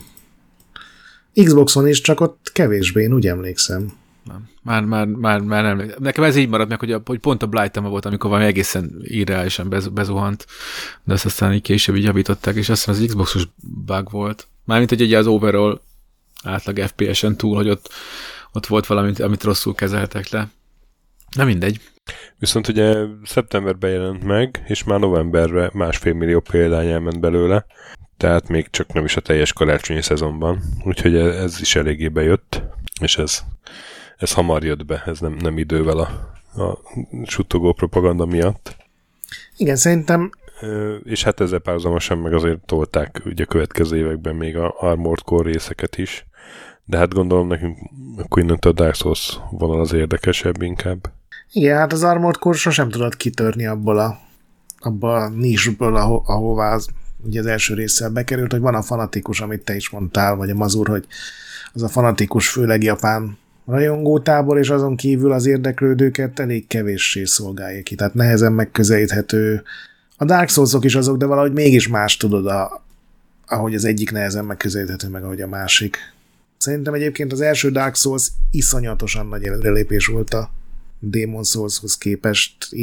Xboxon is, csak ott kevésbé, én úgy emlékszem. Már nem emlékszem. Nekem ez így maradt meg, hogy pont a Blighttown volt, amikor valami egészen irreálisan bezuhant, de azt aztán így később így javították, és azt hiszem az Xboxos bug volt. Mármint, hogy ugye az overall átlag FPS-en túl, hogy ott volt valami, amit rosszul kezeltek le. Na mindegy. Viszont ugye szeptemberben jelent meg, és már novemberre 1,5 millió példány elment belőle, tehát még csak nem is a teljes karácsonyi szezonban, úgyhogy ez is eléggé bejött, és ez hamar jött be, ez nem idővel a suttogó propaganda miatt. Igen, szerintem... És hát ezzel párhuzamosan meg azért tolták ugye következő években még a Armored Core részeket is, de hát gondolom nekünk akkor innentől a Dark Souls vonal az érdekesebb inkább. Igen, hát az Armored Core sosem tudott kitörni abba a nisből, ahová ugye az első résszel bekerült, hogy van a fanatikus, amit te is mondtál, vagy a Mazur, hogy az a fanatikus, főleg japán rajongótábor, és azon kívül az érdeklődőket elég kevéssé szolgálja ki, tehát nehezen megközelíthető. A Dark Souls-ok is azok, de valahogy mégis más tudod, ahogy az egyik nehezen megközelíthető, meg ahogy a másik. Szerintem egyébként az első Dark Souls iszonyatosan nagy előrelépés volt a Demon's Soulshoz képest, így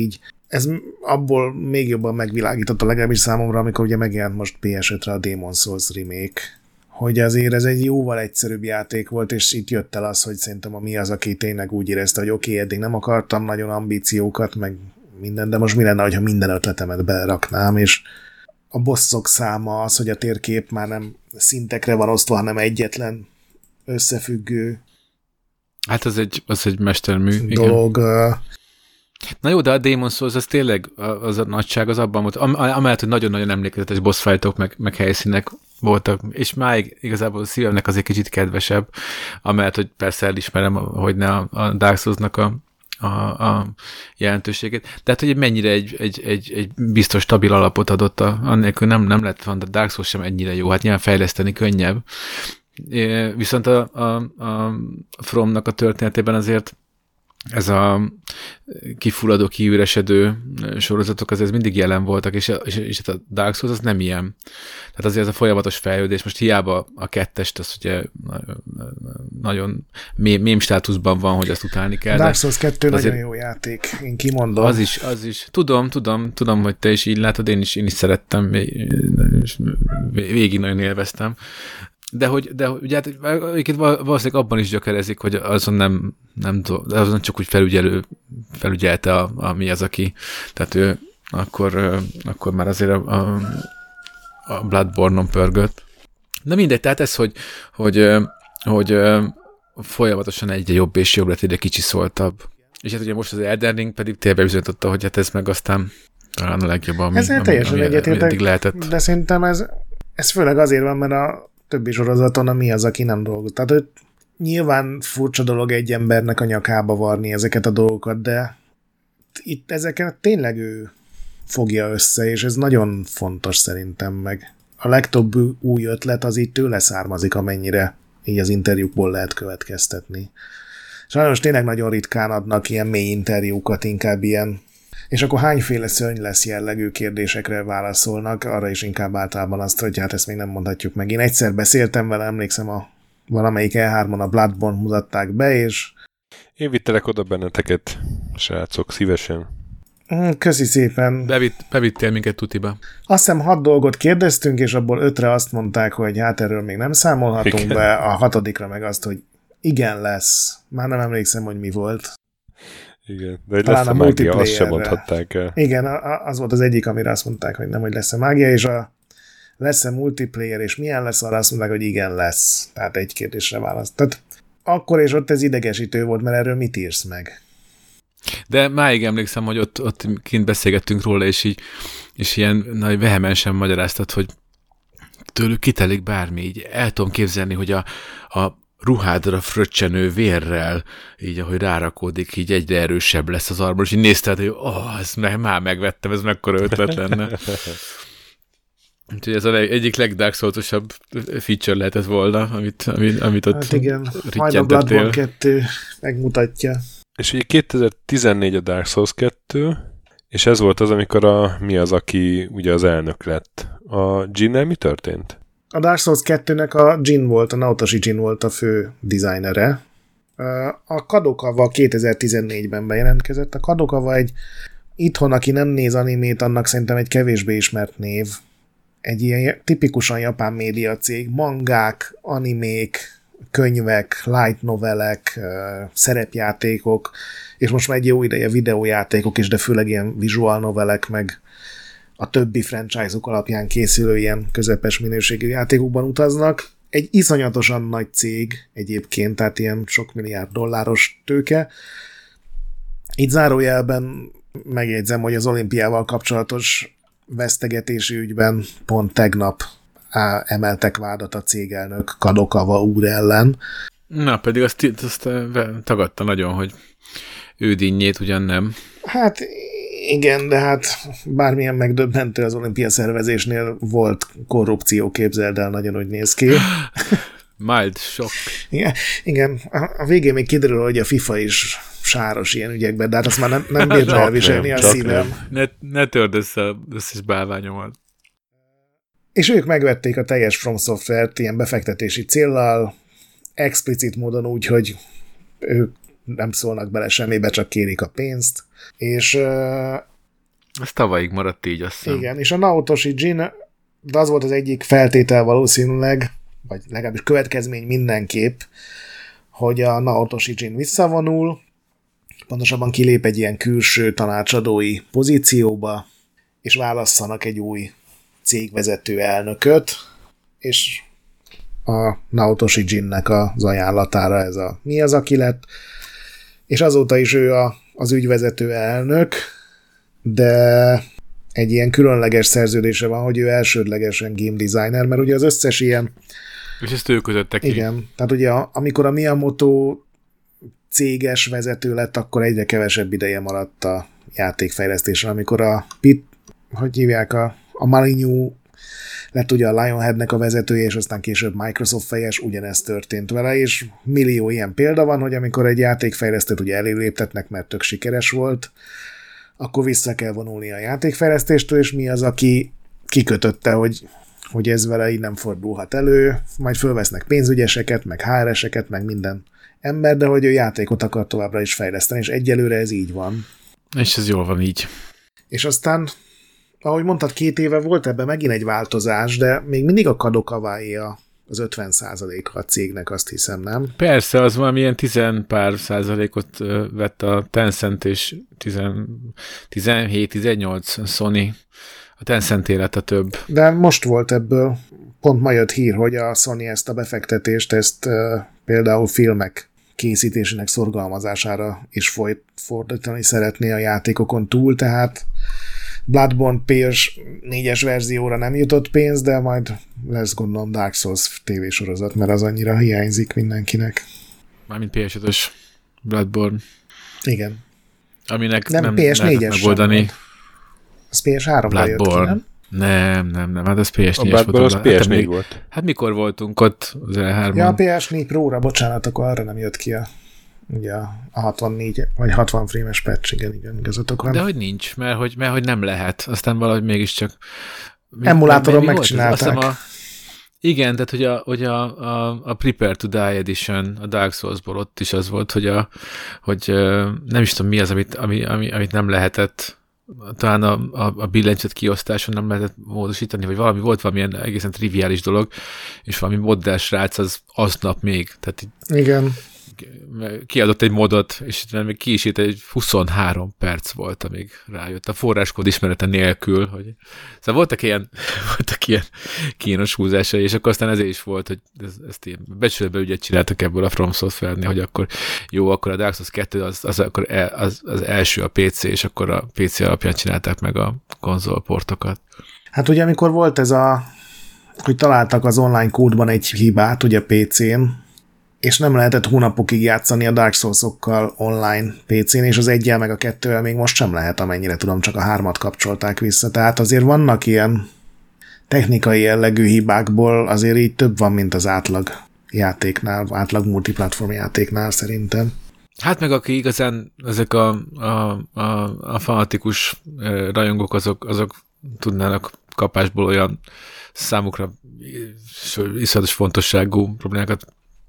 ez abból még jobban megvilágította legalábbis számomra, amikor ugye megjelent most PS5-re a Demon's Souls remake, hogy azért ez egy jóval egyszerűbb játék volt, és itt jött el az, hogy szerintem mi az, aki tényleg úgy érezte, hogy oké, eddig nem akartam nagyon ambíciókat, meg minden, de most mi lenne, ha minden ötletemet beraknám, és a bosszok száma az, hogy a térkép már nem szintekre van osztva, hanem egyetlen összefüggő hát az egy mestermű dolog. Igen. Na jó, de a Demon's Souls az tényleg az a nagyság az abban volt, amellett, hogy nagyon-nagyon emlékezetes boss fightok meg helyszínek voltak, és máig igazából a szívemnek azért kicsit kedvesebb, amellett, hogy persze elismerem, hogy ne a Dark Souls-nak a jelentőségét. Tehát, hogy mennyire egy biztos, stabil alapot adott, annélkül nem lett van, de Dark Souls sem ennyire jó, hát nyilván fejleszteni könnyebb. Viszont a Fromnak a történetében azért ez a kifulladó, kiüresedő sorozatok azért mindig jelen voltak, és a Dark Souls az nem ilyen. Tehát azért ez a folyamatos fejlődés, most hiába a kettest, az ugye nagyon mém státuszban van, hogy azt utálni kell. A Dark Souls 2 nagyon jó játék, én kimondom. Az is. Tudom, hogy te is így látod, én is szerettem, végig nagyon élveztem. De ugye hát valószínűleg abban is gyökerezik, hogy azon azon csak úgy felügyelte a Miyazaki. Tehát ő akkor már azért a Bloodborne-on pörgött. Na mindegy, tehát ez, hogy folyamatosan egyre jobb és jobb lett, egyre kicsiszoltabb. És hát ugye most az Elden Ring pedig tényleg bizonyította, hogy hát ez meg aztán talán a legjobb, ami eddig lehetett. De szerintem ez főleg azért van, mert a többi sorozaton a Miyazaki nem dolgozott. Tehát ő nyilván furcsa dolog egy embernek a nyakába varni ezeket a dolgokat, de itt ezeket tényleg ő fogja össze, és ez nagyon fontos szerintem meg. A legtöbb új ötlet az így tőle származik, amennyire így az interjúkból lehet következtetni. Sajnos tényleg nagyon ritkán adnak ilyen mély interjúkat, inkább ilyen, és akkor hányféle szörny lesz jellegű kérdésekre válaszolnak, arra is inkább általában azt, hogy hát ezt még nem mondhatjuk meg. Én egyszer beszéltem vele, emlékszem, valamelyik E3-on a Bloodborne mutatták be, és... Én vittelek oda benneteket, srácok, szívesen. Köszi szépen. Bevittél minket tutiba. Azt hiszem 6 dolgot kérdeztünk, és abból 5-re azt mondták, hogy hát erről még nem számolhatunk be, a 6-ra meg azt, hogy igen lesz. Már nem emlékszem, hogy mi volt. Igen, de hogy lesz a mágia, azt sem mondhatták el. Igen, az volt az egyik, amire azt mondták, hogy nem, hogy lesz a mágia, és lesz-e multiplayer, és milyen lesz, arra azt mondták, hogy igen lesz. Tehát egy kérdésre választ. Tehát akkor és ott ez idegesítő volt, mert erről mit írsz meg? De máig emlékszem, hogy ott kint beszélgettünk róla, és ilyen nagy vehemensen magyaráztat, hogy tőlük kitelik bármi, így el tudom képzelni, hogy a ruhádra fröccsenő vérrel, így ahogy rárakódik, így egyre erősebb lesz az armor, és így nézted, hogy ezt már megvettem, ez mekkora ötlet lenne. Úgyhogy ez az egyik legdark Souls-osabb feature lehetett volna, amit ott hát igen, majd a Bloodborne 2 megmutatja. És ugye 2014 a Dark Souls 2, és ez volt az, amikor mi az, aki ugye az elnök lett. A Jinnel mi történt? A Dark Souls 2-nek a Jin volt, a Naotoshi Jin volt a fő designere. A Kadokawa 2014-ben bejelentkezett. A Kadokawa egy itthon, aki nem néz animét, annak szerintem egy kevésbé ismert név. Egy ilyen tipikusan japán média cég, mangák, animék, könyvek, light novelek, szerepjátékok, és most már egy jó ideje videójátékok is, de főleg ilyen visual novelek, meg a többi franchise-ok alapján készülő ilyen közepes minőségű játékokban utaznak. Egy iszonyatosan nagy cég egyébként, tehát ilyen sok milliárd dolláros tőke. Itt zárójelben megjegyzem, hogy az olimpiával kapcsolatos vesztegetési ügyben pont tegnap emeltek vádat a cégelnök Kadokawa úr ellen. Na, pedig azt tagadta nagyon, hogy ő dinnyét ugyan nem. Hát igen, de hát bármilyen megdöbbentő az olimpia szervezésnél volt korrupció, képzeld el, nagyon úgy néz ki. Mild shock. Igen, a végén még kiderül, hogy a FIFA is sáros ilyen ügyekben, de hát azt már nem bírta elviselni a szívem. Ne törd össze az összes bálványomat. És ők megvették a teljes From Software-t ilyen befektetési céllal, explicit módon úgy, hogy ők nem szólnak bele semmibe, csak kérik a pénzt, és Ez tavalyig maradt így, azt hiszem. Igen, és a Naotoshi Jin, de az volt az egyik feltétel valószínűleg, vagy legalábbis következmény mindenképp, hogy a Naotoshi Jin visszavonul, pontosabban kilép egy ilyen külső tanácsadói pozícióba, és válasszanak egy új cégvezető elnököt, és a Naotoshi Jinnek az ajánlatára ez a mi az, aki lett, és azóta is ő az ügyvezető elnök, de egy ilyen különleges szerződése van, hogy ő elsődlegesen game designer, mert ugye az összes ilyen... És ezt ő kötötte ki. Igen, tehát ugye amikor a Miyamoto céges vezető lett, akkor egyre kevesebb ideje maradt a játékfejlesztésre. Amikor a Malinyu lett ugye a Lionheadnek a vezetője, és aztán később Microsoft fejes, ugyanezt történt vele, és millió ilyen példa van, hogy amikor egy játékfejlesztőt ugye eléléptetnek, mert tök sikeres volt, akkor vissza kell vonulni a játékfejlesztéstől, és mi az, aki kikötötte, hogy ez vele így nem fordulhat elő, majd fölvesznek pénzügyeseket, meg HR-eseket, meg minden ember, de hogy ő játékot akar továbbra is fejleszteni, és egyelőre ez így van. És ez jól van így. És aztán, ahogy mondtad, 2 éve volt ebben megint egy változás, de még mindig a Kadokawaé az 50%-a a cégnek, azt hiszem, nem? Persze, az valamilyen 10 pár százalékot vett a Tencent, és 17-18 Sony. A Tencent lett a több. De most volt ebből, pont ma jött hír, hogy a Sony ezt a befektetést, ezt például filmek készítésének szorgalmazására is fordítani szeretné a játékokon túl, tehát Bloodborne PS4-es verzióra nem jutott pénz, de majd lesz gondolom Dark Souls tévésorozat, mert az annyira hiányzik mindenkinek. Mármint PS5-ös Bloodborne. Igen. Aminek nem PS4-es megoldani. Az PS3-ra jött ki, nem? Nem, hát ez PS4-es volt. A Bloodborne az PS4 volt. Hát mikor voltunk ott az E3-on? Ja, a PS4 Pro-ra, bocsánat, akkor arra nem jött ki ugye a 64 vagy 60 frame-es patch, igen, igazatok van. De hogy nincs, mert hogy nem lehet. Aztán valahogy mégiscsak... Emulátoron megcsinálták. Igen, tehát hogy a Prepare to Die Edition a Dark Souls-ból ott is az volt, hogy nem is tudom mi az, amit nem lehetett, talán a billentyűzet kiosztáson nem lehetett módosítani, vagy volt valamilyen egészen triviális dolog, és valami moddás srác az aznap még. Tehát igen. Kiadott egy modot, és még ki is írt, egy 23 perc volt, amíg rájött a forráskód ismerete nélkül. Szóval voltak ilyen kínos húzásai, és akkor aztán ezért is volt, hogy ezt ilyen becsületbe ügyet csináltak ebből a From Software-nél, hogy akkor jó, akkor a Dark Souls 2 az első a PC, és akkor a PC alapján csinálták meg a konzolportokat. Hát ugye amikor volt ez hogy találtak az online kódban egy hibát, ugye PC-n, és nem lehetett hónapokig játszani a Dark Souls-okkal online PC-n, és az 1-jel meg a 2-vel még most sem lehet, amennyire tudom, csak a 3-at kapcsolták vissza. Tehát azért vannak ilyen technikai jellegű hibákból, azért így több van, mint az átlag játéknál, átlag multiplatform játéknál szerintem. Hát meg aki igazán ezek a fanatikus rajongók, azok tudnának kapásból olyan számukra iszonyatos fontosságú problémákat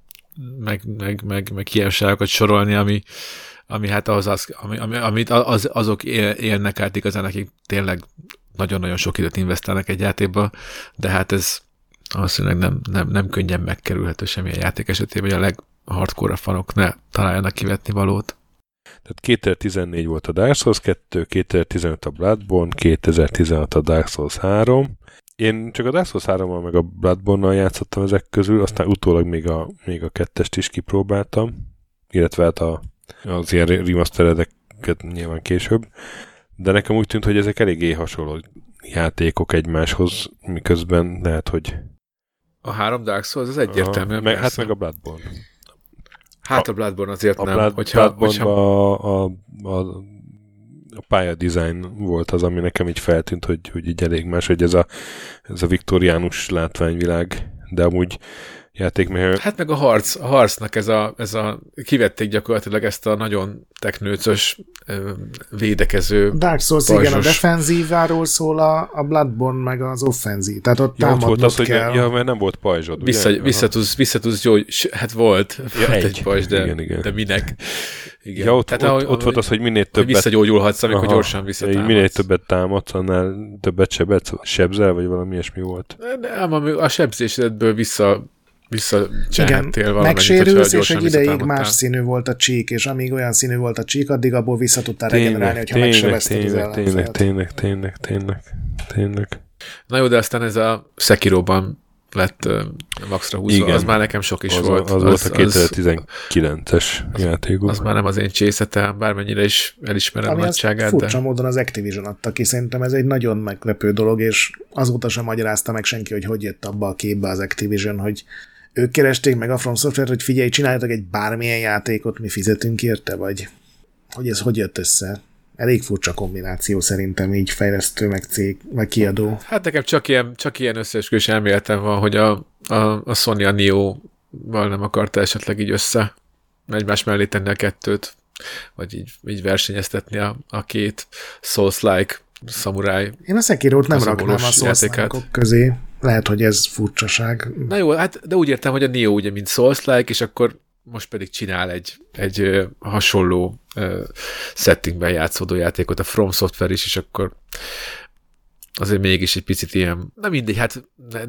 meg hiányosságokat sorolni, ami hát amit azok élnek át igazán, akik tényleg nagyon-nagyon sok időt investálnak egy játékba, de hát ez valószínűleg nem könnyen megkerülhető semmilyen játék esetében, hogy a leghardcore fanok ne találjanak kivetni valót. Tehát 2014 volt a Dark Souls 2, 2015 a Bloodborne, 2016 a Dark Souls 3. Én csak a Dark Souls 3-mal meg a Bloodborne-nal játszottam ezek közül, aztán utólag még a 2-est is kipróbáltam, illetve hát az ilyen remasteredeket nyilván később, de nekem úgy tűnt, hogy ezek eléggé hasonló játékok egymáshoz, miközben lehet, hogy... A 3 Dark Souls az egyértelműen. Hát meg a Bloodborne. Hát a Bloodborne azért a nem. A pályadizájn volt az, ami nekem így feltűnt, hogy így elég más, hogy ez a viktoriánus látványvilág, de amúgy játékmechanizmus. Hát meg a harcnak ez a kivették gyakorlatilag ezt a nagyon teknőcös védekező Dark Souls, igen, a defenzíváról szól, a Bloodborne meg az offenzív. Tehát ott támadnod volt az, kell. Hogy mert nem volt pajzsod, Vissza tudsz hát volt. Ja, egy pajzs, de minek? Igen. Ja, ott volt az, hogy minél többet... Hogy visszagyógyulhatsz, amikor gyorsan visszatámadsz. Minél többet támadsz, annál többet sebzel, vagy valami ilyesmi volt. Nem, a sebzésedből visszacsehettél valamit. Megsérülsz, és egy ideig más színű volt a csík, és amíg olyan színű volt a csík, addig abból vissza tudtál regenerálni, hogyha megsebezted az ellenfelet. Tényleg. Na jó, de aztán ez a Sekiroban lett maxra húzva, igen. Az már nekem sok is volt. Az volt a 2019-es játékok. Az már nem az én csészetem, bármennyire is elismerem ami nagyságát. Furcsa módon az Activision adta ki, szerintem ez egy nagyon meglepő dolog, és azóta sem magyarázta meg senki, hogy jött abba a képbe az Activision, hogy ők keresték meg a From Software, hogy figyelj, csináljatok egy bármilyen játékot, mi fizetünk érte, vagy hogy ez hogy jött össze? Elég furcsa kombináció szerintem így fejlesztő, meg cég, meg kiadó. Hát nekem csak ilyen összeesküvés elméletem van, hogy a Sony a Neo-val nem akarta esetleg így egymás mellé tenni a kettőt, vagy így versenyeztetni a két Souls-like szamuráj. Én a Sekirót nem raknám a Souls-like-ok közé. Lehet, hogy ez furcsaság. Na jó, hát de úgy értem, hogy a Neo ugye mint Souls-like, és akkor most pedig csinál egy hasonló settingben játszódó játékot a From Software is, és akkor azért mégis egy picit ilyen, na mindegy, hát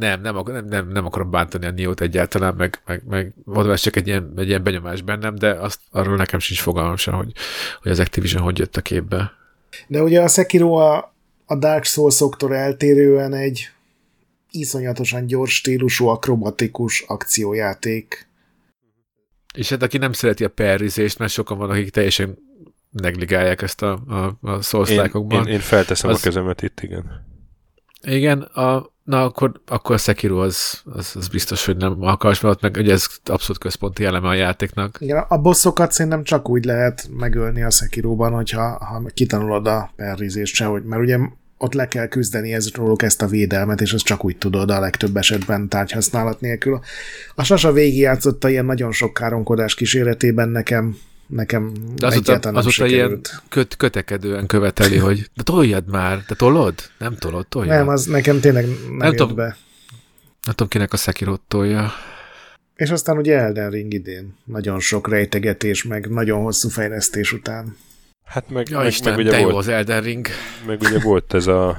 nem akarom bántani a Neo-t egyáltalán, meg mondom, ez csak egy ilyen benyomás bennem, de arról nekem sincs fogalmam sem, hogy az Activision hogy jött a képbe. De ugye a Sekiro a Dark Souls-októl eltérően egy iszonyatosan gyors stílusú, akrobatikus akciójáték. És hát aki nem szereti a parryzést, mert sokan vannak, akik teljesen negligálják ezt a Souls-like-okban. Én felteszem a kezemet itt, igen. Igen, na akkor a Sekiro az biztos, hogy nem alkalmas, mert ott meg ugye ez abszolút központi eleme a játéknak. Igen, a bosszokat szerintem csak úgy lehet megölni a Sekiroban, hogyha kitanulod a parryzést sehogy, mert ugye ott le kell küzdeni róluk ezt a védelmet, és ezt csak úgy tudod a legtöbb esetben tárgyhasználat nélkül. A Sasa végigjátszotta ilyen nagyon sok káromkodás kíséretében nekem de egyáltalán nem sikerült. Ilyen kötekedően követeli, hogy de toljad már, te tolod? Nem tolod, toljad? Nem, az nekem tényleg nem jött be. Nem tudom, kinek a Sekirót tolja. És aztán ugye Elden Ring idén. Nagyon sok rejtegetés, meg nagyon hosszú fejlesztés után. Hát meg Isten, ugye jó volt, az Elden Ring. Meg ugye volt ez a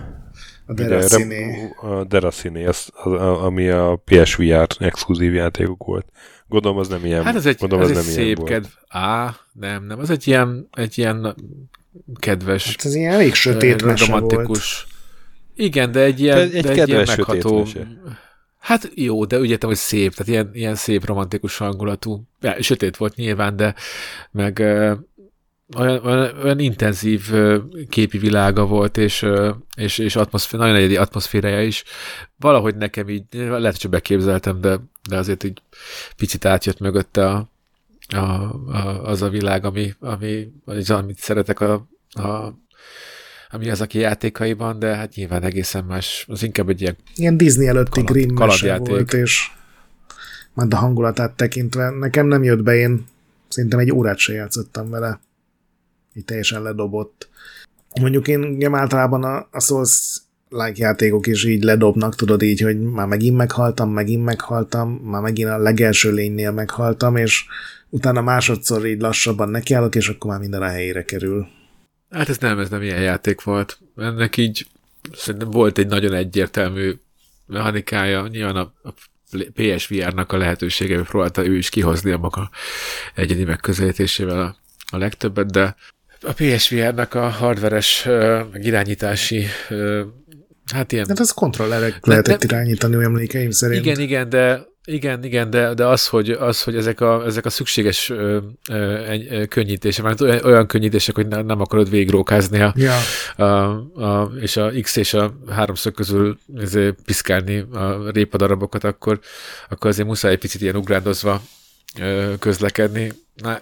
Deracine, ami a PSVR exkluzív játékok volt. Gondolom az nem ilyen. Hát ez egy szép kedv. Nem, az egy ilyen kedves. Hát ez ilyen elég sötét mese romantikus volt. Igen, de egy ilyen megható. Mese. Hát jó, de úgy értem, hogy szép, tehát ilyen szép romantikus hangulatú. Ja, sötét volt nyilván, de meg olyan intenzív képi világa volt, és nagyon egyedi atmoszférája is. Valahogy nekem így, lehet, hogy beképzeltem, de azért így picit átjött mögötte az a világ, amit szeretek ami az, aki játékaiban, de hát nyilván egészen más. Az inkább egy ilyen Disney előtti Grimm mese volt, és már a hangulatát tekintve nekem nem jött be, én szerintem egy órát se játszottam vele. Így teljesen ledobott. Mondjuk én általában a Souls-like játékok is így ledobnak, tudod így, hogy már megint meghaltam, már megint a legelső lénynél meghaltam, és utána másodszor így lassabban nekiállok, és akkor már minden a helyére kerül. Hát ez nem ilyen játék volt. Ennek így szerintem volt egy nagyon egyértelmű mechanikája. Nyilván a PSVR-nak a lehetősége, próbálta ő is kihozni a maga egyedi megközelítésével a legtöbbet, de a PSVR-nak a hardveres irányítási hát ilyen... Hát az kontrollerek lehetett irányítani, olyan emlékeim szerint. Igen, de az, hogy ezek a szükséges könnyítések, mert olyan könnyítések, hogy nem akarod végigrókázni és a X és a háromszög közül piszkálni a répadarabokat, akkor azért muszáj egy picit ilyen ugrándozva közlekedni. Na,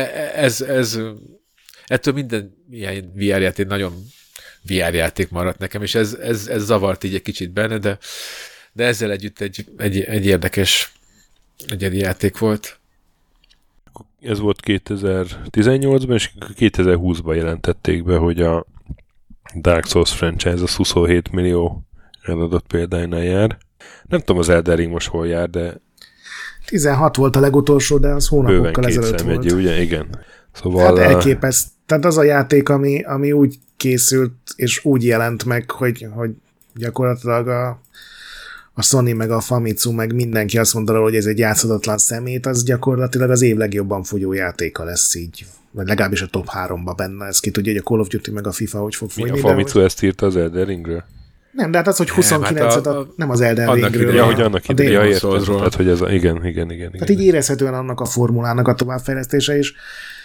ettől minden ilyen VR játék nagyon VR játék maradt nekem, és ez zavart így egy kicsit benne, de ezzel együtt egy érdekes egyedi játék volt. Ez volt 2018-ban, és 2020-ban jelentették be, hogy a Dark Souls franchise az 27 millió eladott példánynál jár. Nem tudom, az Elden Ring most hol jár, de 16 volt a legutolsó, de az hónapokkal ezelőtt volt. ugye? Igen. Szóval... Hát elképesztő. Tehát az a játék, ami úgy készült, és úgy jelent meg, hogy gyakorlatilag a Sony, meg a Famitsu, meg mindenki azt mondta, hogy ez egy játszhatatlan szemét, az gyakorlatilag az év legjobban fogyó játéka lesz így. Vagy legalábbis a top 3-ba benne. Ez ki tudja, hogy a Call of Duty meg a FIFA hogy fog fogyni. A Famitsu ezt írta az Elden Ringről? Nem, de hát az, hogy 29-et nem az Elden Ringről. Ja, hogy annak idején értem. Tehát, hogy ez igen. Tehát így érezhetően annak a formulának a továbbfejlesztése is.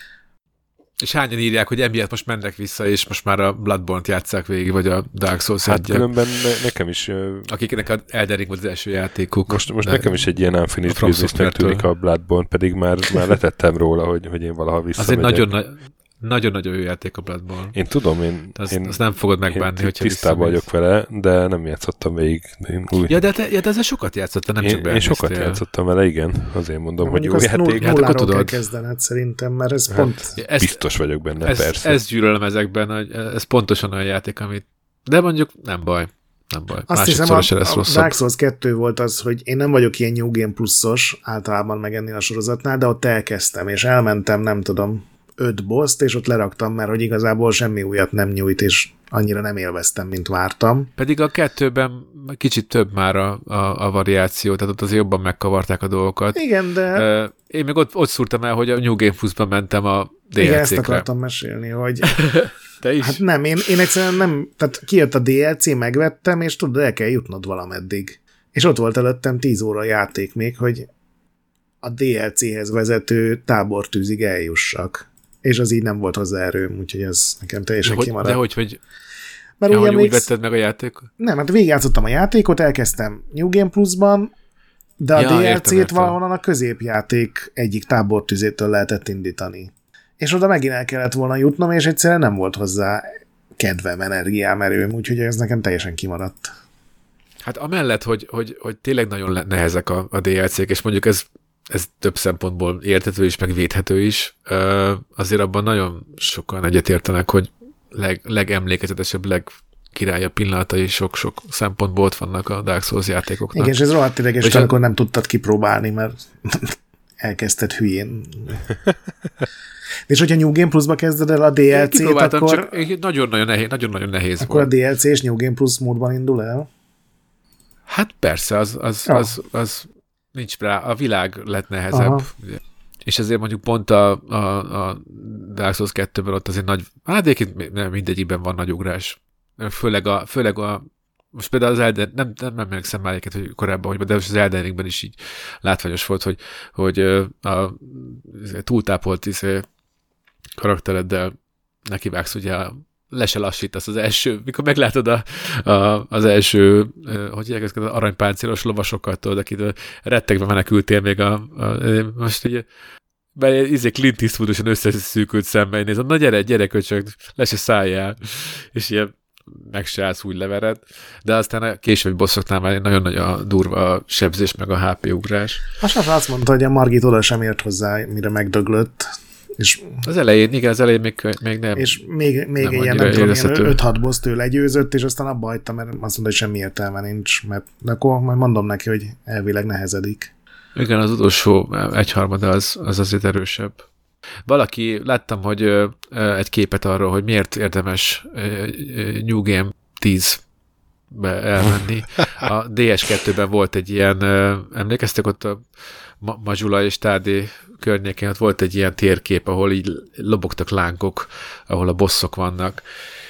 És hányan írják, hogy emiatt most mennek vissza, és most már a Bloodborne-t játsszák végig, vagy a Dark Souls 1-et. Hát különben nekem is... Akiknek az Elden Ring volt az első játékuk. Most nekem is egy ilyen unfinished businessnek tűnik a Bloodborne, pedig már letettem róla, hogy én valaha visszamegyek. Az egy nagyon-nagyon jó játék a Bloodborne. Én tudom, azt nem fogod megbánni, hogyha tisztában vagyok vele, de nem játszottam végig. Ja, de ezzel sokat játszottál, nem csak én sokat játszottam vele, igen. Azért mondom, hogy jó játék. Nulláról kell kezdened szerintem, mert ez pont... Biztos vagyok benne, persze. Ez gyűlölöm ezekben, hogy ez pontosan olyan játék, amit... De mondjuk nem baj. Azt hiszem, a Dark Souls 2 volt az, hogy én nem vagyok ilyen New Game Plus-os általában meg ennél a sorozatnál, de ott elkezdtem, és elmentem, nem tudom, 5 boszt, és ott leraktam, mert hogy igazából semmi újat nem nyújt, és annyira nem élveztem, mint vártam. Pedig a 2-ben kicsit több már a variáció, tehát ott azért jobban megkavarták a dolgokat. Igen, de... Én még ott szúrtam el, hogy a New Game Plus-ban mentem a DLC-kre. Igen, ezt akartam mesélni, hogy... Te is? Hát nem, én egyszerűen nem... Tehát kijött a DLC, megvettem, és tudod, el kell jutnod valameddig. És ott volt előttem 10 óra játék még, hogy a DLC-hez vezető tábortűzig eljussak. És az így nem volt hozzá erőm, úgyhogy ez nekem teljesen kimaradt. De hogy mert ugye úgy vetted meg a játékot? Nem, hát végigjátszottam a játékot, elkezdtem New Game Plus-ban, de a DLC-t valahonnan a középjáték egyik tábortűzétől lehetett indítani. És oda megint el kellett volna jutnom, és egyszerűen nem volt hozzá kedvem, energiám, erőm, úgyhogy ez nekem teljesen kimaradt. Hát amellett, hogy tényleg nagyon nehezek a DLC-k, és mondjuk ez több szempontból érthető is, meg védhető is, azért abban nagyon sokan egyetértenek, hogy legemlékezetesebb, legkirályabb pillanatai sok-sok szempontból ott vannak a Dark Souls játékoknak. Igen, és ez rohadt ideges, amikor nem tudtad kipróbálni, mert elkezdted hülyén. És hogyha New Game Plus-ba kezded el a DLC-t, akkor... csak nagyon-nagyon nehéz akkor volt. A DLC és New Game Plus módban indul el? Hát persze, az nincs rá, a világ lett nehezebb. Aha. És ezért mondjuk pont a Dark Souls 2-ben ott azért nagy, hát egyébként mindegyikben van nagy ugrás. Főleg a most például az Elden, nem emlékszem már egyébként, hogy korábban, de az Elden Ringben is így látványos volt, hogy a túltápolt karaktereddel nekivágsz, ugye le se lassítasz az első, mikor meglátod az első, hogy hívják ezeket az aranypáncélos lovasokat, tudod, akitől rettegve menekültél még most ugye, mert Clint Eastwoodosan összeszűkült szemben, nézem, na gyere köcsög, le se szálljál, és ilyen meg se állsz, úgy levered, de aztán a későbbi bosszoknál már nagyon nagy a durva a sebzés, meg a HP ugrás. Azt mondta, hogy a Margit oda sem ért hozzá, mire megdöglött. És az elején még nem. És még nem ilyen, nem tudom, 5-6 boss-től legyőzött, és aztán abba hagyta, mert azt mondta, hogy semmi értelme nincs, mert akkor majd mondom neki, hogy elvileg nehezedik. Igen, az utolsó egyharmada az azért erősebb. Láttam, hogy egy képet arról, hogy miért érdemes New Game 10-be elmenni. A DS2-ben volt egy ilyen, emlékeztek ott a Majula és Tádé környékén, ott volt egy ilyen térkép, ahol így lobogtak lángok, ahol a bosszok vannak,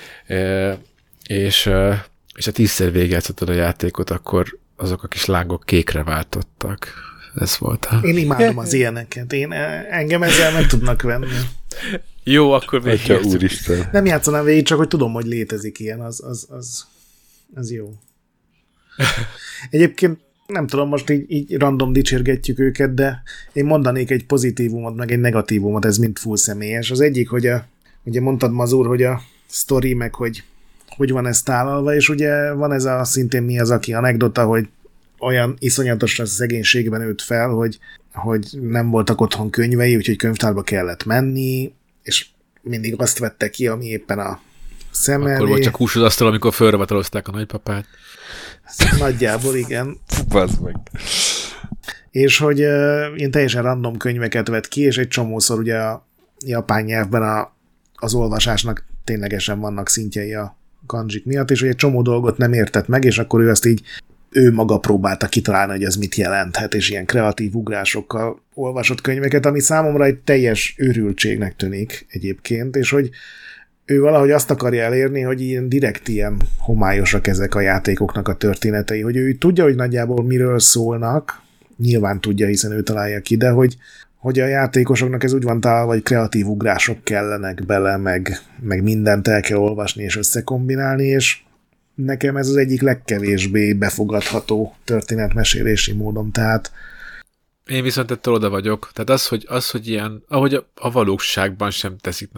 és a 10-szer végigjátszottad a játékot, akkor azok a kis lángok kékre váltottak. Ez volt. Én imádom az ilyeneket. Engem ezzel meg tudnak venni. Jó, akkor még úristen. Nem játszanám végig, csak hogy tudom, hogy létezik ilyen, az jó. Egyébként nem tudom, most így random dicsérgetjük őket, de én mondanék egy pozitívumot, meg egy negatívumot, ez mind full személyes. Az egyik, hogy ugye mondtad, Mazur, hogy a sztori, meg hogy van ez tálalva, és ugye van ez a szintén mi az, aki anekdota, hogy olyan iszonyatos szegénységben nőtt fel, hogy nem voltak otthon könyvei, úgyhogy könyvtárba kellett menni, és mindig azt vette ki, ami éppen a szem elé. Akkor volt csak húsodasztal, amikor fölrevatalozták a nagypapát. Nagyjából igen. Bazd meg. És hogy én teljesen random könyveket vett ki, és egy csomószor ugye japán nyelvben az olvasásnak ténylegesen vannak szintjei a kanjik miatt, és hogy egy csomó dolgot nem értett meg, és akkor ő azt így ő maga próbálta kitalálni, hogy ez mit jelenthet, és ilyen kreatív ugrásokkal olvasott könyveket, ami számomra egy teljes őrültségnek tűnik egyébként, és hogy ő valahogy azt akarja elérni, hogy ilyen homályosak ezek a játékoknak a történetei, hogy ő tudja, hogy nagyjából miről szólnak, nyilván tudja, hiszen ő találja ki, de hogy a játékosoknak ez úgy van találva, hogy kreatív ugrások kellenek bele, meg mindent el kell olvasni és összekombinálni, és nekem ez az egyik legkevésbé befogadható történetmesélési módom, tehát én viszont ettől oda vagyok. Tehát hogy ilyen, ahogy a valóságban sem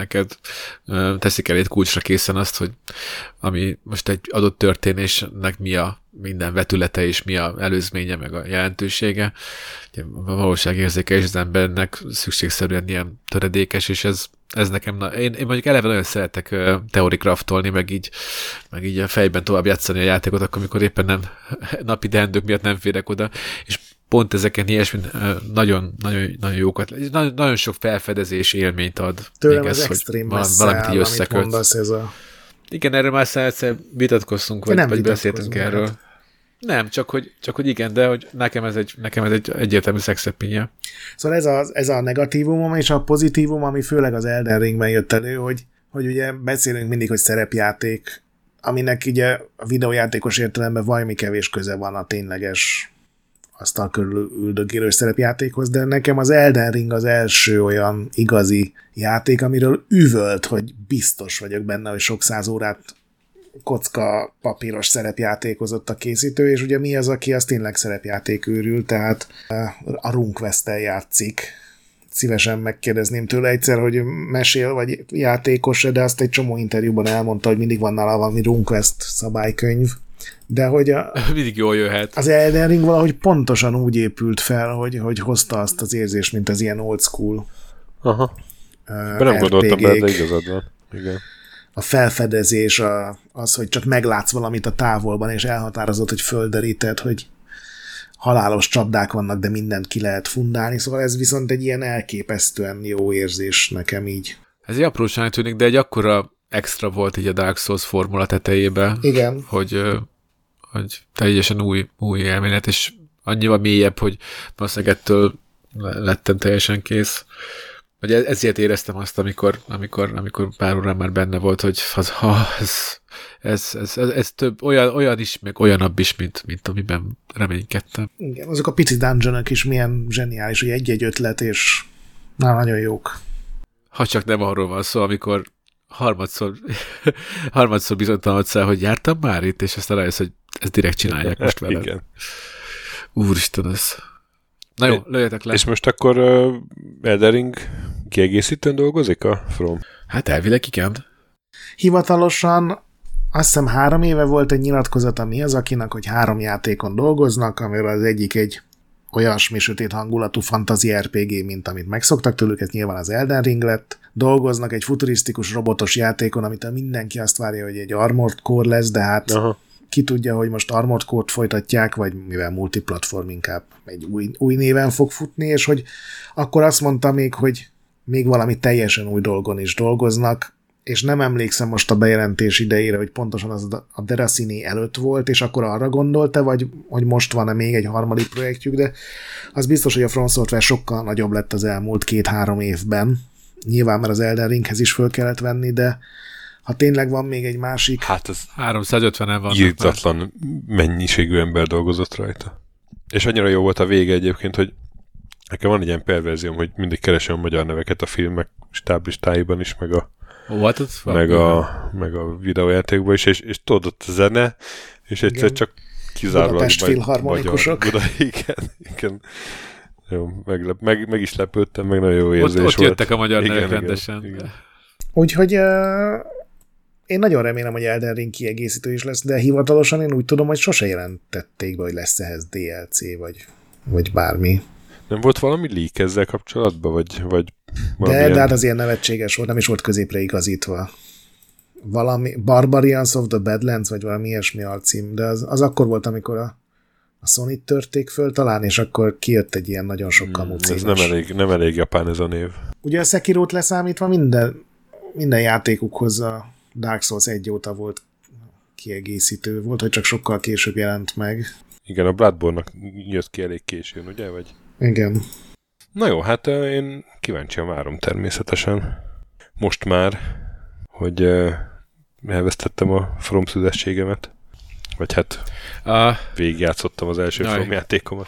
teszik eléd kulcsra készen azt, hogy ami most egy adott történésnek mi a minden vetülete és mi a előzménye, meg a jelentősége. A valóságérzéke az embernek szükségszerűen ilyen töredékes, és ez nekem, én mondjuk eleve nagyon szeretek teorikraftolni, meg így a fejben tovább játszani a játékot, akkor amikor éppen nem napi teendők miatt nem férek oda, és pont ezeken ilyesmi nagyon, nagyon, nagyon jókat, nagyon sok felfedezés élményt ad. Tőlem az extrém messze áll, amit mondasz, ez a... Igen, erről már egyszer vitatkoztunk, vagy beszéltünk erről. Nem, csak hogy igen, de hogy nekem ez egy egyértelmű szexepinje. Szóval ez a negatívumom, és a pozitívum, ami főleg az Elden Ringben jött elő, hogy ugye beszélünk mindig, hogy szerepjáték, aminek ugye a videójátékos értelemben valami kevés köze van a tényleges asztal körül üldögélő szerepjátékhoz, de nekem az Elden Ring az első olyan igazi játék, amiről üvölt, hogy biztos vagyok benne, hogy sok száz órát kocka papíros szerepjátékozott a készítő, és ugye mi az, aki az tényleg szerepjáték őrül, tehát a RuneQuest-tel játszik. Szívesen megkérdezném tőle egyszer, hogy mesél, vagy játékos, de azt egy csomó interjúban elmondta, hogy mindig van nála valami RuneQuest szabálykönyv. De hogy mindig jól jöhet. Az Elden Ring valahogy pontosan úgy épült fel, hogy hozta azt az érzést, mint az ilyen old school. Aha. Nem gondoltam bele, de igazad van. Igen. A felfedezés, az, hogy csak meglátsz valamit a távolban, és elhatározott, hogy földeríted, hogy halálos csapdák vannak, de mindent ki lehet fundálni, szóval ez viszont egy ilyen elképesztően jó érzés nekem így. Ez egy apróság tűnik, de egy akkora extra volt így a Dark Souls formula tetejében, igen, hogy teljesen új élményt, és annyival mélyebb, hogy valószínűleg ettől lettem teljesen kész. Vagy ezért éreztem azt, amikor pár órán már benne volt, hogy ez több, olyan is, meg olyanabb is, mint amiben reménykedtem. Igen, azok a pici dungeonok is milyen zseniális, hogy egy-egy ötlet, és nagyon jók. Ha csak nem arról van szó, amikor harmadszor bizonytalanodsz, hogy jártam már itt, és aztán rájössz, hogy ezt direkt csinálják most veled. Igen. Úristen, ez... Na jó, lőjetek le. És most akkor Elden Ring kiegészítőn dolgozik a From? Hát elvileg igen. Hivatalosan azt hiszem 3 éve volt egy nyilatkozat a Miyazakinak, hogy 3 játékon dolgoznak, amiről az egyik egy olyasmi sötét hangulatú fantasy RPG, mint amit megszoktak tőlük, ez nyilván az Elden Ring lett. Dolgoznak egy futurisztikus robotos játékon, amit mindenki azt várja, hogy egy Armored Core lesz, de hát ki tudja, hogy most Armored Core-t folytatják, vagy mivel multiplatform inkább egy új néven fog futni, és hogy akkor azt mondta még, hogy még valami teljesen új dolgon is dolgoznak, és nem emlékszem most a bejelentés idejére, hogy pontosan az a Deracini előtt volt, és akkor arra gondolta, vagy hogy most van-e még egy harmadik projektjük, de az biztos, hogy a From Software sokkal nagyobb lett az elmúlt 2-3 évben. Nyilván már az Elden Ringhez is föl kellett venni, de ha tényleg van még egy másik... Hát ez 350-en van. Írtatlan mennyiségű ember dolgozott rajta. És annyira jó volt a vége egyébként, hogy nekem van egy ilyen perverzióm, hogy mindig keresem a magyar neveket a filmek stáblistáiban is, meg a videójátékban is, és tudod ott a zene, és egyszer csak kizárólag Budapest filharmonikusok. Igen. Jó, meg is lepődtem, meg nagyon jó érzés volt. Ott jöttek a magyar nevek rendesen. Igen. Úgyhogy én nagyon remélem, hogy Elden Ring kiegészítő is lesz, de hivatalosan én úgy tudom, hogy sose jelentették be, hogy lesz ehhez DLC, vagy bármi. Nem volt valami leak ezzel kapcsolatban, vagy de hát az ilyen nevetséges volt, nem is volt középre igazítva. Valami Barbarians of the Badlands, vagy valami ilyesmi alcím, de az akkor volt, amikor a Sony törték föl talán, és akkor kijött egy ilyen nagyon sokkal Ez nem elég japán ez a név. Ugye a Sekirót leszámítva minden játékukhoz a Dark Souls 1 óta volt kiegészítő. Volt, hogy csak sokkal később jelent meg. Igen, a Bloodborne-nak jött ki elég későn, ugye? Vagy? Igen. Na jó, hát én kíváncsian várom természetesen. Most már, hogy elvesztettem a From szüzességemet. Vagy hát végigjátszottam az első From játékomat.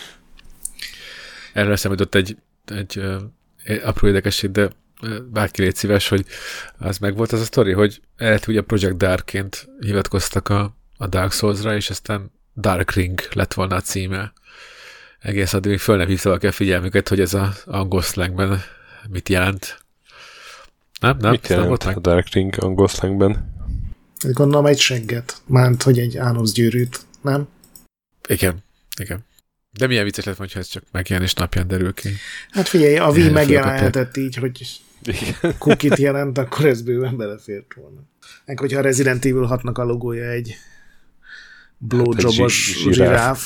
Erről eszembe jutott egy apró érdekesség, de bárki légy szíves, hogy az meg volt az a sztori, hogy ugye a Project Darkként hivatkoztak a Dark Souls-ra, és aztán Dark Ring lett volna a címe. Egész addig még föl nem hívta valaki a figyelmüket, hogy ez az angol slangben mit jelent. Nem? Mit jelent a Dark Ring angol slangben? Gondolom egy segget. Mánt, hogy egy ánuszgyűrűt, nem? Igen. De milyen vicces lett, hogyha ez csak megjelenés napján derül ki. Hát figyelj, a Wii megjelenhetett így, hogy Cookit jelent, akkor ez bőven belefért volna. Meg hogyha a Resident Evil 6-nak a logója egy blowjobos zsiráf.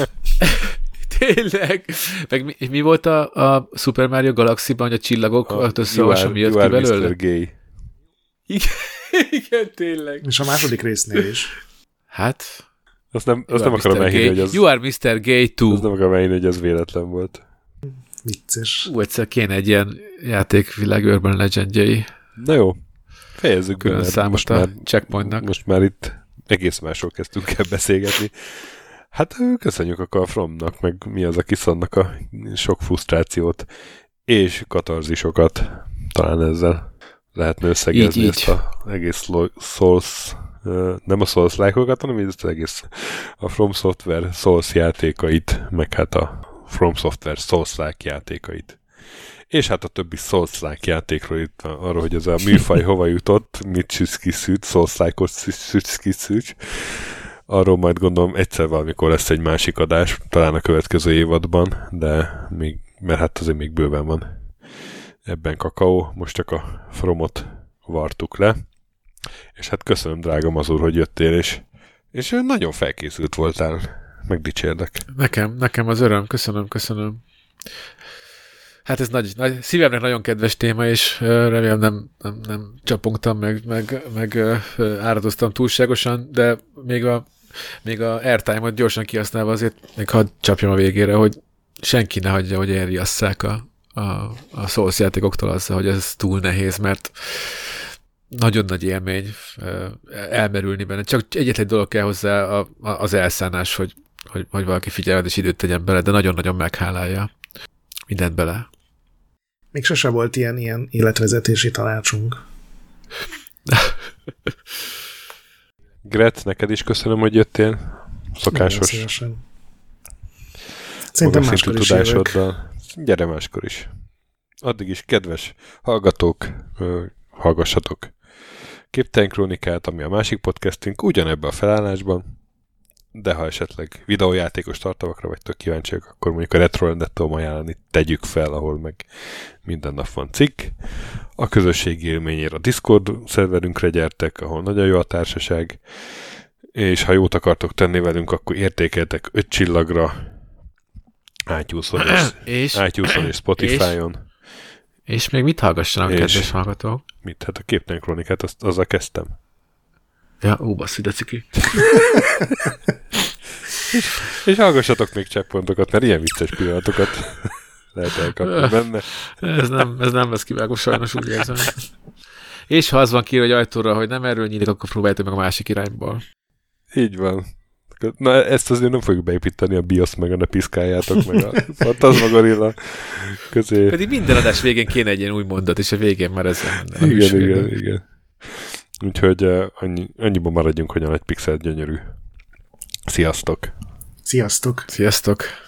Tényleg. Meg mi volt a Super Mario Galaxy-ban, hogy a csillagok összeolvasom, mi jött ki belőle? Mr. Gay. Igen, tényleg. És a második résznél is. Hát... Azt nem akarom elhívni, hogy az... You are Mr. Gay too. Azt nem akarom elhívni, hogy ez véletlen volt. Vicces. Egyszer kéne egy ilyen játékvilág Urban Legendjei. Na jó, fejezzük be. Külön számot a checkpointnak. Most már itt egész másról kezdtünk el beszélgetni. Hát köszönjük a Fromnak, meg mi az a kiszannak a sok frusztrációt és katarzisokat. Talán ezzel lehetne összegezni ezt az egész Souls, nem a Souls-like-okat, hanem ezt az egész a From Software Souls játékait, meg hát a From Software Souls-like játékait. És hát a többi Souls-like játékról itt arról, hogy ez a műfaj hova jutott, mit süszkiszűt, Souls-like-ot süszkiszűt. Arról majd gondolom egyszer valamikor lesz egy másik adás, talán a következő évadban, de még, mert hát azért még bőven van ebben kakaó, most csak a Fromot vartuk le. És hát köszönöm, drága Mazur, hogy jöttél, és nagyon felkészült voltál, megdicsérlek. Nekem az öröm, köszönöm. Hát ez nagy szívemnek nagyon kedves téma, és remélem nem csapongtam, meg áradoztam túlságosan, de még a airtime-ot gyorsan kihasználva azért még hadd csapjam a végére, hogy senki ne hagyja, hogy elriasszák a Souls játékoktól azzal, hogy ez túl nehéz, mert nagyon nagy élmény elmerülni benne. Csak egyetlen dolog kell hozzá az elszánás, hogy valaki figyeled és időt tegyen bele, de nagyon-nagyon meghálálja mindent bele. Még sose volt ilyen életvezetési tanácsunk. Gret, neked is köszönöm, hogy jöttél. Szokásos. Szerintem máskor is tudásoddal. Gyere máskor is. Addig is, kedves hallgatók, hallgassatok Képtelen Krónikát, ami a másik podcastünk, ugyanebben a felállásban, de ha esetleg videójátékos tartalmakra vagytok kíváncsiak, akkor mondjuk a Retrolandet tudom ajánlani, tegyük fel, ahol meg minden nap van cikk. A közösségi élményére a Discord szerverünkre gyertek, ahol nagyon jó a társaság, és ha jót akartok tenni velünk, akkor értékeltek 5 csillagra iTunes-on és Spotify-on. És még mit hallgassanak, kedves hallgatók? Mit? Hát a Képtelen Krónikát, azzal kezdtem. Ja, basszus, de ciki. és hallgassatok még checkpointokat, mert ilyen vicces pillanatokat lehet elkapni benne. Ez nem lesz kivágó, sajnos úgy érzem. És ha az van kiírva, hogy ajtóra, hogy nem erről nyílik, akkor próbáljátok meg a másik irányból. Így van. Na, ezt azért nem fogjuk beépíteni a BIOS meg a ne piszkáljátok meg a Fantasmagorilla közé. Pedig minden adás végén kéne egy ilyen új mondat, és a végén már ez Igen. Úgyhogy annyiban maradjunk, hogy a nagy pixel gyönyörű. Sziasztok! Sziasztok!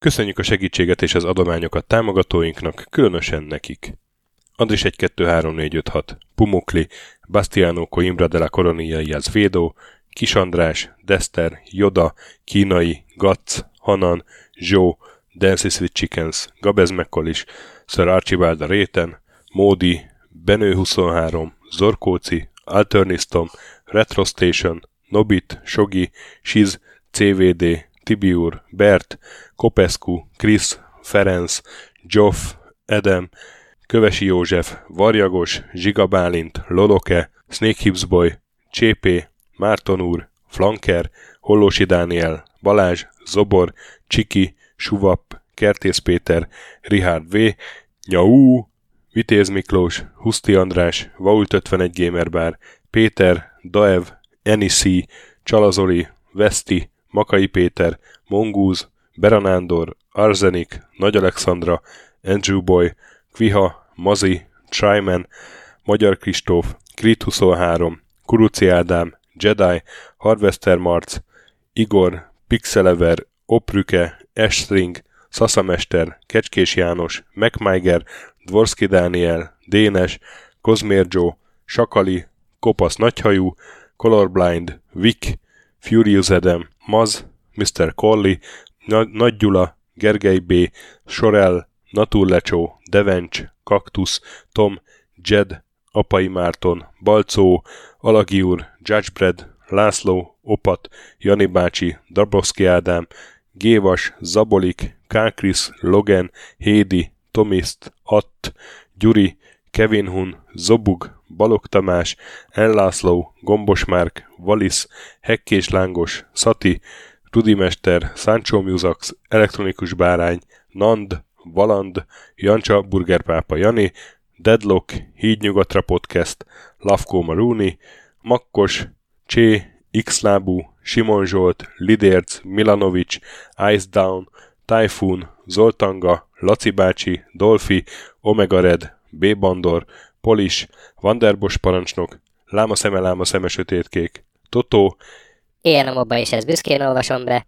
Köszönjük a segítséget és az adományokat támogatóinknak, különösen nekik. Andris 1, 2, 3, 4, 5, 6, Pumukli, Bastiano Coimbra de la Coronilla y Azvedo, Kis András, Dester, Joda, Kínai, Gatz, Hanan, Zsó, Dances with Chickens, Gabez Mekkolis, Sir Archibald a Réten, Módi, Benő 23, Zorkóci, Alternisztom, Retro Station, Nobit, Sogi, Siz, CVD, Tibiur, Bert, Kopescu, Krisz, Ferenc, Zsoff, Edem, Kövesi József, Varjagos, Zsiga Bálint, Loloke, Snake Hips Boy, Csépé, Márton úr, Flanker, Hollósi Dániel, Balázs, Zobor, Csiki, Suvap, Kertész Péter, Richard V, Nyau, Vitéz Miklós, Huszti András, Vault 51 Gamerbar, Péter, Daev, Enisi, Csalazoli, Veszti, Makai Péter, Mongúz, Beranándor, Arzenik, Nagy Alexandra, Andrew Boy, Kviha, Mazi, Tryman, Magyar Kristóf, Krit 23, Kuruci Ádám, Jedi, Harvester Marc, Igor, Pixelever, Oprüke, Estring, Szaszamester, Kecskés János, MacMiger, Dvorski Dániel, Dénes, Kozmér Joe, Sakali, Kopasz Nagyhajú, Colorblind, Vic, Furious Adam, Maz, Mr. Colli, Nagy Gyula, Gergely B., Sorel, Naturlecsó, Devencs, Kaktusz, Tom, Jed, Apai Márton, Balcó, Alagi úr, Judgebred, László, Opat, Jani bácsi, Dabrowski Ádám, Gévas, Zabolik, Kákris, Logan, Hédi, Tomiszt, Att, Gyuri, Kevin Hun, Zobug, Balog Tamás, Enlászló, Gombos Márk, Valisz, Hekkés Lángos, Szati, Rudimester, Sancho Musax, Elektronikus Bárány, Nand, Valand, Jancsa, Burgerpápa Jani, Deadlock, Hídnyugatra Podcast, Lavkó Maruni, Makkos, Csé, Xlábú, Simon Zsolt, Lidérc, Milanovic, Ice Down, Typhoon, Zoltanga, Laci bácsi, Dolfi, Omega Red, B. Bandor, Polis, Vanderbos parancsnok, Láma szeme sötétkék, Totó, Ilyen a mobba is, ezt büszkén olvasom be.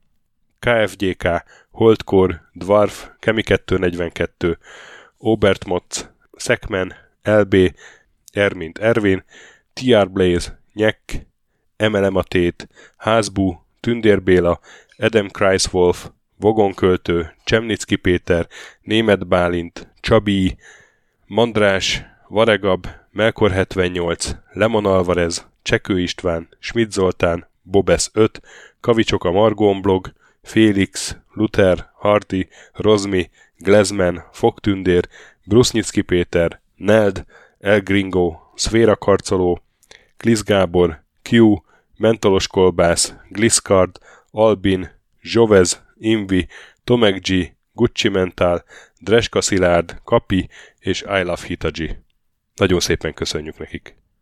KFGK, Holdcore, Dwarf, Kemi242, Obert Motz, Szekmen, LB, Ermint Ervin, TR Blaze, Nyek, MLM a Tét, Házbú, Tündér Béla, Adam Kreiswolf, Vogonköltő, Csemnicki Péter, Németh Bálint, Csabi, Mandrás, Varegab, Melkor 78, Lemon Alvarez, Csekő István, Schmidt Zoltán, Bobesz 5, Kavicsok a Margón blog, Félix, Luther, Hardy, Rozmi, Glezman, Fogtündér, Brusznyicki Péter, Neld, El Gringo, Szféra Karcoló, Klisz Gábor, Q, Mentolos Kolbász, Gliscard, Albin, Zsovez, Invi, Tomek G, Gucci Mental, Dreska Szilárd, Kapi és I Love Hitaji. Nagyon szépen köszönjük nekik!